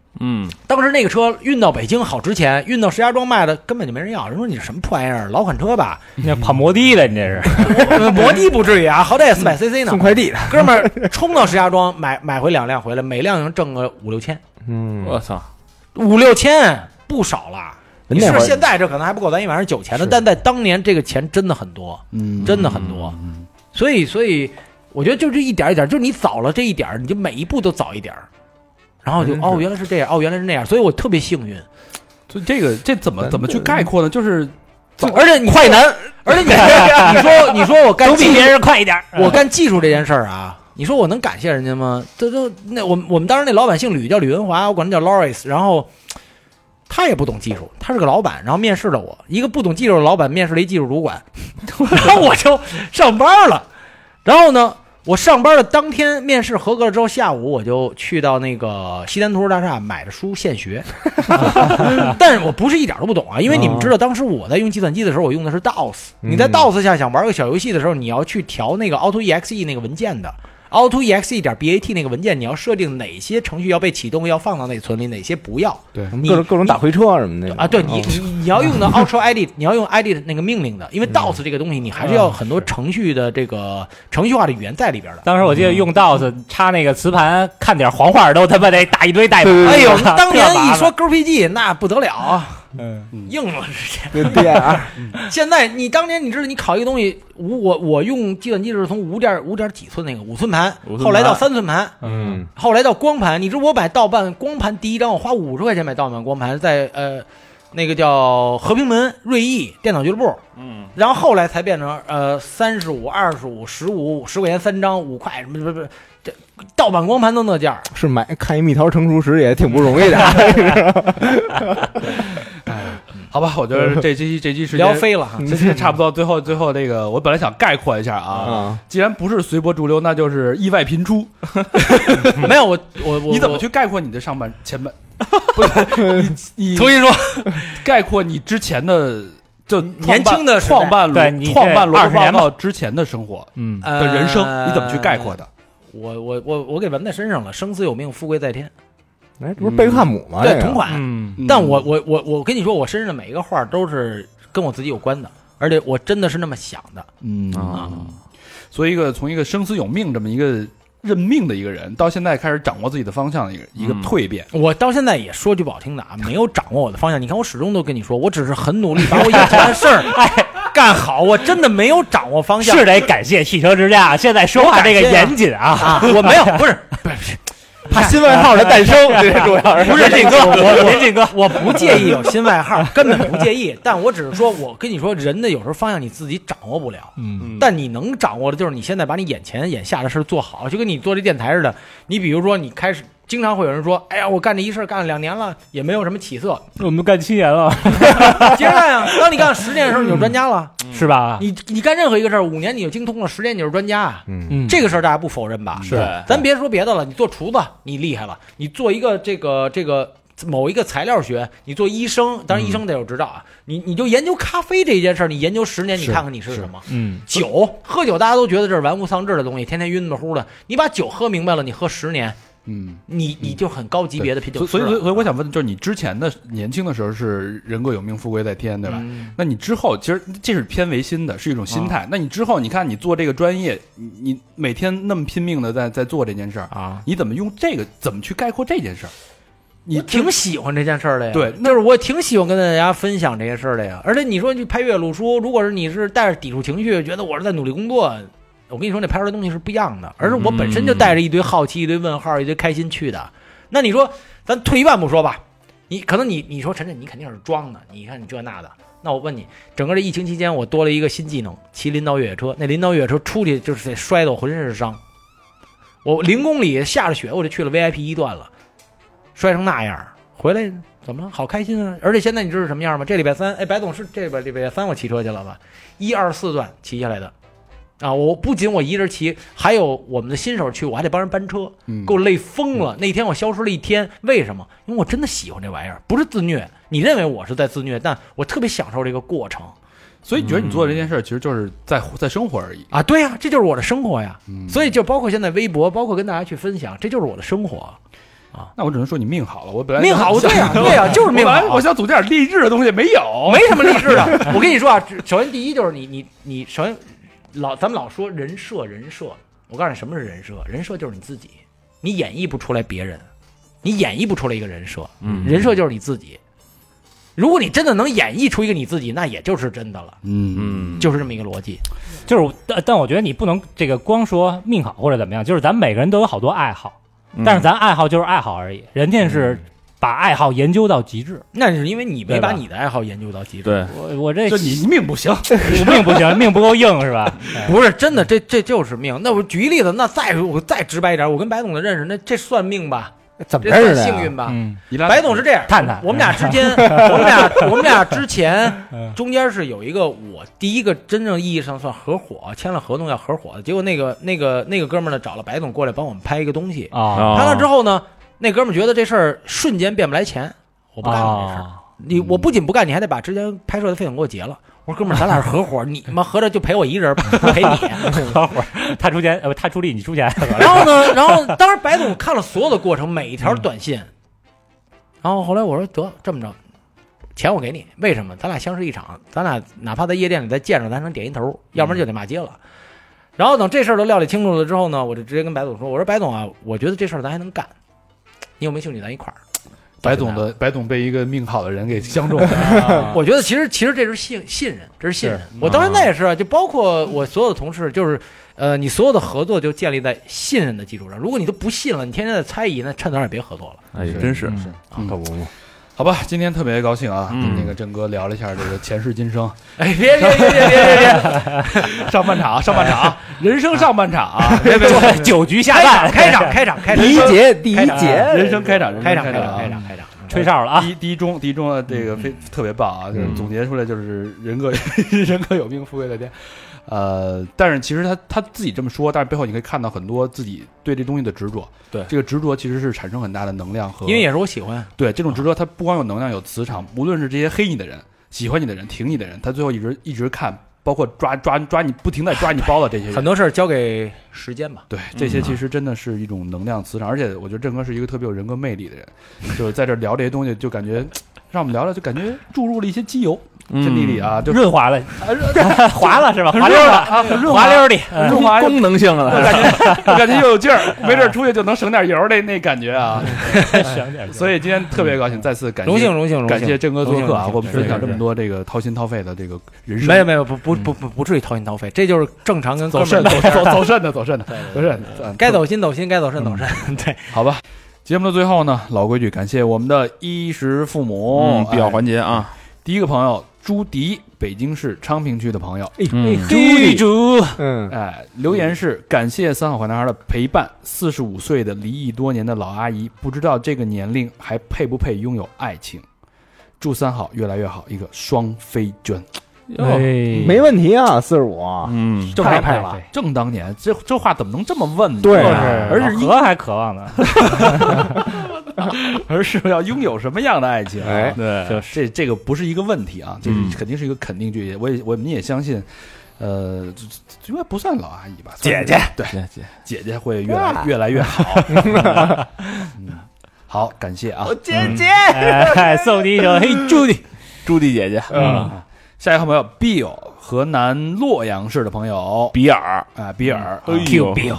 E: 嗯，
D: 当时那个车运到北京好值钱，运到石家庄卖的根本就没人要，人说你这什么破玩意儿，老款车吧？
B: 你那跑摩的的，你这是
D: 摩的不至于啊，好歹也四百 C C 呢。
E: 送快递的
D: 哥们儿冲到石家庄买买回两辆回来，每辆能挣个五六千。
E: 嗯，
C: 我操，
D: 五六千不少了。你
E: 那会儿
D: 是现在这可能还不够咱一晚上酒钱的，但在当年这个钱真的很多，
C: 嗯，
D: 真的很多。所以，所以我觉得就这一点一点，就是你早了这一点，你就每一步都早一点，然后就哦原来是这样，哦原来是那样，所以我特别幸运。
C: 所以这个这怎么怎么去概括呢？就是
D: 而且你快男，而且你你说你说我干
B: 都比别人快一点，
D: 我干技术这件事儿啊。你说我能感谢人家吗？这都那我们我们当时那老板姓吕，叫吕文华，我管他叫 Loris。然后他也不懂技术，他是个老板，然后面试了我，一个不懂技术的老板面试了一技术主管，然后我就上班了。然后呢，我上班的当天面试合格了之后，下午我就去到那个西单图书大厦买的书现学。但是我不是一点都不懂啊，因为你们知道，当时我在用计算机的时候，我用的是 D O S。你在 D O S 下想玩个小游戏的时候，你要去调那个 Auto E X E 那个文件的。Auto E X E 点 B A T 那个文件，你要设定哪些程序要被启动，要放到内存里，哪些不要。
C: 对，
D: 你
E: 各种各种打回车什么的
D: 啊，对你你你要用的 Ultra Edit， 你要用 Edit 那个命令的，因为 D O S 这个东西你还是要很多程序的这个程序化的语言在里边的。
B: 当时我记得用 D O S 插那个磁盘，看点黄画都他妈得打一堆代码。
D: 哎呦，当年一说 G P G 那不得了啊！
B: 嗯，
D: 硬了直接。
E: 对啊，
D: 现在你当年你知道你考一个东西，五我我用计算机是从五点五点几寸那个五寸盘，后来到三寸盘，
E: 嗯，
D: 后来到光盘。你知道我买盗版光盘第一张，我花五十块钱买盗版光盘，在呃那个叫和平门瑞意电脑俱乐部，嗯，然后后来才变成呃三十五、二十五、十五十块钱三张，五块什么什么什么。这盗版光盘都那价，
E: 是买看一蜜桃成熟时也挺不容易的。
C: 好吧，我觉得这期这期时间
D: 聊飞了哈，
C: 这期差不多。最后最后这个，我本来想概括一下啊，既然不是随波逐流，那就是意外频出。
D: 没有我我我，
C: 你怎么去概括你的上半前半？不是你
D: 重新说，
C: 概括你之前的就
D: 年轻的
C: 创办
B: 对你
C: 创办罗
B: 二十年
C: 报之前的生活，
B: 嗯
C: 的人生，你怎么去概括的？
D: 我我我我给纹在身上了，生死有命，富贵在天。
E: 哎，这不是贝克汉姆吗？
D: 对，同款。
B: 嗯，
D: 但我我我我跟你说，我身上的每一个画都是跟我自己有关的，而且我真的是那么想的。
C: 嗯
D: 啊，
C: 所以一个从一个生死有命这么一个认命的一个人，到现在开始掌握自己的方向的一个一个蜕变。
D: 我到现在也说句不好听的啊，没有掌握我的方向。你看，我始终都跟你说，我只是很努力把我眼前的事儿哎干好，我真的没有掌握方向。
B: 是得感谢汽车之家，现在说话这个严谨啊，
D: 啊我没有，不是不是不是。
E: 怕新外号的诞生，这是主要是
D: 不是林哥，我林哥，我不介意有新外号，根本不介意。但我只是说，我跟你说，人的有时候方向你自己掌握不了，嗯，但你能掌握的就是你现在把你眼前眼下的事做好，就跟你做这电台似的。你比如说，你开始经常会有人说，哎呀，我干这一事干了两年了，也没有什么起色。
B: 我们都干七年了，
D: 接着干呀。当你干十年的时候，你就专家了，
B: 是吧？
D: 你你干任何一个事儿，五年你就精通了，十年你就是专家。
E: 嗯，
D: 这个事儿大家不否认吧？
B: 是，
D: 咱别说别的了，你做厨子你厉害了，你做一个这个这个某一个材料学，你做医生，当然医生得有执照啊。你你就研究咖啡这件事儿，你研究十年，你看看你是什么？
B: 嗯，
D: 酒喝酒大家都觉得这是玩物丧志的东西，天天晕的乎的。你把酒喝明白了，你喝十年。
C: 嗯，
D: 你你就很高级别的啤酒。
C: 所以所以所以我想问，就是你之前的年轻的时候是人各有命，富贵在天，对吧？
D: 嗯、
C: 那你之后其实这是偏唯心的，是一种心态。啊、那你之后，你看你做这个专业，你你每天那么拼命的在在做这件事儿
D: 啊，
C: 你怎么用这个怎么去概括这件事儿？你
D: 挺喜欢这件事儿的呀，
C: 对，
D: 就是我挺喜欢跟大家分享这些事儿的呀。而且你说去拍阅录书，如果是你是带着抵触情绪，觉得我是在努力工作。我跟你说，那拍出来的东西是不一样的，而是我本身就带着一堆好奇、一堆问号、一堆开心去的。那你说，咱退一万步说吧，你可能你你说陈陈，你肯定是装的，你看你这那的。那我问你，整个这疫情期间，我多了一个新技能，骑林道越野车。那林道越野车出去就是得摔得我浑身是伤。我零公里下着雪，我就去了 V I P 一段了，摔成那样，回来怎么了？好开心啊！而且现在你知道什么样吗？这礼拜三，哎，白总是这边礼拜三我骑车去了吧？一二四段骑下来的。啊！我不仅我一人骑，还有我们的新手去，我还得帮人搬车，给我累疯了。嗯、那天我消失了一天，为什么？因为我真的喜欢这玩意儿，不是自虐。你认为我是在自虐，但我特别享受这个过程。
C: 所以你觉得你做这件事儿，其实就是在在生活而已
D: 啊？对呀、啊，这就是我的生活呀。嗯、所以就包括现在微博，包括跟大家去分享，这就是我的生活。
C: 啊，那我只能说你命好了。我本来
D: 命好，对呀、啊，对呀、啊，就是命好。
C: 我想组点励志的东西，没有，
D: 没什么励志的。我跟你说啊，首先第一就是你你你，首先老咱们老说人设人设，我告诉你什么是人设，人设就是你自己，你演绎不出来别人，你演绎不出来一个人设，嗯，人设就是你自己。如果你真的能演绎出一个你自己，那也就是真的了，嗯，就是这么一个逻辑。
B: 就是但但我觉得你不能这个光说命好或者怎么样，就是咱每个人都有好多爱好，但是咱爱好就是爱好而已，人家是把爱好研究到极致，
D: 那是因为你没把你的爱好研究到极致。
B: 对，我我这
C: 就你命不行，
B: 我命不行，命不够硬是吧？
D: 不是真的，这这就是命。那我举一例子，那再我再直白一点，我跟白总的认识，那这算命吧？
E: 怎么认识的？
D: 幸运吧？
B: 嗯，
D: 白总是这样，
B: 探探，
D: 我们俩之间，我们俩我们俩之前中间是有一个我第一个真正意义上算合伙，签了合同要合伙的，结果那个那个那个哥们儿呢找了白总过来帮我们拍一个东西啊，拍了之后呢，那哥们儿觉得这事儿瞬间变不来钱，我不干了这事儿，你我不仅不干，你还得把之前拍摄的费用给我结了。我说哥们儿，咱俩是合伙，你妈合着就陪我一人，陪你
B: 合伙，他出钱呃他出力，你出钱。
D: 然后呢，然后当时白总看了所有的过程，每一条短信，嗯、然后后来我说得这么着，钱我给你，为什么？咱俩相识一场，咱俩哪怕在夜店里再见着，咱能点一头，要不然就得骂街了。然后等这事儿都料理清楚了之后呢，我就直接跟白总说，我说白总啊，我觉得这事儿咱还能干，你有没有兴趣咱一块儿？
C: 白总的白总被一个命好的人给相中了，
D: 啊、我觉得其实其实这是信信任，这是信任。我到现在也是啊，就包括我所有的同事，就是呃，你所有的合作就建立在信任的基础上。如果你都不信了，你天天在猜疑，那趁早也别合作了。
F: 哎，真是
C: 是，
E: 可不嘛。
C: 好吧，今天特别高兴啊，跟那个郑哥聊了一下这个前世今生。
D: 哎，别别别别别别，
C: 上半场上半场，人生上半场，别别
B: 酒局下半，
D: 开场开场开场，
E: 第一节第一节，
C: 人生开场，
D: 开场开场开场开场，
B: 吹哨了啊！
C: 第一第一中第一中的这个非特别棒啊，就是总结出来就是人各人各有命，富贵在天。呃，但是其实他他自己这么说，但是背后你可以看到很多自己对这东西的执着。
D: 对，
C: 这个执着其实是产生很大的能量和，
D: 因为也是我喜欢。
C: 对，这种执着它不光有能量，有磁场。无论是这些黑你的人、喜欢你的人、挺你的人，他最后一直一直看，包括抓抓抓你，不停在抓你包的这些人，
D: 很多事儿交给时间吧。
C: 对，这些其实真的是一种能量磁场，而且我觉得郑哥是一个特别有人格魅力的人，就是在这聊这些东西，就感觉让我们聊聊，就感觉注入了一些机油。真地里啊，就
B: 润滑了，滑了是吧？
C: 滑溜的啊，
B: 滑溜的，
C: 润滑
F: 功能性了，
C: 感觉感觉又有劲儿，没准出去就能省点油的那感觉啊，
B: 省点。
C: 所以今天特别高兴，再次感谢
D: 荣幸荣幸
C: 感谢郑哥做客啊，我们分享这么多这个掏心掏肺的这个人生。
D: 没有没有不不不不不至于掏心掏肺，这就是正常跟
C: 走肾走走走肾的走肾的走肾，
D: 该走心走心，该走肾走肾。对，
C: 好吧。节目的最后呢，老规矩，感谢我们的衣食父母
F: 必要环节啊。
C: 第一个朋友朱迪，北京市昌平区的朋友，
B: 嗯，朱地主，
C: 嗯，哎，留言是感谢三好坏男孩的陪伴，四十五岁的离异多年的老阿姨，不知道这个年龄还配不配拥有爱情，祝三好越来越好，一个双飞娟。
B: 哎，
E: 没问题啊，四十五，
F: 嗯，
E: 太配了。
C: 正当年，这这话怎么能这么问呢？
E: 对，
C: 而是
B: 何还渴望呢？
C: 而是要拥有什么样的爱情？
E: 哎，
F: 对，
C: 就这这个不是一个问题啊，这肯定是一个肯定句。我也我们也相信，呃，应该不算老阿姨吧，
E: 姐姐，
C: 对，
F: 姐姐
C: 姐姐会越来越来越好。嗯，好，感谢啊，
E: 姐姐，
B: 哎，送你一首《嘿朱迪》，
F: 朱迪姐姐，
C: 嗯，下一个朋友 Bill， 河南洛阳市的朋友
F: 比尔
C: 啊，比尔
B: Q Bill。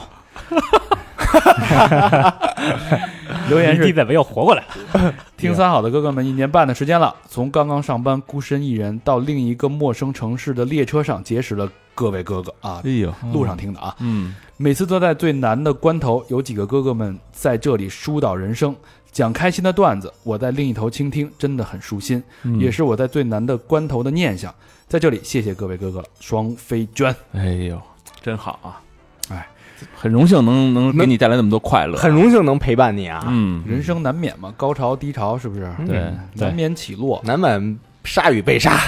C: 留言是
B: 你怎么又活过来了？
C: 听三好的哥哥们一年半的时间了，从刚刚上班孤身一人到另一个陌生城市的列车上结识了各位哥哥啊！
F: 哎呦，
C: 路上听的啊，
F: 嗯，
C: 每次都在最难的关头，有几个哥哥们在这里疏导人生，讲开心的段子，我在另一头倾听，真的很舒心，
F: 嗯、
C: 也是我在最难的关头的念想。在这里谢谢各位哥哥了，双飞娟，
F: 哎呦，真好啊！
C: 哎。
F: 很荣幸能能给你带来那么多快乐，
E: 很荣幸能陪伴你啊！
F: 嗯，
C: 人生难免嘛，高潮低潮是不是？
F: 对，
C: 难免起落，
E: 难免杀与被杀。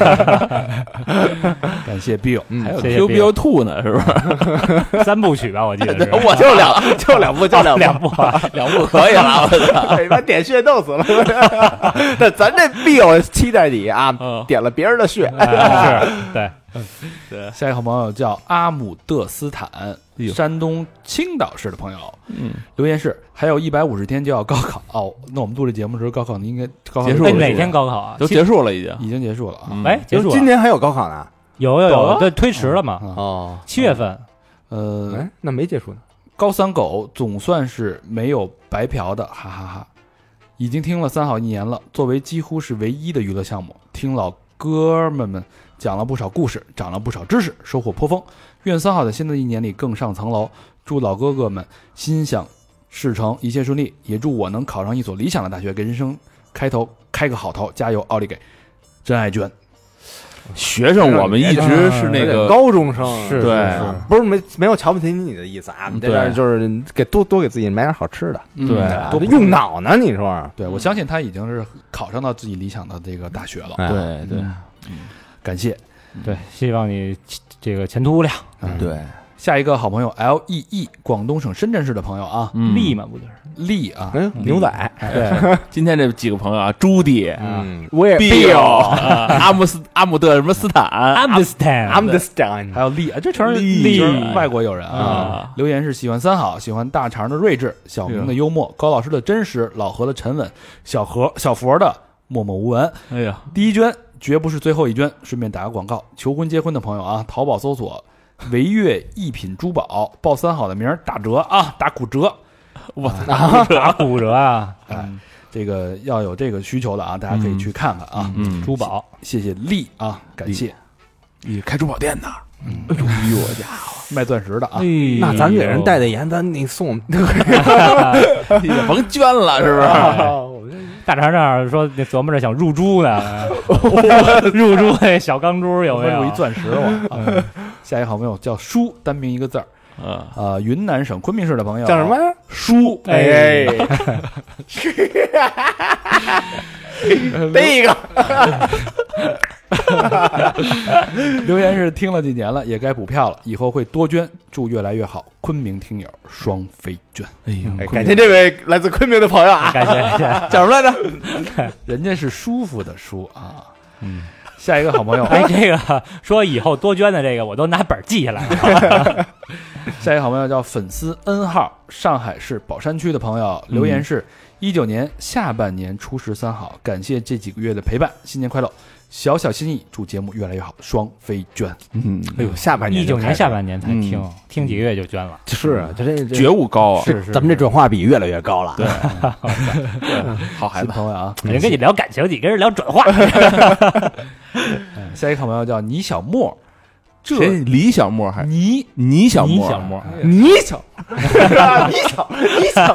C: 感谢 Bill，
F: 还有 Q Bill Two 呢，是不是？
B: 三部曲吧，我记得是。
E: 我就两就两部，就两
B: 两部，
E: 两部可以了。我把点穴弄死了。那咱这 Bill 期待你啊，点了别人的穴。
B: 是，对。
C: 对，下一个好朋友叫阿姆德斯坦，山东青岛市的朋友，嗯，留言是还有一百五十天就要高考哦。那我们录这节目的时候，高考应该高考
F: 结束了，
B: 哪天高考啊？
F: 都结束了，已经
C: 已经结束了啊！
B: 哎，结束了，
E: 今年还有高考呢？
B: 有有有，对，推迟了嘛？
E: 哦，
B: 七月份，
C: 呃，
E: 哎，那没结束呢。
C: 高三狗总算是没有白嫖的，哈哈哈！已经听了三好一年了，作为几乎是唯一的娱乐项目，听老哥们们讲了不少故事，长了不少知识，收获颇丰。愿三好在新的一年里更上层楼，祝老哥哥们心想事成，一切顺利，也祝我能考上一所理想的大学，给人生开头开个好头，加油！奥利给，真爱娟。
F: 学生我们一直是那个
E: 高中生，
B: 是
F: 对，
E: 不是没没有瞧不起你的意思啊，你在这儿就是给多多给自己买点好吃的，
F: 对，
E: 多用脑呢，你说？
C: 对，我相信他已经是考上到自己理想的这个大学了。
F: 对对，
C: 感谢，
B: 对，希望你这个前途无量。
F: 对，
C: 下一个好朋友 L E E， 广东省深圳市的朋友啊，
B: 力嘛不就是
C: 力啊，
E: 嗯，牛仔。
F: 对，今天这几个朋友啊，朱迪，
E: 嗯，我也
F: Bill， 阿姆斯阿姆德什么斯坦，
B: 阿姆斯坦，
E: 阿姆斯坦，
C: 还有力，这全是力外国友人啊。留言是喜欢三好，喜欢大肠的睿智，小明的幽默，高老师的真实，老何的沉稳，小何小佛的默默无闻。
F: 哎呀，
C: 第一捐绝不是最后一捐，顺便打个广告，求婚结婚的朋友啊，淘宝搜索维悦一品珠宝，报三好的名打折啊，打骨折。
F: 我
B: 打打骨折啊！
C: 哎，这个要有这个需求的啊，大家可以去看看啊。
B: 嗯，珠宝，
C: 谢谢力啊，感谢。
F: 你开珠宝店的，
C: 嗯，哎呦我家伙，卖钻石的啊。
E: 那咱给人代代言，咱你送我们，
F: 也甭捐了，是不是？
B: 大肠这儿说琢磨着想入珠呢，入珠那小钢珠有没有？
C: 入一钻石我。下一个好朋友叫舒，单名一个字儿。
F: 啊
C: 呃，云南省昆明市的朋友
E: 叫什么？
C: 舒，
E: 哎，第一个
C: 留言是听了几年了，也该补票了，以后会多捐，祝越来越好。昆明听友双飞捐，
F: 哎呦，
E: 感谢这位来自昆明的朋友啊，
B: 感谢感谢，
E: 叫什么来着？
C: 人家是舒服的舒啊，嗯。下一个好朋友，
B: 哎，这个说以后多捐的这个，我都拿本记下来了。
C: 下一个好朋友叫粉丝 N 号，上海市宝山区的朋友留言是：一九年下半年初十三好，感谢这几个月的陪伴，新年快乐！小小心意，祝节目越来越好，双飞捐。
F: 嗯，
E: 哎呦，下半年
B: 一九年下半年才听，听几个月就捐了，
E: 是啊，这这
F: 觉悟高啊，
B: 是是，
E: 咱们这转化比越来越高了。
F: 对，好孩子
C: 朋友啊，
B: 人跟你聊感情，你跟人聊转化。
C: 下一个好朋友叫倪小沫，这
F: 李小沫还
C: 倪
F: 倪小沫，
B: 小沫，
E: 倪小，倪小，倪小。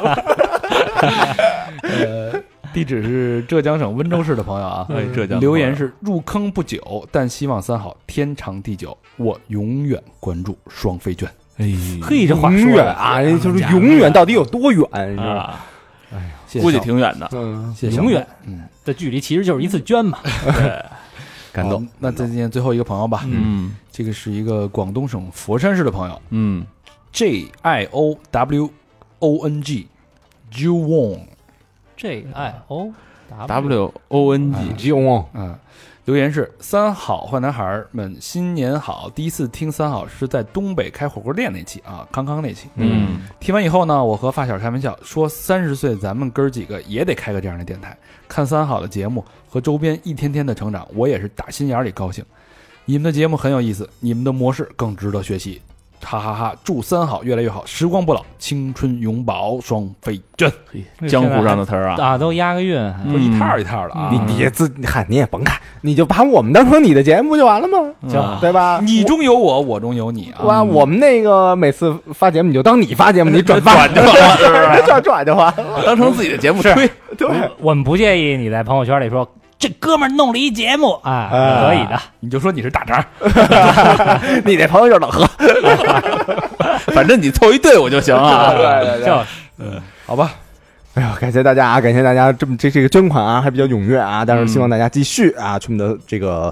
C: 呃，地址是浙江省温州市的朋友啊，
F: 哎，浙江
C: 留言是入坑不久，但希望三好天长地久，我永远关注双飞卷。
F: 哎，
B: 嘿，这话
E: 永
B: 说
E: 远啊，就是永远到底有多远？你知道吗？
C: 哎呀，
F: 估计挺远的，
E: 嗯，
B: 永远嗯的距离其实就是一次捐嘛。
F: 对，
E: 感动。
C: 那再见最后一个朋友吧，
F: 嗯，
C: 这个是一个广东省佛山市的朋友，
F: 嗯
C: ，J I O W O N G，Ju Wong。
B: J I O
F: W O N G，
E: Ju Wong，
C: 嗯，留言是三好坏男孩们新年好，第一次听三好是在东北开火锅店那期啊，康康那期。
F: 嗯，
C: 听完以后呢，我和发小开玩笑说，三十岁咱们哥儿几个也得开个这样的电台。看三好的节目和周边一天天的成长，我也是打心眼里高兴。你们的节目很有意思，你们的模式更值得学习。哈哈哈！祝三好越来越好，时光不老，青春永葆，双飞卷。
F: 江湖上的词儿啊，
B: 啊，都押个韵，
C: 不是一套一套的啊。
E: 你别自嗨，你也甭看，你就把我们当成你的节目就完了吗？
B: 行，
E: 对吧？
C: 你中有我，我中有你啊。
E: 哇，我们那个每次发节目，你就当你发节目，你转发就完了，转转就完了，
F: 当成自己的节目吹。
E: 对，
B: 我们不介意你在朋友圈里说。这哥们儿弄了一节目啊，可以的，
C: 你就说你是大肠，
E: 你那朋友就是老何，
F: 反正你凑一队伍就行啊。
E: 对对对，
B: 就是，
C: 嗯，好吧。
E: 哎呦，感谢大家啊！感谢大家这么这这个捐款啊，还比较踊跃啊，但是希望大家继续啊，去我们的这个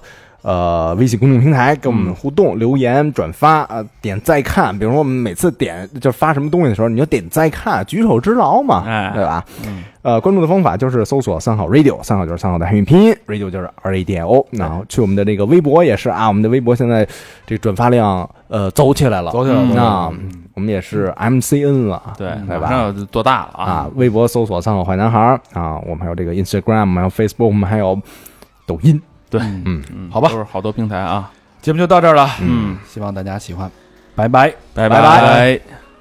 E: 呃，微信公众平台跟我们互动、留言、转发啊、呃，点再看。比如说我们每次点就发什么东西的时候，你就点再看，举手之劳嘛，
F: 哎、
E: 对吧？
F: 嗯，
E: 呃，关注的方法就是搜索三好 radio， 三好就是三好的汉语拼音 ，radio 就是 R A D I O。然后去我们的这个微博也是啊，我们的微博现在这转发量呃走起来了，
C: 走起来了。
E: 那、嗯、我们也是 M C N 了，
F: 对，
E: 对吧？
F: 马上多大了啊？
E: 啊，微博搜索三好坏男孩啊，我们还有这个 Instagram， 还有 Facebook， 我们还有抖音。
F: 对，
E: 嗯
F: 嗯，
C: 好吧，
F: 都是好多平台啊。
C: 节目就到这儿了，
F: 嗯，
C: 希望大家喜欢，拜拜，
F: 拜
C: 拜
F: 拜。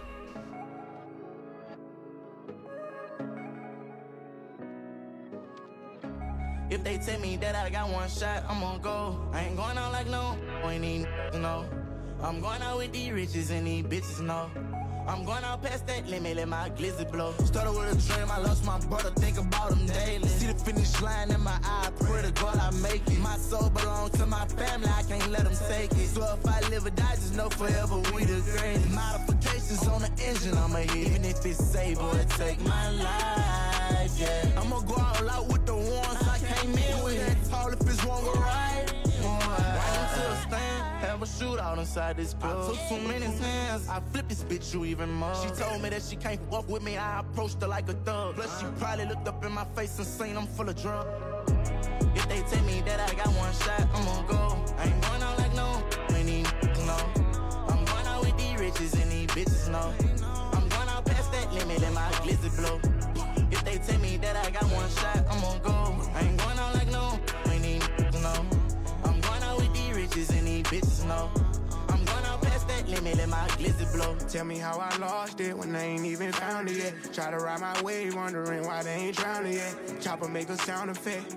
H: If they tell me that I got one shot, I'm gonna go. I ain't going out like no, ain't even no. I'm going out with these riches and these bitches know. I'm going out past that limit, let my glizzy blow. Started with a dream, I lost my brother, think about him daily. See the finish line in my eye, pray to God I make it. My soul belongs to my family, I can't let them take it. So if I live or die, just know forever we the greatest. Modifications on the engine, I'ma hit. Even if it's safe, boy, take my life, yeah. I'ma go all out with the ones I came in with. That tall if it's wrong or right. Right into a stand, have a shootout inside this club. I took too many hands, I flipped this bitch you even more. She told me that she can't walk with me, I approached her like a thug. Plus she probably looked up in my face and seen I'm full of drugs. If they tell me that I got one shot, I'm gonna go. I ain't going out like no, ain't even know. I'm going out with these riches and these bitches know. I'm going out past that limit, let my glizzy blow. If they tell me that I got one shot, I'm gonna go. I ain't going out like no, ain't even know. I'm going out with these riches and these bitches know. I'm going out past that limit, let my glizzy blow.
I: Tell me how I lost it when I ain't even found it yet. Try to ride my wave, wondering why they ain't drowned it yet. Chopper make a sound effect.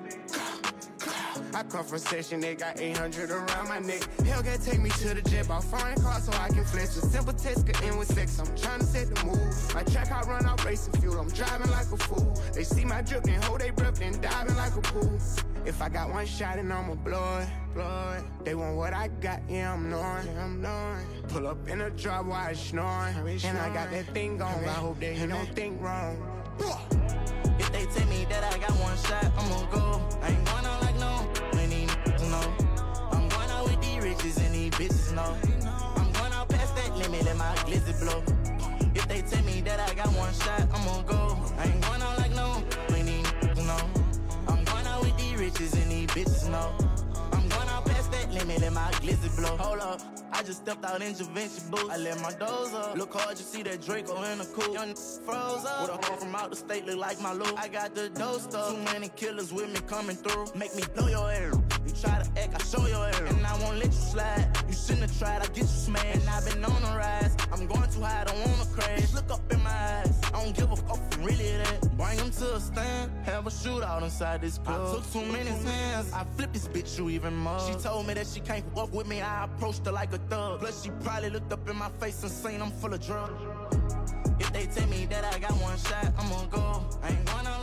I: I come from session, they got eight hundred around my neck. Hellcat take me to the jet, bought foreign cars so I can flex. A simple test could end with sex, I'm trying to set the mood. My track, I run out racing fuel, I'm driving like a fool. They see my drip, then hold they breath, then diving like a pool. If I got one shot and I'ma blow it, blow it. They want what I got, yeah, I'm knowing, yeah, I'm knowing. Pull up in a drop while it's snoring, and I got that thing going, I hope they don't think wrong.
H: If they tell me that I got one shot, I'm gonna go. I ain't going out like no, ain't even know. I'm going out with these riches and these bitches know. I'm going out past that limit, let my glizzy blow. If they tell me that I got one shot, I'm gonna go. I ain't going out like no, ain't even know. I'm going out with these riches and these bitches know. I'm going out past that limit, let my glizzy blow. Hold up, I just stepped out in Javinci boots. I let my doors up. Look hard, you see that Draco in the coupe. Young froze up. With a hoe from out the state, look like my loop. I got the dough stuff. Too many killers with me coming through. Make me blow your air. You try to act, I show your air. And I won't let you slide. You shouldn't have tried, I get you smashed. And I've been on the rise. I'm going too high, I don't wanna crash. Look up in my eyes. I don't give a fuck if I'm really that. Bring them to a stand. Have a shootout inside this club. I took too many hands. I flipped this bitch you even more. She told me that she can't walk with me. I approached her like a thug. Plus she probably looked up in my face and seen I'm full of drugs. If they tell me that I got one shot, I'm gonna go. I ain't going out